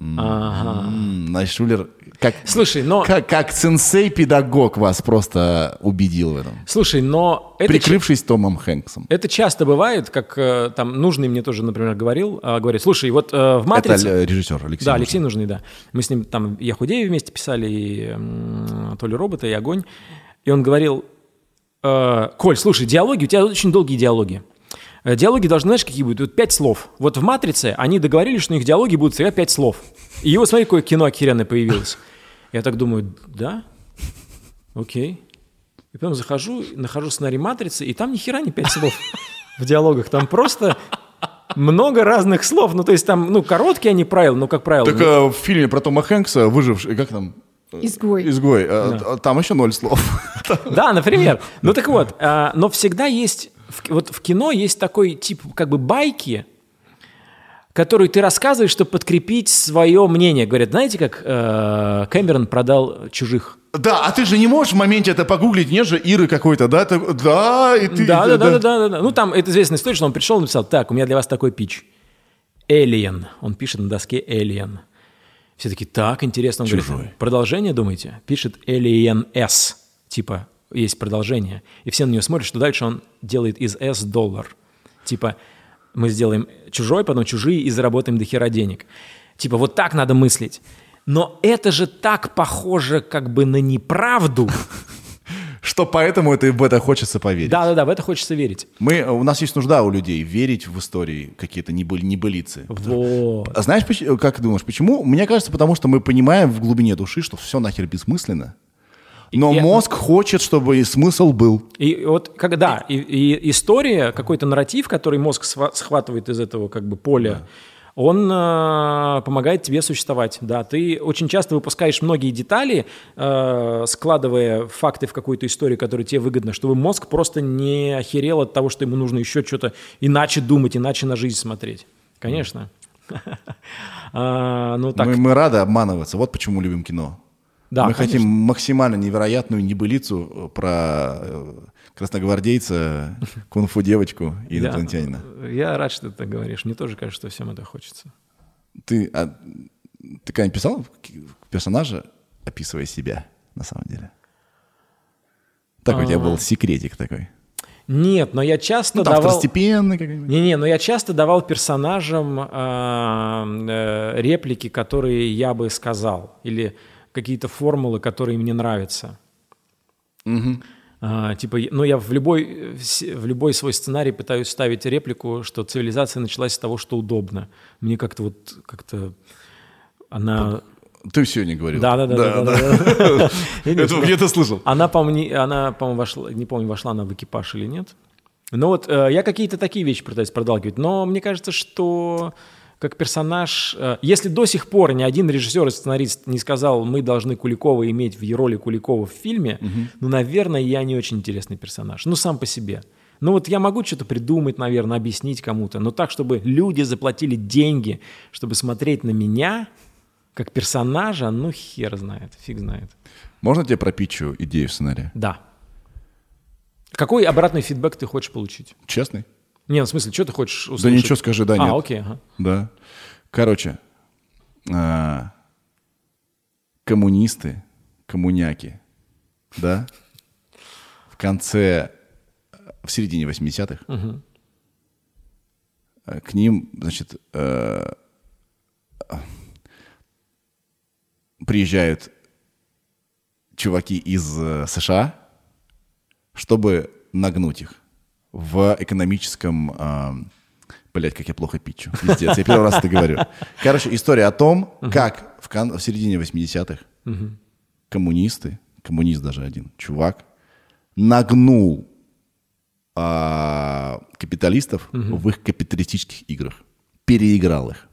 Найшулер, слушай, но... как сенсей-педагог вас просто убедил в этом. Слушай, но... Прикрывшись Томом Хэнксом. Это часто бывает, как там Нужный мне тоже, например, говорит, слушай, вот в «Матрице»... Это режиссер Алексей. Да, Алексей Нужный, да. Мы с ним там «Я худею» вместе писали, и «То ли робота», и «Огонь». И он говорил: Коль, слушай, диалоги, у тебя очень долгие диалоги. Диалоги должны, знаешь, какие будут? Вот 5 слов. Вот в «Матрице» они договорились, что у них диалоги будут всегда 5 слов. И вот смотри, какое кино охеренное появилось. Я так думаю, да? Окей. И потом нахожу сценарий «Матрицы», и там ни хера не 5 слов в диалогах. Там просто много разных слов. Ну, то есть там, ну, короткие они правила, но как правило. Так в фильме про Тома Хэнкса «Выживший», как там? «Изгой». Там еще 0 слов. Да, например. Ну, так вот, но всегда есть... Вот в кино есть такой тип как бы байки, которую ты рассказываешь, чтобы подкрепить свое мнение. Говорят, знаете, как Кэмерон продал «Чужих»? Да, а ты же не можешь в моменте это погуглить, нет же Иры какой-то, да? Да, и ты... Да. Ну, там это известная история, что он пришел и написал: так, у меня для вас такой питч. Alien. Он пишет на доске Alien. Все такие: так, интересно. Он говорит: продолжение, думаете? Пишет Alien S. Типа... Есть продолжение, и все на нее смотрят, что дальше он делает из S $. Типа, мы сделаем «Чужой», потом «Чужие» и заработаем дохера денег. Типа, вот так надо мыслить. Но это же так похоже как бы на неправду. Что поэтому в это хочется поверить. Да, в это хочется верить. У нас есть нужда у людей верить в истории какие-то небылицы. Вот. А знаешь, как ты думаешь, почему? Мне кажется, потому что мы понимаем в глубине души, что все нахер бессмысленно. Но мозг хочет, чтобы и смысл был. И вот когда и история, какой-то нарратив, который мозг схватывает из этого как бы поля, он помогает тебе существовать. Да, ты очень часто выпускаешь многие детали, складывая факты в какую-то историю, которая тебе выгодна, чтобы мозг просто не охерел от того, что ему нужно еще что-то иначе думать, иначе на жизнь смотреть. Конечно. Мы рады обманываться. Вот почему любим кино. Да, мы конечно. хотим максимально невероятную небылицу про красногвардейца, кунг-фу девочку и инопланетянина. Я рад, что ты так говоришь. Мне тоже кажется, что всем это хочется. Ты когда-нибудь писал персонажа, описывая себя, на самом деле? Так у тебя был секретик такой. Нет, но я часто давал... второстепенный какой-нибудь. Но я часто давал персонажам реплики, которые я бы сказал, или какие-то формулы, которые мне нравятся. Угу. Я в любой свой сценарий пытаюсь ставить реплику, что цивилизация началась с того, что удобно. Мне как-то она... Ты сегодня говорил. Да. Это где-то слышал. Она, по-моему, вошла, не помню, вошла она в экипаж или нет. Но вот я какие-то такие вещи пытаюсь продалгивать. Но мне кажется, что как персонаж... Если до сих пор ни один режиссер и сценарист не сказал, мы должны Куликова иметь в роли Куликова в фильме, наверное, я не очень интересный персонаж. Сам по себе. Вот я могу что-то придумать, наверное, объяснить кому-то, но так, чтобы люди заплатили деньги, чтобы смотреть на меня как персонажа, хер знает, фиг знает. Можно тебе пропитчу идею сценария? Да. Какой обратный фидбэк ты хочешь получить? Честный? В смысле, что ты хочешь услышать? Да ничего, скажи, да, нет. Окей, ага. Да. Короче, коммунисты, коммуняки, да, в середине 80-х, к ним, значит, приезжают чуваки из США, чтобы нагнуть их в экономическом... как я плохо питчу. Пиздец, я первый раз это говорю. Короче, история о том, как в середине 80-х коммунист даже один, чувак, нагнул капиталистов в их капиталистических играх. Переиграл их.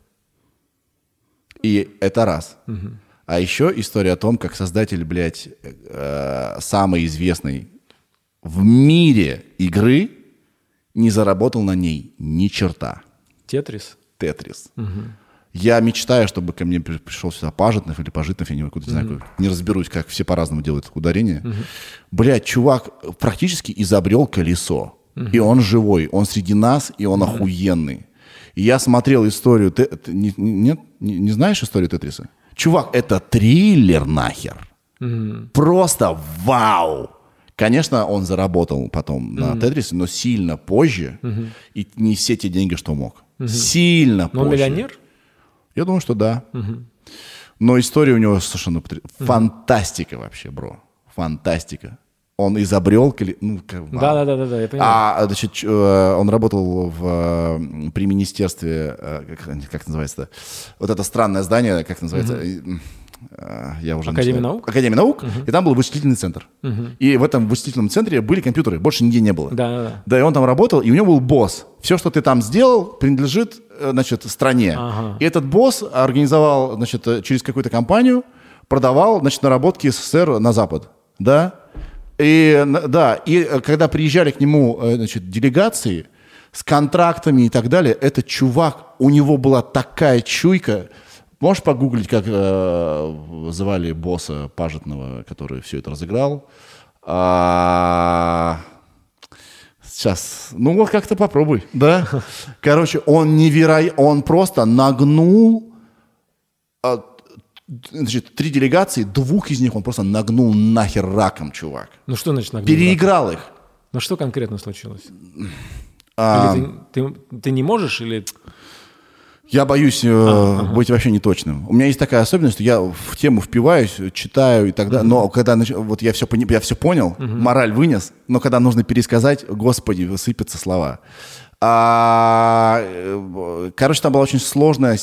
И это раз. А еще история о том, как создатель, самой известной в мире игры не заработал на ней ни черта. Тетрис? Тетрис. Я мечтаю, чтобы ко мне пришел сюда Пажитнов или Пажитнов, я не знаю, не разберусь, как все по-разному делают ударение. Чувак практически изобрел колесо. И он живой, он среди нас, и он охуенный. И я смотрел историю... Не знаешь историю Тетриса? Чувак, это триллер нахер. Просто вау! Конечно, он заработал потом на Тетрисе, но сильно позже. И не все те деньги, что мог. Сильно позже. Но он миллионер? Я думаю, что да. Но история у него совершенно... Фантастика вообще, бро. Фантастика. Он изобрел... Да, я понимаю. Он работал при министерстве... Как называется-то? Вот это странное здание, как называется... Я уже Академия наук? Академия наук, и там был вычислительный центр. И в этом вычислительном центре были компьютеры, больше нигде не было. Да, и он там работал, и у него был босс. Все, что ты там сделал, принадлежит, стране. И этот босс организовал, через какую-то компанию, продавал, наработки СССР на Запад. Да? И когда приезжали к нему, делегации с контрактами и так далее, этот чувак, у него была такая чуйка. Можешь погуглить, как звали босса Пажитного, который все это разыграл? Сейчас, как-то попробуй, да? Короче, он просто нагнул 3 делегации, 2 из них он просто нагнул нахер раком, чувак. Что значит нагнул? Переиграл их. Что конкретно случилось? Или ты не можешь, или... Я боюсь быть вообще неточным. У меня есть такая особенность, что я в тему впиваюсь, читаю и так далее. Но когда я все понял, мораль вынес, но когда нужно пересказать, господи, высыпятся слова. Короче, там была очень сложная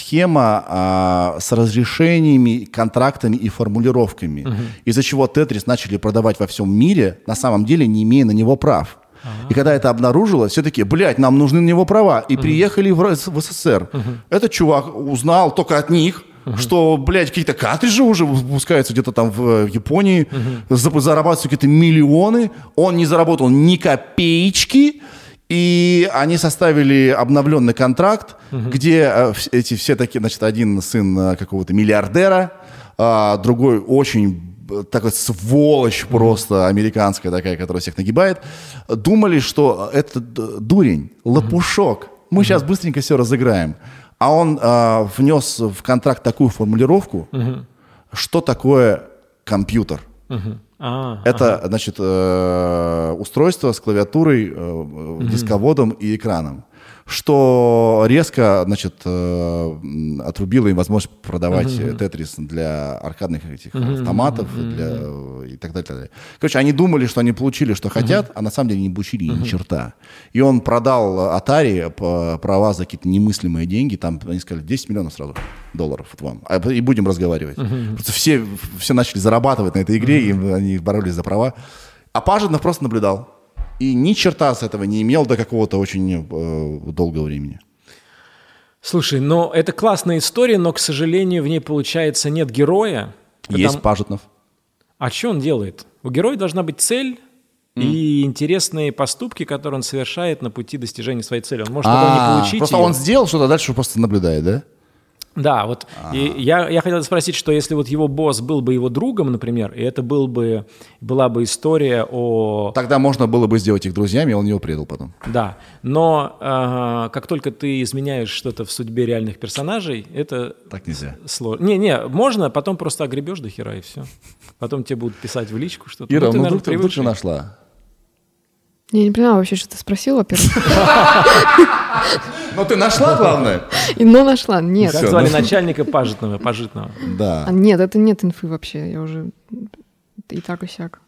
схема с разрешениями, контрактами и формулировками, из-за чего Тетрис начали продавать во всем мире, на самом деле не имея на него прав. И когда это обнаружилось, все таки, блядь, нам нужны на него права. И приехали в СССР. Этот чувак узнал только от них, что, блядь, какие-то картриджи уже выпускаются где-то там в Японии, зарабатываются какие-то миллионы. Он не заработал ни копеечки. И они составили обновленный контракт, где эти все такие, значит, один сын какого-то миллиардера, другой очень такой сволочь просто американская такая, которая всех нагибает, думали, что это дурень, лопушок. Мы сейчас быстренько все разыграем. А он внес в контракт такую формулировку, что такое компьютер. Это, значит, устройство с клавиатурой, дисководом и экраном, что резко, значит, отрубило им возможность продавать Тетрис для аркадных этих автоматов и так далее. Короче, они думали, что они получили, что хотят, а на самом деле не получили ни черта. И он продал Atari права за какие-то немыслимые деньги, там, они сказали, 10 миллионов сразу долларов вот вам, и будем разговаривать. Просто все начали зарабатывать на этой игре, и они боролись за права. А Пажитнов просто наблюдал. И ни черта с этого не имел до какого-то очень долгого времени. Слушай, но это классная история, но, к сожалению, в ней, получается, нет героя. Есть Пажитнов. А что он делает? У героя должна быть цель и интересные поступки, которые он совершает на пути достижения своей цели. Он может потом не получить просто ее. он сделал что-то, дальше просто наблюдает, да? Да, вот и я хотел спросить, что если вот его босс был бы его другом, например, и это была бы история о... Тогда можно было бы сделать их друзьями, и он его предал потом. Да, но как только ты изменяешь что-то в судьбе реальных персонажей, это... Так нельзя. Сложно. Не, можно, потом просто огребешь до хера, и все. Потом тебе будут писать в личку что-то. Ира, ты, наверное, вдруг ты нашла? Я не понимаю вообще, что ты спросил, во-первых. Ну ты нашла, главное? Но нашла. Нет. Как звали начальника Пажитного? Да. Нет, это нет инфы вообще. Я уже и так, и сяк.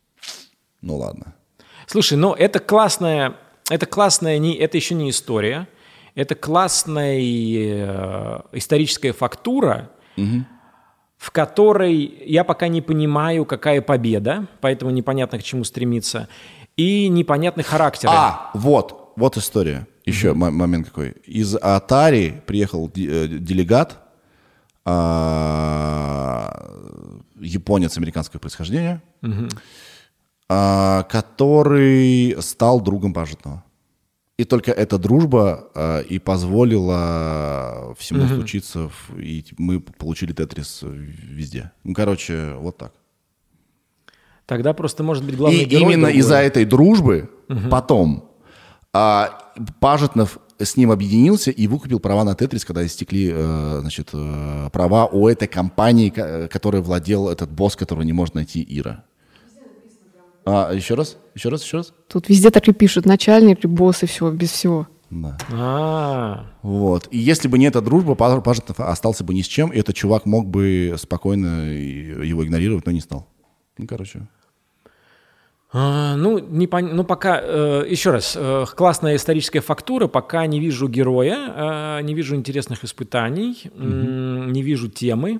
Ну ладно. Слушай, ну это классная, это еще не история, это классная историческая фактура, в которой я пока не понимаю, какая победа, поэтому непонятно, к чему стремиться, и непонятный характер. Вот история. Еще момент какой. Из Atari приехал делегат, японец американского происхождения, который стал другом Пажитного. И только эта дружба и позволила всему случиться, и мы получили Тетрис везде. Ну, короче, вот так. Тогда просто может быть главный и герой. Именно другой. из-за этой дружбы потом Пажитнов с ним объединился и выкупил права на Тетрис, когда истекли права у этой компании, которой владел этот босс, которого не может найти Ира. Еще раз? Тут везде так и пишут. Начальник, босс и все, без всего. Да. Вот. И если бы не эта дружба, Пажитнов остался бы ни с чем, и этот чувак мог бы спокойно его игнорировать, но не стал. Ну, короче. Пока, еще раз, классная историческая фактура, пока не вижу героя, не вижу интересных испытаний, не вижу темы.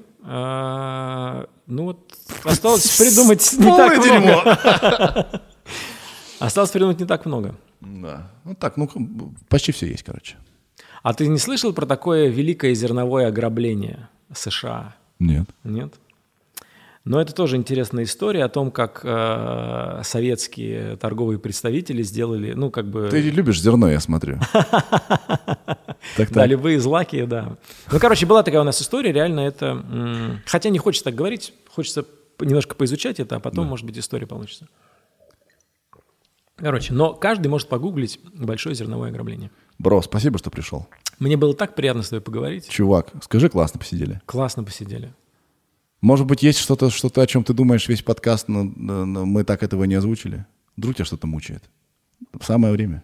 Осталось придумать не так много. Осталось придумать не так много. Да. Почти все есть, короче. А ты не слышал про такое великое зерновое ограбление США? Нет. Нет? Но это тоже интересная история о том, как советские торговые представители сделали, Ты любишь зерно, я смотрю. Да, любые злаки, да. Была такая у нас история, реально это... Хотя не хочется так говорить, хочется немножко поизучать это, а потом, может быть, история получится. Но каждый может погуглить большое зерновое ограбление. Бро, спасибо, что пришел. Мне было так приятно с тобой поговорить. Чувак, скажи, классно посидели. Классно посидели. Может быть, есть что-то, о чем ты думаешь весь подкаст, но мы так этого не озвучили? Вдруг тебя что-то мучает? Самое время.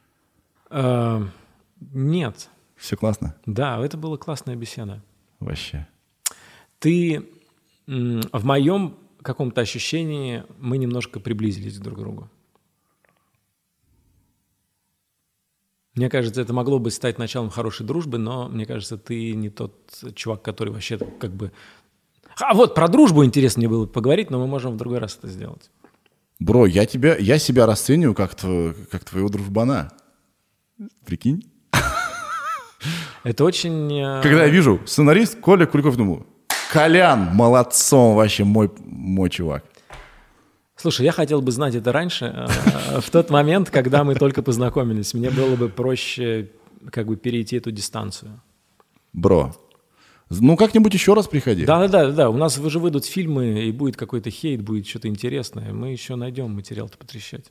Нет. Все классно? Да, это была классная беседа. Вообще. Ты в моем каком-то ощущении мы немножко приблизились друг к другу. Мне кажется, это могло бы стать началом хорошей дружбы, но мне кажется, ты не тот чувак, который вообще как бы... А вот про дружбу интересно мне было поговорить, но мы можем в другой раз это сделать. Бро, я себя расцениваю как твоего дружбана. Прикинь? Это очень... Когда я вижу сценарист Коля Куликов, думаю, Колян, молодцом вообще, мой чувак. Слушай, я хотел бы знать это раньше, в тот момент, когда мы только познакомились. Мне было бы проще как бы перейти эту дистанцию. Бро, ну как-нибудь еще раз приходи. Да. У нас уже выйдут фильмы, и будет какой-то хейт, будет что-то интересное. Мы еще найдем материал-то потрещать.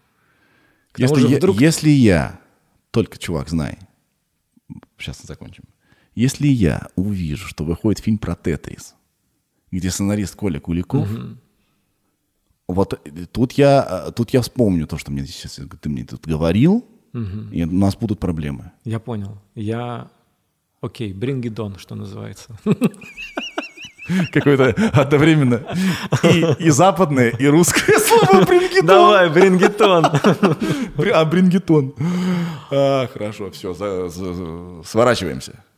Если я, только, чувак, знай, сейчас закончим. Если я увижу, что выходит фильм про Тетрис, где сценарист Коля Куликов, вот тут я вспомню то, что ты мне тут говорил, и у нас будут проблемы. Я понял. Окей, bring it on, что называется. Какое-то одновременно и западное, и русское слово bring it on. Давай, bring it on. Bring it on. Хорошо, все, сворачиваемся.